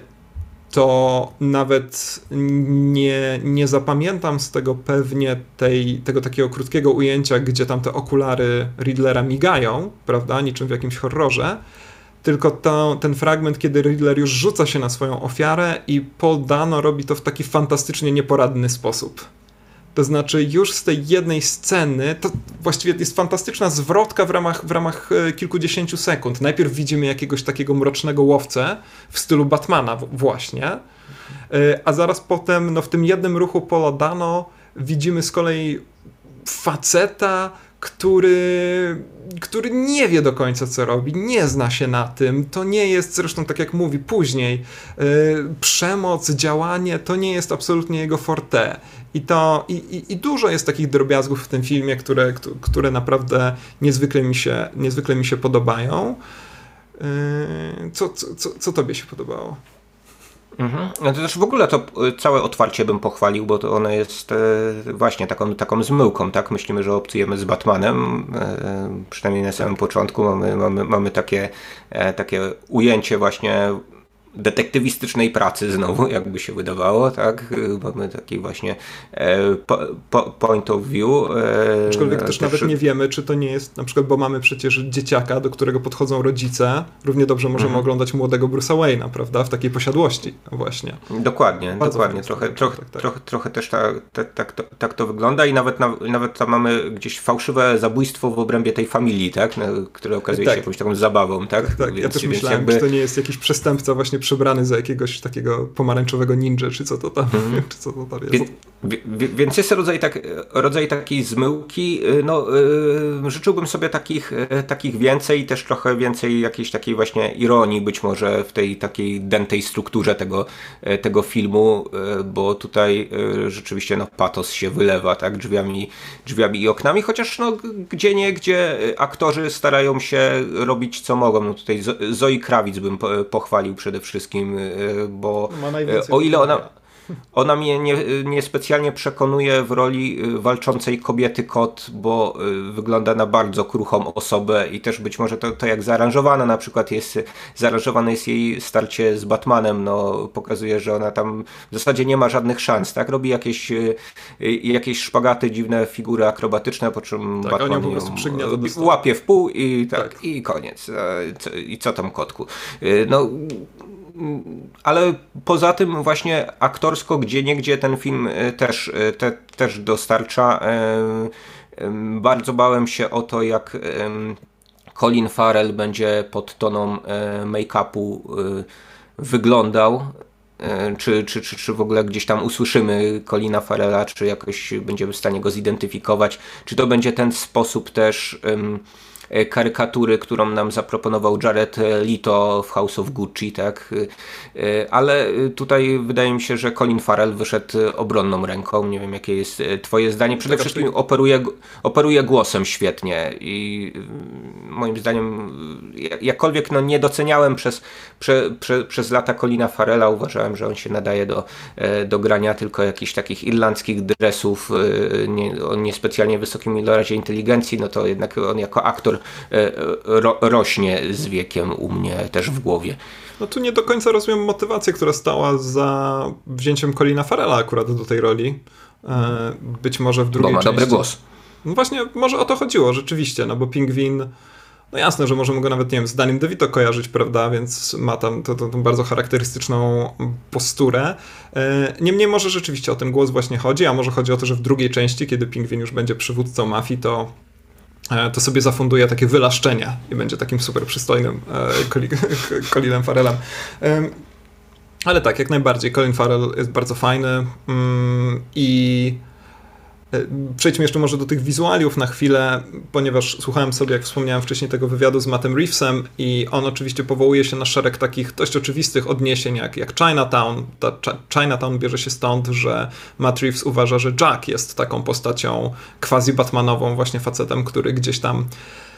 to nawet nie, nie zapamiętam z tego pewnie tej, tego takiego krótkiego ujęcia, gdzie tam te okulary Riddlera migają, prawda, niczym w jakimś horrorze, tylko to, ten fragment, kiedy Riddler już rzuca się na swoją ofiarę i Paul Dano robi to w taki fantastycznie nieporadny sposób. To znaczy już z tej jednej sceny, to właściwie jest fantastyczna zwrotka w ramach, w ramach kilkudziesięciu sekund. Najpierw widzimy jakiegoś takiego mrocznego łowcę w stylu Batmana właśnie, a zaraz potem no, w tym jednym ruchu Paula Dano widzimy z kolei faceta, który, który nie wie do końca, co robi, nie zna się na tym, to nie jest, zresztą tak jak mówi później, yy, przemoc, działanie, to nie jest absolutnie jego forte. I, to, i, i, i dużo jest takich drobiazgów w tym filmie, które, które naprawdę niezwykle mi się, niezwykle mi się podobają. Yy, co, co, co, co tobie się podobało? Mhm. No to też w ogóle to całe otwarcie bym pochwalił, bo to ono jest e, właśnie taką, taką zmyłką, tak? Myślimy, że obcujemy z Batmanem, e, przynajmniej na samym początku mamy, mamy, mamy takie, e, takie ujęcie właśnie detektywistycznej pracy znowu, jakby się wydawało, tak? Mamy taki właśnie e, po, po, point of view. E, Aczkolwiek też, też nawet nie wiemy, czy to nie jest, na przykład, bo mamy przecież dzieciaka, do którego podchodzą rodzice, równie dobrze możemy mhm. oglądać młodego Bruce'a Wayne'a, prawda? W takiej posiadłości właśnie. Dokładnie, Bardzo dokładnie. Trochę, trochę, tak, tak. trochę, trochę też ta, ta, tak, to, tak to wygląda i nawet, na, nawet tam mamy gdzieś fałszywe zabójstwo w obrębie tej familii, tak? Które okazuje tak. się jakąś taką zabawą, tak? tak, tak. Więc, ja też więc myślałem, jakby... czy to nie jest jakiś przestępca właśnie przebrany za jakiegoś takiego pomarańczowego ninja, czy co to tam, mm. czy co to tam jest. Wie, wie, więc jest rodzaj, tak, rodzaj takiej zmyłki, no yy, życzyłbym sobie takich, yy, takich więcej, też trochę więcej jakiejś takiej właśnie ironii być może w tej takiej dętej strukturze tego, yy, tego filmu, yy, bo tutaj yy, rzeczywiście no patos się wylewa, tak, drzwiami, drzwiami i oknami, chociaż no gdzie nie, gdzie aktorzy starają się robić co mogą, no tutaj Zoe Kravitz bym pochwalił przede wszystkim, bo o ile ona ona mnie nie, nie specjalnie przekonuje w roli walczącej kobiety kot, bo wygląda na bardzo kruchą osobę i też być może to, to jak zaaranżowana na przykład jest, zaaranżowane jest jej starcie z Batmanem, no pokazuje, że ona tam w zasadzie nie ma żadnych szans, tak? Robi jakieś, jakieś szpagaty, dziwne figury akrobatyczne, po czym tak, Batman po prostu ją łapie w pół i tak, tak. i koniec. I co tam kotku? No ale poza tym właśnie aktorsko gdzieniegdzie ten film też, te, też dostarcza. Bardzo bałem się o to, jak Colin Farrell będzie pod toną make-upu wyglądał. Czy, czy, czy, czy w ogóle gdzieś tam usłyszymy Colina Farrella, czy jakoś będziemy w stanie go zidentyfikować. Czy to będzie ten sposób też karykatury, którą nam zaproponował Jared Leto w House of Gucci, tak? Ale tutaj wydaje mi się, że Colin Farrell wyszedł obronną ręką. Nie wiem, jakie jest twoje zdanie. Przede wszystkim operuje, operuje głosem świetnie i moim zdaniem jakkolwiek no, nie doceniałem przez, prze, prze, przez lata Colina Farrella, uważałem, że on się nadaje do, do grania tylko jakichś takich irlandzkich dresów o nie, niespecjalnie wysokim ilorazie inteligencji, no to jednak on jako aktor Ro, rośnie z wiekiem u mnie też w głowie. No tu nie do końca rozumiem motywację, która stała za wzięciem Colina Farrella akurat do tej roli. Być może w drugiej Bo ma części. dobry głos. No właśnie, może o to chodziło rzeczywiście, no bo Pingwin, no jasne, że możemy go nawet, nie wiem, z Dannym DeVito kojarzyć, prawda, więc ma tam tą bardzo charakterystyczną posturę. Niemniej może rzeczywiście o ten głos właśnie chodzi, a może chodzi o to, że w drugiej części, kiedy Pingwin już będzie przywódcą mafii, to to sobie zafunduje takie wylaszczenia i będzie takim super przystojnym e, Colinem Farrellem. E, ale tak, jak najbardziej. Colin Farrell jest bardzo fajny mm, i e, przejdźmy jeszcze może do tych wizualiów na chwilę, ponieważ słuchałem sobie, jak wspomniałem wcześniej, tego wywiadu z Mattem Reevesem i on oczywiście powołuje się na szereg takich dość oczywistych odniesień, jak, jak Chinatown. Ta Chinatown bierze się stąd, że Matt Reeves uważa, że Jack jest taką postacią quasi-batmanową, właśnie facetem, który gdzieś tam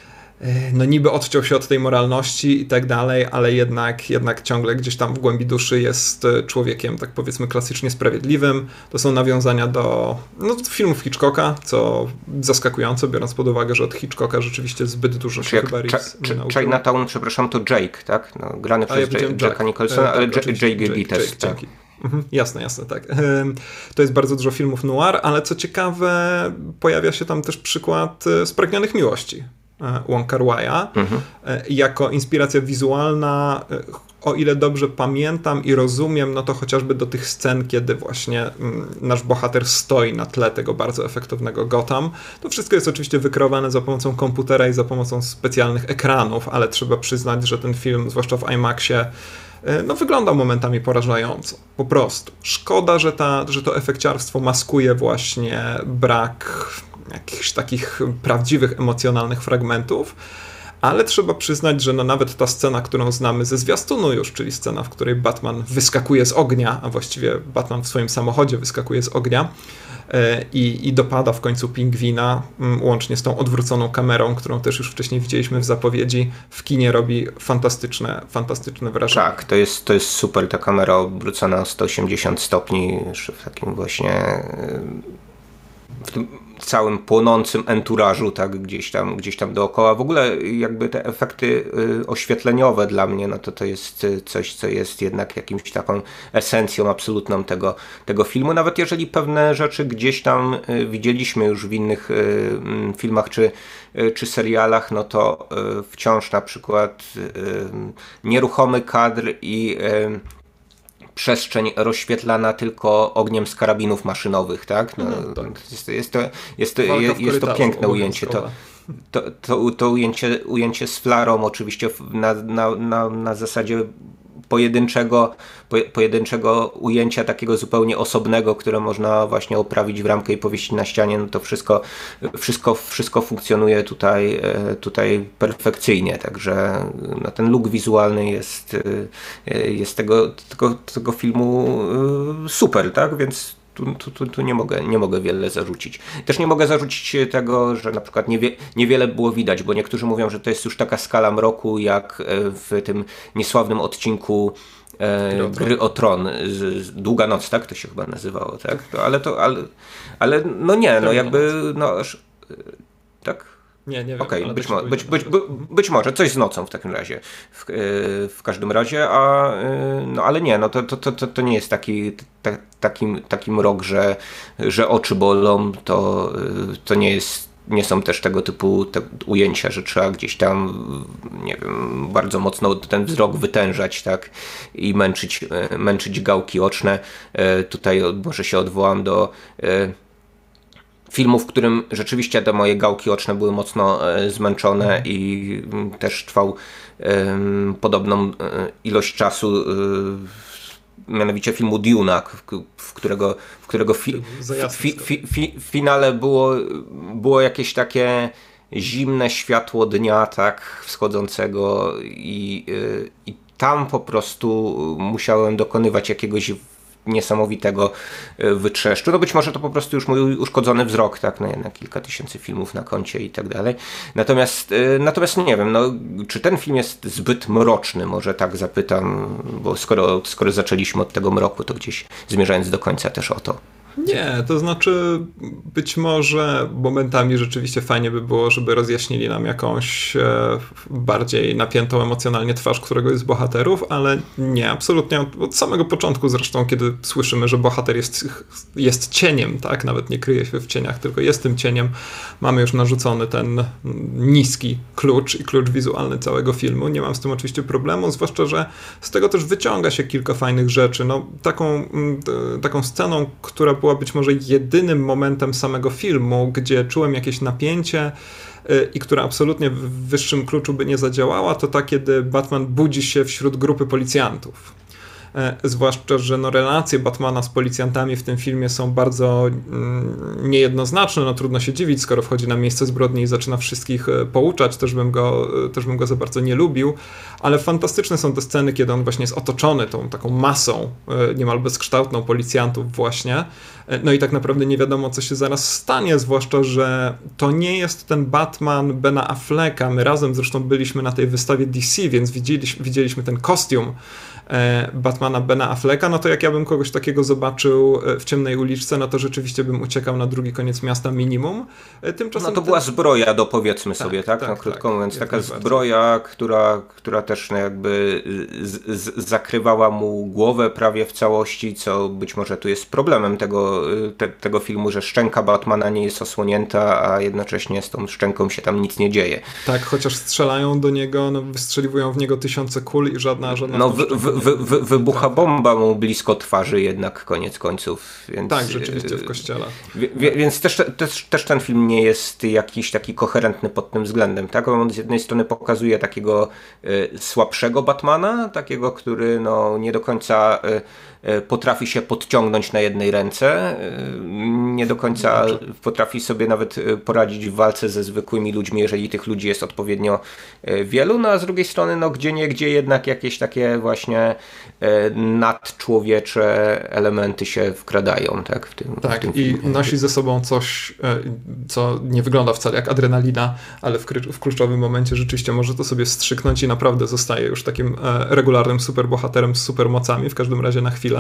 no niby odciął się od tej moralności i tak dalej, ale jednak, jednak ciągle gdzieś tam w głębi duszy jest człowiekiem, tak powiedzmy, klasycznie sprawiedliwym. To są nawiązania do no, filmów Hitchcocka, co zaskakujące, biorąc pod uwagę, że od Hitchcocka rzeczywiście zbyt dużo się chyba Reeves nie nauczył. Chinatown, przepraszam, to Jake, tak? No, grany A, przez ja Jacka Nicholsona, ale Jake Gyllenhaal. Tak. Mhm, jasne, jasne, tak. To jest bardzo dużo filmów noir, ale co ciekawe, pojawia się tam też przykład Spragnionych Miłości Wong Kar-wai'a mhm. jako inspiracja wizualna. O ile dobrze pamiętam i rozumiem, no to chociażby do tych scen, kiedy właśnie nasz bohater stoi na tle tego bardzo efektownego Gotham. To wszystko jest oczywiście wykreowane za pomocą komputera i za pomocą specjalnych ekranów, ale trzeba przyznać, że ten film, zwłaszcza w IMAXie, no wyglądał momentami porażająco. Po prostu. Szkoda, że, ta, że to efekciarstwo maskuje właśnie brak jakichś takich prawdziwych, emocjonalnych fragmentów, ale trzeba przyznać, że no nawet ta scena, którą znamy ze zwiastunu już, czyli scena, w której Batman wyskakuje z ognia, a właściwie Batman w swoim samochodzie wyskakuje z ognia i, i dopada w końcu Pingwina, łącznie z tą odwróconą kamerą, którą też już wcześniej widzieliśmy w zapowiedzi, w kinie robi fantastyczne, fantastyczne wrażenie. Tak, to jest, to jest super, ta kamera obrócona o sto osiemdziesiąt stopni, w takim właśnie w tym całym płonącym enturażu, tak, gdzieś tam, gdzieś tam dookoła. W ogóle jakby te efekty oświetleniowe dla mnie, no to to jest coś, co jest jednak jakimś taką esencją absolutną tego, tego filmu. Nawet jeżeli pewne rzeczy gdzieś tam widzieliśmy już w innych filmach czy, czy serialach, no to wciąż na przykład nieruchomy kadr i przestrzeń rozświetlana tylko ogniem z karabinów maszynowych, tak? No, mhm, tak. Jest, jest to, jest to, jest, jest to piękne ujęcie. To, to, to, to ujęcie, ujęcie z flarą oczywiście na, na, na, na zasadzie pojedynczego, pojedynczego ujęcia takiego zupełnie osobnego, które można właśnie oprawić w ramkę i powiesić na ścianie, no to wszystko, wszystko, wszystko funkcjonuje tutaj, tutaj perfekcyjnie, także no ten look wizualny jest, jest tego, tego, tego filmu super, tak, więc Tu, tu, tu nie, mogę, nie mogę wiele zarzucić. Też nie mogę zarzucić tego, że na przykład niewie, niewiele było widać, bo niektórzy mówią, że to jest już taka skala mroku, jak w tym niesławnym odcinku e, Gry o Tron, z, z Długa Noc, tak to się chyba nazywało, tak? To, ale to, ale, ale no nie, no jakby, no aż, tak? Nie, nie wiem. Okej, okay, być, mo- być, być, być, być może, coś z nocą w takim razie, w, w każdym razie, a no ale nie, no to, to, to, to nie jest taki, ta, takim, taki mrok, że, że oczy bolą, to, to nie jest, nie są też tego typu te ujęcia, że trzeba gdzieś tam, nie wiem, bardzo mocno ten wzrok wytężać, tak, i męczyć, męczyć gałki oczne. Tutaj może się odwołam do filmu, w którym rzeczywiście te moje gałki oczne były mocno e, zmęczone i m, też trwał e, podobną e, ilość czasu, e, mianowicie filmu Duna, w, w którego, w którego fi, fi, fi, fi, w finale było, było jakieś takie zimne światło dnia, tak, wschodzącego i, e, i tam po prostu musiałem dokonywać jakiegoś niesamowitego wytrzeszczu. No być może to po prostu już mój uszkodzony wzrok, tak, no jednak kilka tysięcy filmów na koncie i tak dalej. Natomiast, natomiast nie wiem, no, czy ten film jest zbyt mroczny, może tak zapytam, bo skoro, skoro zaczęliśmy od tego mroku, to gdzieś zmierzając do końca też o to. Nie, to znaczy być może momentami rzeczywiście fajnie by było, żeby rozjaśnili nam jakąś e, bardziej napiętą emocjonalnie twarz któregoś z bohaterów, ale nie, absolutnie od samego początku zresztą, kiedy słyszymy, że bohater jest, jest cieniem, tak, nawet nie kryje się w cieniach, tylko jest tym cieniem, mamy już narzucony ten niski klucz i klucz wizualny całego filmu. Nie mam z tym oczywiście problemu, zwłaszcza, że z tego też wyciąga się kilka fajnych rzeczy. No, taką, taką sceną, która była być może jedynym momentem samego filmu, gdzie czułem jakieś napięcie i która absolutnie w wyższym kluczu by nie zadziałała, to ta, kiedy Batman budzi się wśród grupy policjantów. Zwłaszcza, że no, relacje Batmana z policjantami w tym filmie są bardzo mm, niejednoznaczne. No, trudno się dziwić, skoro wchodzi na miejsce zbrodni i zaczyna wszystkich pouczać. Też bym go, też bym go za bardzo nie lubił. Ale fantastyczne są te sceny, kiedy on właśnie jest otoczony tą taką masą niemal bezkształtną policjantów właśnie. No i tak naprawdę nie wiadomo, co się zaraz stanie, zwłaszcza, że to nie jest ten Batman Bena Afflecka. My razem zresztą byliśmy na tej wystawie D C, więc widzieliśmy, widzieliśmy ten kostium Batmana Bena Afflecka, no to jak ja bym kogoś takiego zobaczył w ciemnej uliczce, no to rzeczywiście bym uciekał na drugi koniec miasta minimum. Tymczasem no to ten... była zbroja, do powiedzmy tak, sobie, tak? tak no, krótko tak, mówiąc, taka zbroja, która, która też no, jakby z, z, zakrywała mu głowę prawie w całości, co być może tu jest problemem tego, te, tego filmu, że szczęka Batmana nie jest osłonięta, a jednocześnie z tą szczęką się tam nic nie dzieje. Tak, chociaż strzelają do niego, no, wystrzeliwują w niego tysiące kul i żadna, żadna no, wy, wy, wy, wy, wybucha tak. bomba mu blisko twarzy jednak koniec końców. Więc, tak, rzeczywiście w kościele. W, więc też, też, też ten film nie jest jakiś taki koherentny pod tym względem. Tak? On z jednej strony pokazuje takiego y, słabszego Batmana, takiego, który no, nie do końca y, potrafi się podciągnąć na jednej ręce, nie do końca potrafi sobie nawet poradzić w walce ze zwykłymi ludźmi, jeżeli tych ludzi jest odpowiednio wielu, no a z drugiej strony no gdzie nie gdzie jednak jakieś takie właśnie nadczłowiecze elementy się wkradają, tak? W tym, tak, w tym i filmie. nosi ze sobą coś, co nie wygląda wcale jak adrenalina, ale w, w kluczowym momencie rzeczywiście może to sobie wstrzyknąć i naprawdę zostaje już takim regularnym superbohaterem z supermocami, w każdym razie na chwilę.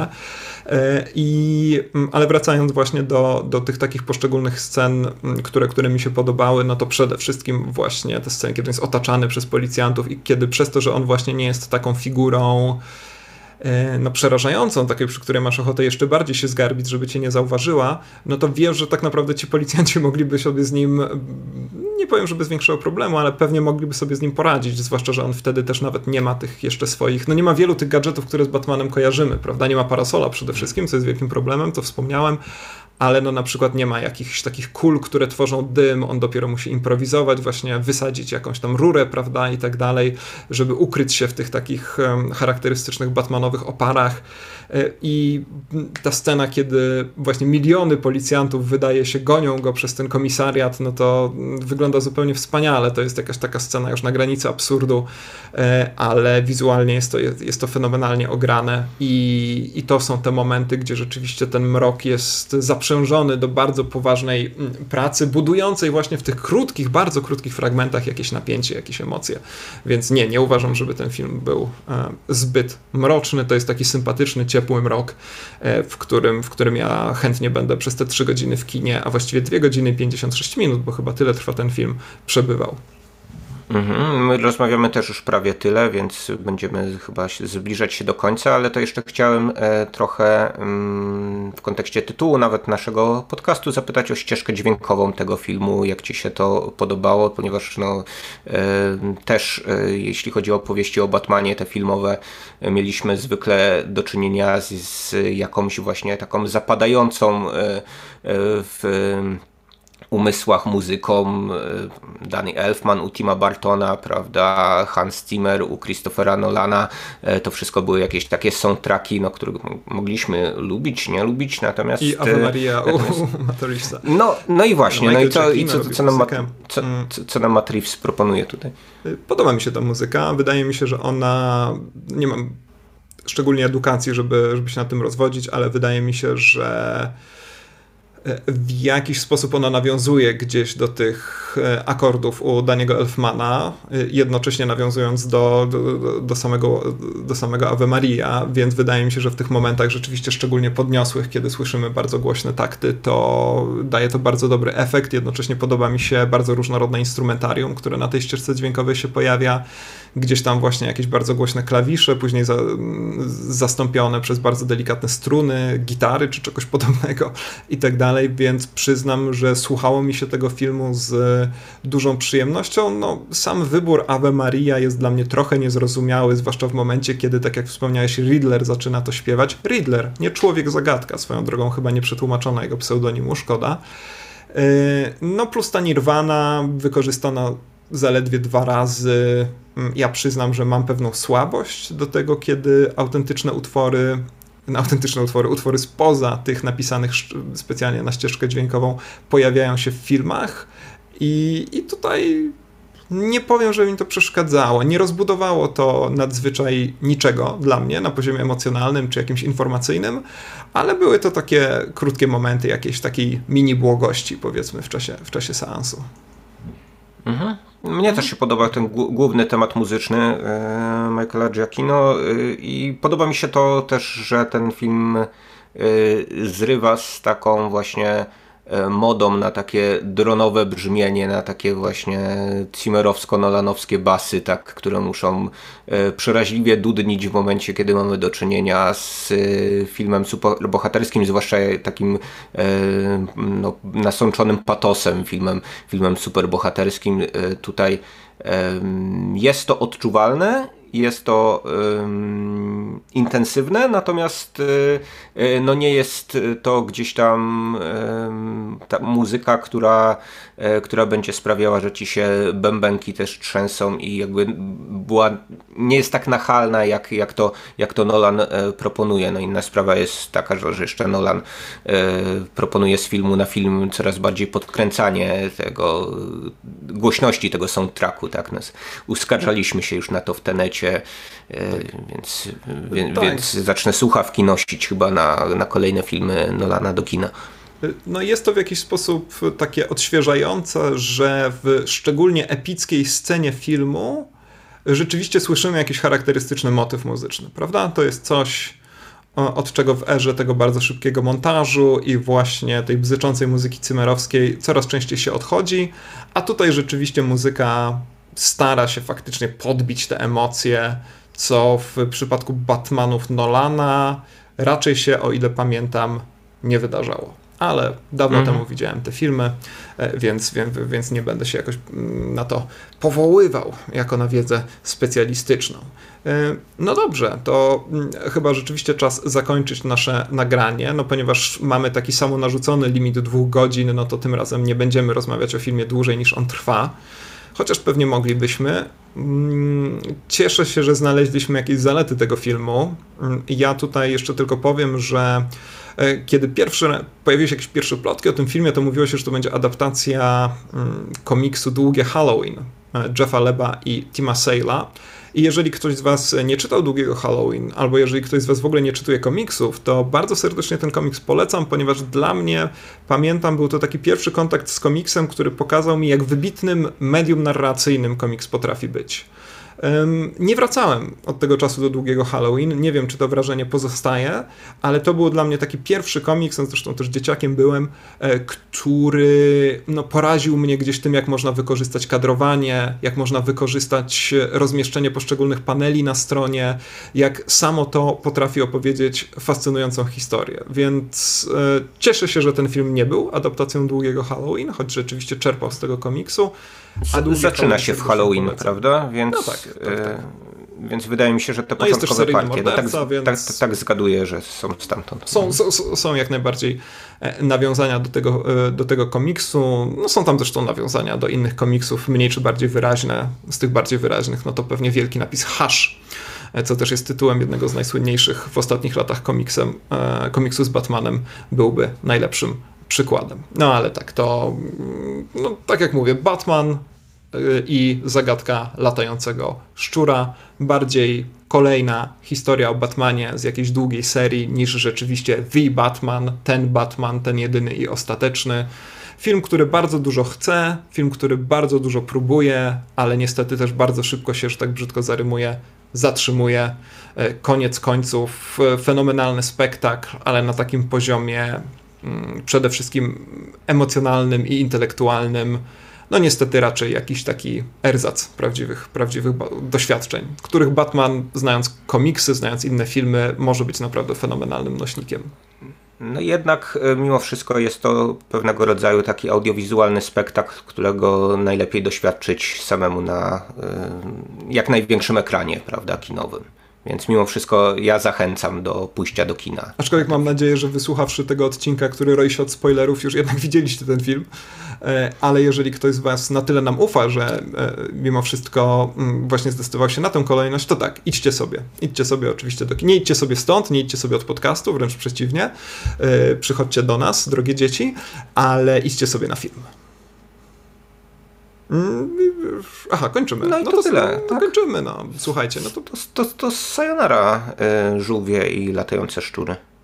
I, ale wracając właśnie do, do tych takich poszczególnych scen, które, które mi się podobały, no to przede wszystkim właśnie te sceny, kiedy jest otaczany przez policjantów i kiedy przez to, że on właśnie nie jest taką figurą no przerażającą, takiej, przy której masz ochotę jeszcze bardziej się zgarbić, żeby cię nie zauważyła, no to wiesz, że tak naprawdę ci policjanci mogliby sobie z nim, nie powiem, że bez większego problemu, ale pewnie mogliby sobie z nim poradzić, zwłaszcza, że on wtedy też nawet nie ma tych jeszcze swoich, no nie ma wielu tych gadżetów, które z Batmanem kojarzymy, prawda? Nie ma parasola przede wszystkim, co jest wielkim problemem, to wspomniałem, ale no na przykład nie ma jakichś takich kul, które tworzą dym, on dopiero musi improwizować, właśnie wysadzić jakąś tam rurę, prawda, i tak dalej, żeby ukryć się w tych takich um, charakterystycznych batmanowych oparach. I ta scena, kiedy właśnie miliony policjantów, wydaje się, gonią go przez ten komisariat, no to wygląda zupełnie wspaniale. To jest jakaś taka scena już na granicy absurdu, ale wizualnie jest to, jest to fenomenalnie ograne i, i to są te momenty, gdzie rzeczywiście ten mrok jest zaprzeczony naprzężony do bardzo poważnej pracy, budującej właśnie w tych krótkich, bardzo krótkich fragmentach jakieś napięcie, jakieś emocje. Więc nie, nie uważam, żeby ten film był zbyt mroczny. To jest taki sympatyczny, ciepły mrok, w którym, w którym ja chętnie będę przez te trzy godziny w kinie, a właściwie dwie godziny i pięćdziesiąt sześć minut, bo chyba tyle trwa ten film, przebywał. Mhm. My rozmawiamy też już prawie tyle, więc będziemy chyba zbliżać się do końca, ale to jeszcze chciałem e, trochę mm, w kontekście tytułu nawet naszego podcastu zapytać o ścieżkę dźwiękową tego filmu, jak ci się to podobało, ponieważ no, e, też e, jeśli chodzi o opowieści o Batmanie, te filmowe, e, mieliśmy zwykle do czynienia z, z jakąś właśnie taką zapadającą e, e, w umysłach muzyką, Danny Elfman u Tima Burtona, prawda, Hans Zimmer u Christophera Nolana, to wszystko były jakieś takie soundtracki, no, które mogliśmy lubić, nie lubić, natomiast... I Ave Maria natomiast, u Matta Reevesa. No, no i właśnie, no i co, i co, co, nam Matt, co, co, co nam Matt Reeves proponuje tutaj? Podoba mi się ta muzyka, wydaje mi się, że ona, nie mam szczególnie edukacji, żeby, żeby się na tym rozwodzić, ale wydaje mi się, że w jakiś sposób ona nawiązuje gdzieś do tych akordów u Daniego Elfmana, jednocześnie nawiązując do, do, do, samego, do samego Ave Maria, więc wydaje mi się, że w tych momentach rzeczywiście szczególnie podniosłych, kiedy słyszymy bardzo głośne takty, to daje to bardzo dobry efekt. Jednocześnie podoba mi się bardzo różnorodne instrumentarium, które na tej ścieżce dźwiękowej się pojawia. Gdzieś tam właśnie jakieś bardzo głośne klawisze, później za, zastąpione przez bardzo delikatne struny, gitary czy czegoś podobnego i tak dalej, więc przyznam, że słuchało mi się tego filmu z dużą przyjemnością. No, sam wybór Ave Maria jest dla mnie trochę niezrozumiały, zwłaszcza w momencie, kiedy, tak jak wspomniałeś, Riddler zaczyna to śpiewać. Riddler, nie Człowiek Zagadka, swoją drogą chyba nie przetłumaczono jego pseudonimu, szkoda. No plus ta Nirvana wykorzystana zaledwie dwa razy. Ja przyznam, że mam pewną słabość do tego, kiedy autentyczne utwory, autentyczne utwory, utwory spoza tych napisanych specjalnie na ścieżkę dźwiękową pojawiają się w filmach i, i tutaj nie powiem, że mi to przeszkadzało. Nie rozbudowało to nadzwyczaj niczego dla mnie na poziomie emocjonalnym czy jakimś informacyjnym, ale były to takie krótkie momenty jakiejś takiej mini błogości, powiedzmy, w czasie, w czasie seansu. Mhm. Mnie też się podoba ten główny temat muzyczny e, Michaela Giacchino e, i podoba mi się to też, że ten film e, zrywa z taką właśnie e, modą na takie dronowe brzmienie, na takie właśnie Zimmerowsko-nolanowskie basy, tak, które muszą e, przeraźliwie dudnić w momencie, kiedy mamy do czynienia z e, filmem superbohaterskim, zwłaszcza takim e, no, nasączonym patosem, filmem, filmem superbohaterskim. E, tutaj e, jest to odczuwalne, jest to um, intensywne, natomiast y, no nie jest to gdzieś tam y, ta muzyka, która, y, która będzie sprawiała, że ci się bębenki też trzęsą i jakby była, nie jest tak nachalna, jak, jak, to, jak to Nolan y, proponuje. No inna sprawa jest taka, że, że jeszcze Nolan y, proponuje z filmu na film coraz bardziej podkręcanie tego, y, głośności tego soundtracku, tak? Nas uskarżaliśmy się już na to w Tenecie, więc, więc, tak. więc zacznę słuchawki nosić chyba na, na kolejne filmy Nolana do kina. No jest to w jakiś sposób takie odświeżające, że w szczególnie epickiej scenie filmu rzeczywiście słyszymy jakiś charakterystyczny motyw muzyczny, prawda? To jest coś, od czego w erze tego bardzo szybkiego montażu i właśnie tej bzyczącej muzyki cymerowskiej coraz częściej się odchodzi, a tutaj rzeczywiście muzyka stara się faktycznie podbić te emocje, co w przypadku Batmanów Nolana raczej się, o ile pamiętam, nie wydarzało. Ale dawno mhm. temu widziałem te filmy, więc, więc, więc nie będę się jakoś na to powoływał jako na wiedzę specjalistyczną. No dobrze, to chyba rzeczywiście czas zakończyć nasze nagranie, no ponieważ mamy taki samo narzucony limit dwóch godzin, no to tym razem nie będziemy rozmawiać o filmie dłużej niż on trwa. Chociaż pewnie moglibyśmy. Cieszę się, że znaleźliśmy jakieś zalety tego filmu. Ja tutaj jeszcze tylko powiem, że kiedy pierwszy, pojawiły się jakieś pierwsze plotki o tym filmie, to mówiło się, że to będzie adaptacja komiksu Długie Halloween Jeffa Leba i Tima Sale'a. I jeżeli ktoś z was nie czytał Długiego Halloween, albo jeżeli ktoś z was w ogóle nie czytuje komiksów, to bardzo serdecznie ten komiks polecam, ponieważ dla mnie, pamiętam, był to taki pierwszy kontakt z komiksem, który pokazał mi, jak wybitnym medium narracyjnym komiks potrafi być. Nie wracałem od tego czasu do Długiego Halloween, nie wiem, czy to wrażenie pozostaje, ale to był dla mnie taki pierwszy komiks, zresztą też dzieciakiem byłem, który no, poraził mnie gdzieś tym, jak można wykorzystać kadrowanie, jak można wykorzystać rozmieszczenie poszczególnych paneli na stronie, jak samo to potrafi opowiedzieć fascynującą historię. Więc e, cieszę się, że ten film nie był adaptacją Długiego Halloween, choć rzeczywiście czerpał z tego komiksu. A zaczyna się w Halloween, prawda? Więc, no tak, tak, tak. E, więc wydaje mi się, że te no początkowe partie, no tak, więc... tak, tak, tak zgaduję, że są stamtąd. Są, są, są jak najbardziej nawiązania do tego, do tego komiksu. No są tam zresztą nawiązania do innych komiksów, mniej czy bardziej wyraźne. Z tych bardziej wyraźnych, no to pewnie wielki napis Hush, co też jest tytułem jednego z najsłynniejszych w ostatnich latach komiksem, komiksu z Batmanem, byłby najlepszym przykładem. No ale tak, to no, tak jak mówię, Batman i zagadka latającego szczura, bardziej kolejna historia o Batmanie z jakiejś długiej serii niż rzeczywiście The Batman, ten Batman, ten jedyny i ostateczny. Film, który bardzo dużo chce, film, który bardzo dużo próbuje, ale niestety też bardzo szybko się, że tak brzydko zarymuje, zatrzymuje. Koniec końców fenomenalny spektakl, ale na takim poziomie przede wszystkim emocjonalnym i intelektualnym. No niestety raczej jakiś taki erzac prawdziwych, prawdziwych doświadczeń, których Batman, znając komiksy, znając inne filmy, może być naprawdę fenomenalnym nośnikiem. No jednak mimo wszystko jest to pewnego rodzaju taki audiowizualny spektakl, którego najlepiej doświadczyć samemu na y, jak największym ekranie, prawda, kinowym. Więc mimo wszystko ja zachęcam do pójścia do kina. Aczkolwiek mam nadzieję, że wysłuchawszy tego odcinka, który roi się od spoilerów, już jednak widzieliście ten film. Ale jeżeli ktoś z was na tyle nam ufa, że mimo wszystko właśnie zdecydował się na tę kolejność, to tak, idźcie sobie. Idźcie sobie oczywiście do kina. Nie idźcie sobie stąd, nie idźcie sobie od podcastu, wręcz przeciwnie. Przychodźcie do nas, drogie dzieci, ale idźcie sobie na film. Aha, kończymy. No i no to, to tyle. To tak? kończymy, no. Słuchajcie, no to... To, to, to sayonara, y, żółwie i latające szczury.